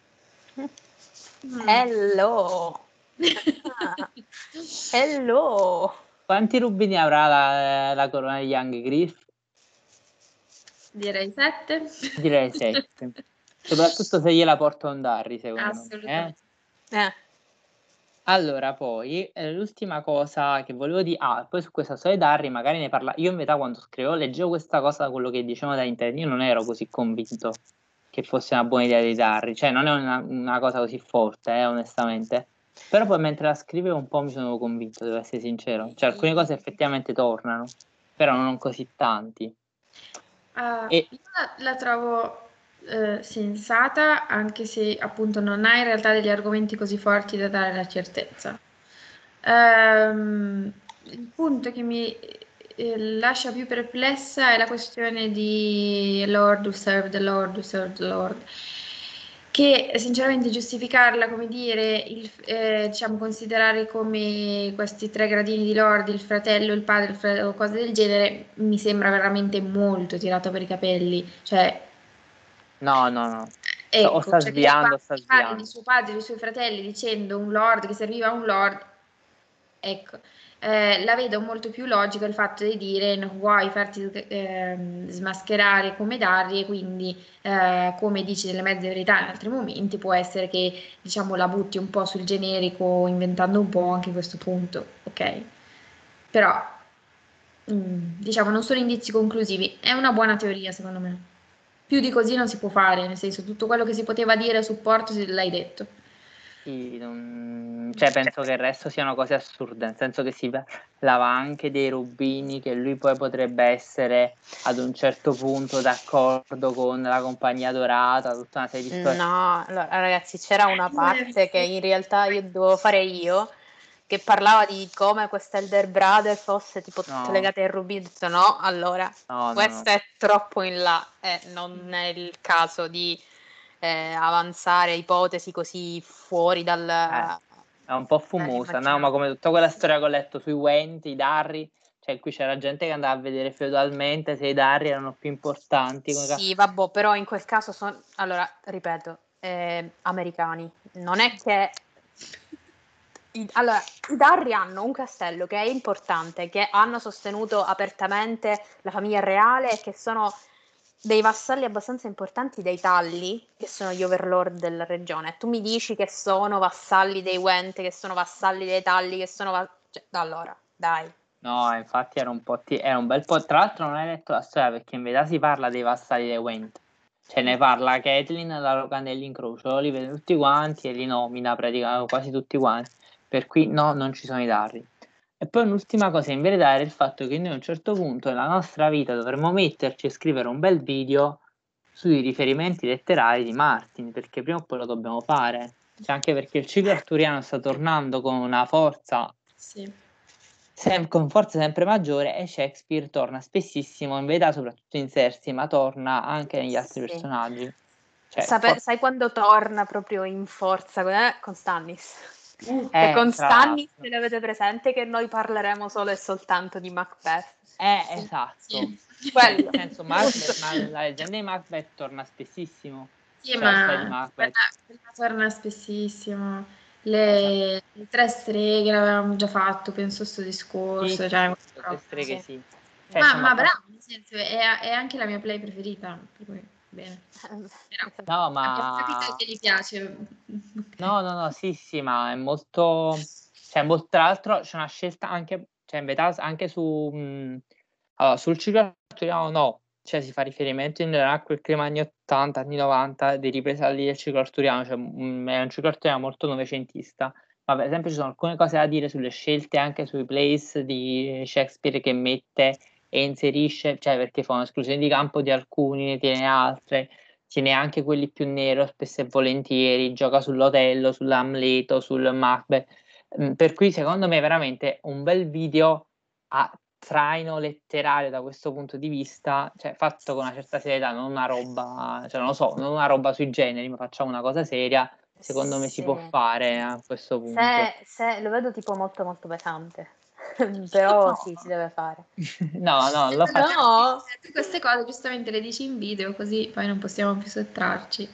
Mm. Hello. Ah, hello. Quanti rubini avrà la, la corona di Young Griff? Direi sette. Direi sette. Soprattutto se gliela porta Ondarri, secondo me. Eh? Assolutamente. Eh. Allora, poi eh, l'ultima cosa che volevo dire, ah, poi su questa storia di Harry magari ne parla. Io in verità quando scrivevo, leggevo questa cosa, quello che dicevano da internet, io non ero così convinto che fosse una buona idea di Harry, cioè non è una, una cosa così forte, eh, onestamente. Però poi mentre la scrivevo un po' mi sono convinto, devo essere sincero. Cioè alcune cose effettivamente tornano, però non così tanti. Uh, E io la, la trovo eh, sensata, anche se appunto non ha in realtà degli argomenti così forti da dare la certezza. Ehm, il punto che mi eh, lascia più perplessa è la questione di Lord who served the Lord who served the Lord, che sinceramente giustificarla, come dire, il, eh, diciamo considerare come questi tre gradini di Lord, il fratello, il padre, il fratello, o cose del genere, mi sembra veramente molto tirato per i capelli. Cioè, no, no, no. Sta- o ecco, sta cioè che lei sviando, parli, sta parli di sviando. suo padre e dei suoi fratelli dicendo un Lord che serviva a un Lord. Ecco, eh, la vedo molto più logico il fatto di dire non vuoi farti ehm, smascherare come Darry e quindi, eh, come dici delle mezze verità in altri momenti, può essere che diciamo la butti un po' sul generico, inventando un po' anche questo punto, ok? Però, mm, diciamo, non sono indizi conclusivi, è una buona teoria secondo me. Più di così non si può fare, nel senso tutto quello che si poteva dire a supporto se l'hai detto. Sì, non- cioè, penso che il resto siano cose assurde, nel senso che si parlava anche dei rubini, che lui poi potrebbe essere ad un certo punto d'accordo con la compagnia dorata, tutta una serie di storie. No, allora, ragazzi, c'era una parte che in realtà io dovevo fare io, che parlava di come questa Elder Brother fosse tipo tutte No, legate ai rubini. Ho detto no, allora, no, no, questo no. è troppo in là, e non è il caso di eh, avanzare ipotesi così fuori dal... Eh, è un po' fumosa, no? Ma dall'immaginario. come tutta quella storia che ho letto sui Went, i Darry, cioè qui c'era gente che andava a vedere feudalmente se i Darry erano più importanti. come ca- Sì, vabbè, però in quel caso sono, allora, ripeto, eh, americani. Non è che... I, allora, i Darri hanno un castello che è importante, che hanno sostenuto apertamente la famiglia reale e che sono dei vassalli abbastanza importanti dei Talli, che sono gli overlord della regione. Tu mi dici che sono vassalli dei Went, che sono vassalli dei Talli, che sono... va- cioè, allora, dai. No, infatti era un po', ti- era un bel po'. Tra l'altro non hai letto la storia perché in verità si parla dei vassalli dei Went. Cioè ne parla Catelyn, la Rocanelli incrocio, li vede tutti quanti e li nomina praticamente quasi tutti quanti. Per cui no, non ci sono i Darri. E poi un'ultima cosa in verità era il fatto che noi a un certo punto nella nostra vita dovremmo metterci e scrivere un bel video sui riferimenti letterari di Martin, perché prima o poi lo dobbiamo fare. Cioè, anche perché il ciclo arturiano sta tornando con una forza Sì. sem- con forza sempre maggiore e Shakespeare torna spessissimo, in verità soprattutto in Cersei, ma torna anche negli altri Sì. personaggi. Cioè, Sape- for- sai quando torna proprio in forza? Eh, con Stannis. E eh, con tra Stannis, l'altro. se ne avete presente che noi parleremo solo e soltanto di Macbeth. Eh, Sì, esatto. sì. Cioè, Quello. nel senso, Macbeth, ma la leggenda di Macbeth torna spessissimo. Sì, Cioè, la storia di ma Macbeth. quella, quella torna spessissimo. Esatto. Le, le tre streghe l'avevamo già fatto, penso, sto Sì, discorso. sì, Cioè, le tre proprio. streghe Sì. sì. Cioè, Sì. Ma, sono ma abbastanza... bravo, nel senso, è, è anche la mia play preferita. Per cui, bene. Però, No, abbiamo capito ma... che gli piace. No, no, no, sì, sì, ma è molto... Cioè, molto... Tra l'altro c'è una scelta anche... Cioè, in verità anche su... mh, Allora, sul ciclo arturiano no. Cioè, si fa riferimento in generale a quel clima anni ottanta, anni novanta, dei ripresalli del ciclo arturiano. Cioè, mh, è un ciclo arturiano molto novecentista. Ma per esempio ci sono alcune cose da dire sulle scelte anche sui plays di Shakespeare che mette e inserisce, cioè perché fa un'esclusione di campo di alcuni, ne tiene altre, tiene anche quelli più nero spesso e volentieri, gioca sull'Otello, sull'Amleto, sul Macbeth. Mm, Per cui secondo me è veramente un bel video a traino letterario da questo punto di vista, cioè fatto con una certa serietà, non una roba, cioè non lo so, non una roba sui generi, ma facciamo una cosa seria, secondo me si può Sì. fare a questo punto. Se, se- lo vedo tipo molto molto pesante, però sì, si No, deve fare. no, no, lo faccio. No! Tu queste cose giustamente le dici in video, così poi non possiamo più sottrarci.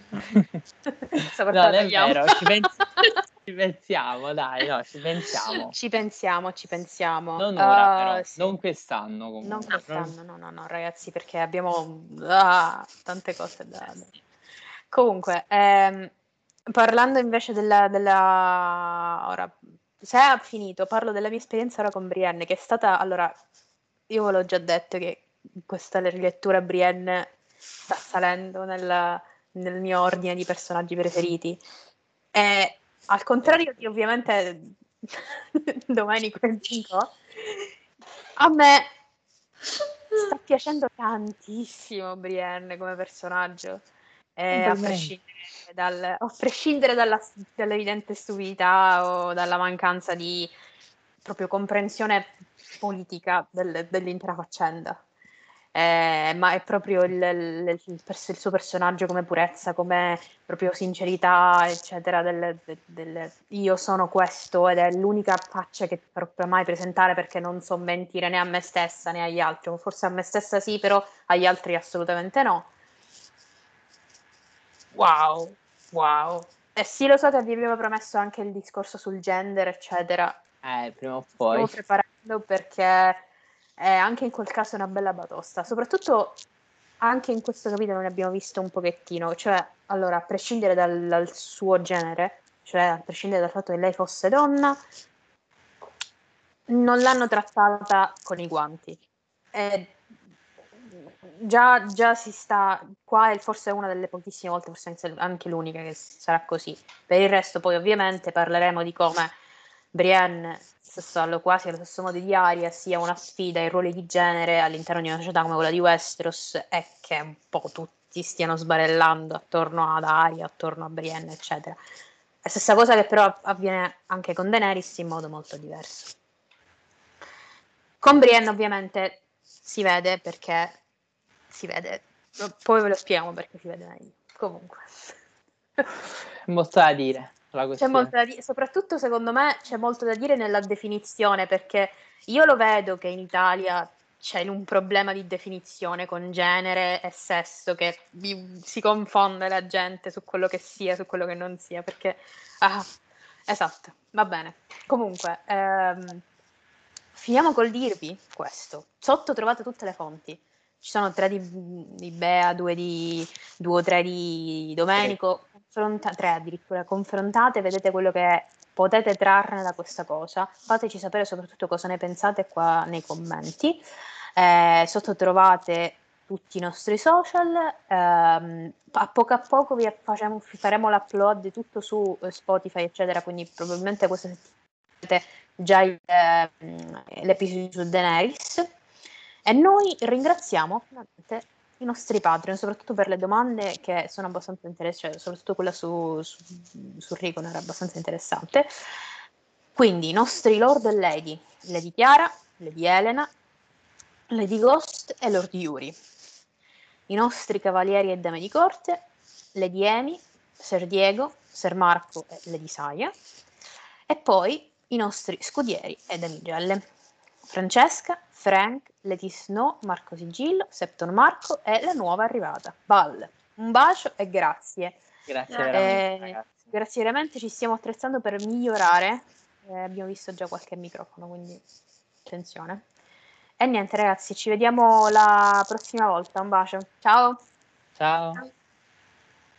Stavolta No, la non è tagliamo. vero, ci, pens- ci pensiamo, dai, no, ci pensiamo. Ci pensiamo, ci pensiamo. Non ora, Uh, però, sì. non quest'anno Non comunque. Non- quest'anno, no, no, no, ragazzi, perché abbiamo ah, tante cose da... da- Comunque, ehm, parlando invece della, della... Ora se ha finito, parlo della mia esperienza ora con Brienne, che è stata, allora, io ve l'ho già detto che questa rilettura Brienne sta salendo nel, nel mio ordine di personaggi preferiti. E al contrario di ovviamente Domenico e Zinco, a me sta piacendo tantissimo Brienne come personaggio. Eh, a prescindere, dal, a prescindere dalla, dall'evidente stupidità o dalla mancanza di proprio comprensione politica del, dell'intera faccenda. Eh, ma è proprio il, il, il, il, il suo personaggio come purezza, come proprio sincerità, eccetera, del, del, del io sono questo ed è l'unica faccia che potrò mai presentare perché non so mentire né a me stessa né agli altri, o forse a me stessa sì, però agli altri assolutamente no. Wow, wow. Eh sì, lo so che vi avevo promesso anche il discorso sul gender, eccetera. Eh, prima o Stiamo poi. preparando perché è anche in quel caso una bella batosta. Soprattutto anche in questo capitolo ne abbiamo visto un pochettino. Cioè, allora, a prescindere dal, dal suo genere, cioè a prescindere dal fatto che lei fosse donna, non l'hanno trattata con i guanti. E già, già si sta qua è forse una delle pochissime volte, forse anche l'unica che sarà così. Per il resto poi ovviamente parleremo di come Brienne, stesso, quasi allo stesso modo di Arya, sia una sfida ai ruoli di genere all'interno di una società come quella di Westeros e che un po' tutti stiano sbarellando attorno ad Arya, attorno a Brienne, eccetera. La stessa cosa che però avviene anche con Daenerys in modo molto diverso. Con Brienne ovviamente si vede perché si vede, poi ve lo spieghiamo perché si vede meglio. Comunque. Molto da dire. C'è molto da dire, soprattutto secondo me c'è molto da dire nella definizione, perché io lo vedo che in Italia c'è un problema di definizione con genere e sesso, che vi, si confonde la gente su quello che sia, su quello che non sia, perché... Ah, esatto, va bene. Comunque, ehm, finiamo col dirvi questo. Sotto trovate tutte le fonti. Ci sono tre di, di Bea, due di due o tre di Domenico, confronta- tre addirittura, confrontate, vedete quello che potete trarne da questa cosa. Fateci sapere soprattutto cosa ne pensate qua nei commenti. Eh, sotto trovate tutti i nostri social. ehm, a poco a poco vi, facciamo, vi faremo l'upload di tutto su Spotify, eccetera, quindi probabilmente questa settimana già il, ehm, l'episodio su Daenerys. E noi ringraziamo finalmente i nostri Patreon, soprattutto per le domande che sono abbastanza interessanti, cioè, soprattutto quella su, su, su Ricon era abbastanza interessante. Quindi i nostri Lord e Lady, Lady Chiara, Lady Elena, Lady Ghost e Lord Yuri. I nostri cavalieri e dame di corte, Lady Amy, Ser Diego, Ser Marco e Lady Saya. E poi i nostri scudieri e damigelle. Francesca, Frank, Lady Snow, Marco Sigillo, Septon Marco e la nuova arrivata, Val. Un bacio e grazie. Grazie Eh, veramente, Eh, ragazzi. grazie veramente, ci stiamo attrezzando per migliorare. Eh, abbiamo visto già qualche microfono, quindi attenzione. E niente ragazzi, ci vediamo la prossima volta. Un bacio. Ciao. Ciao.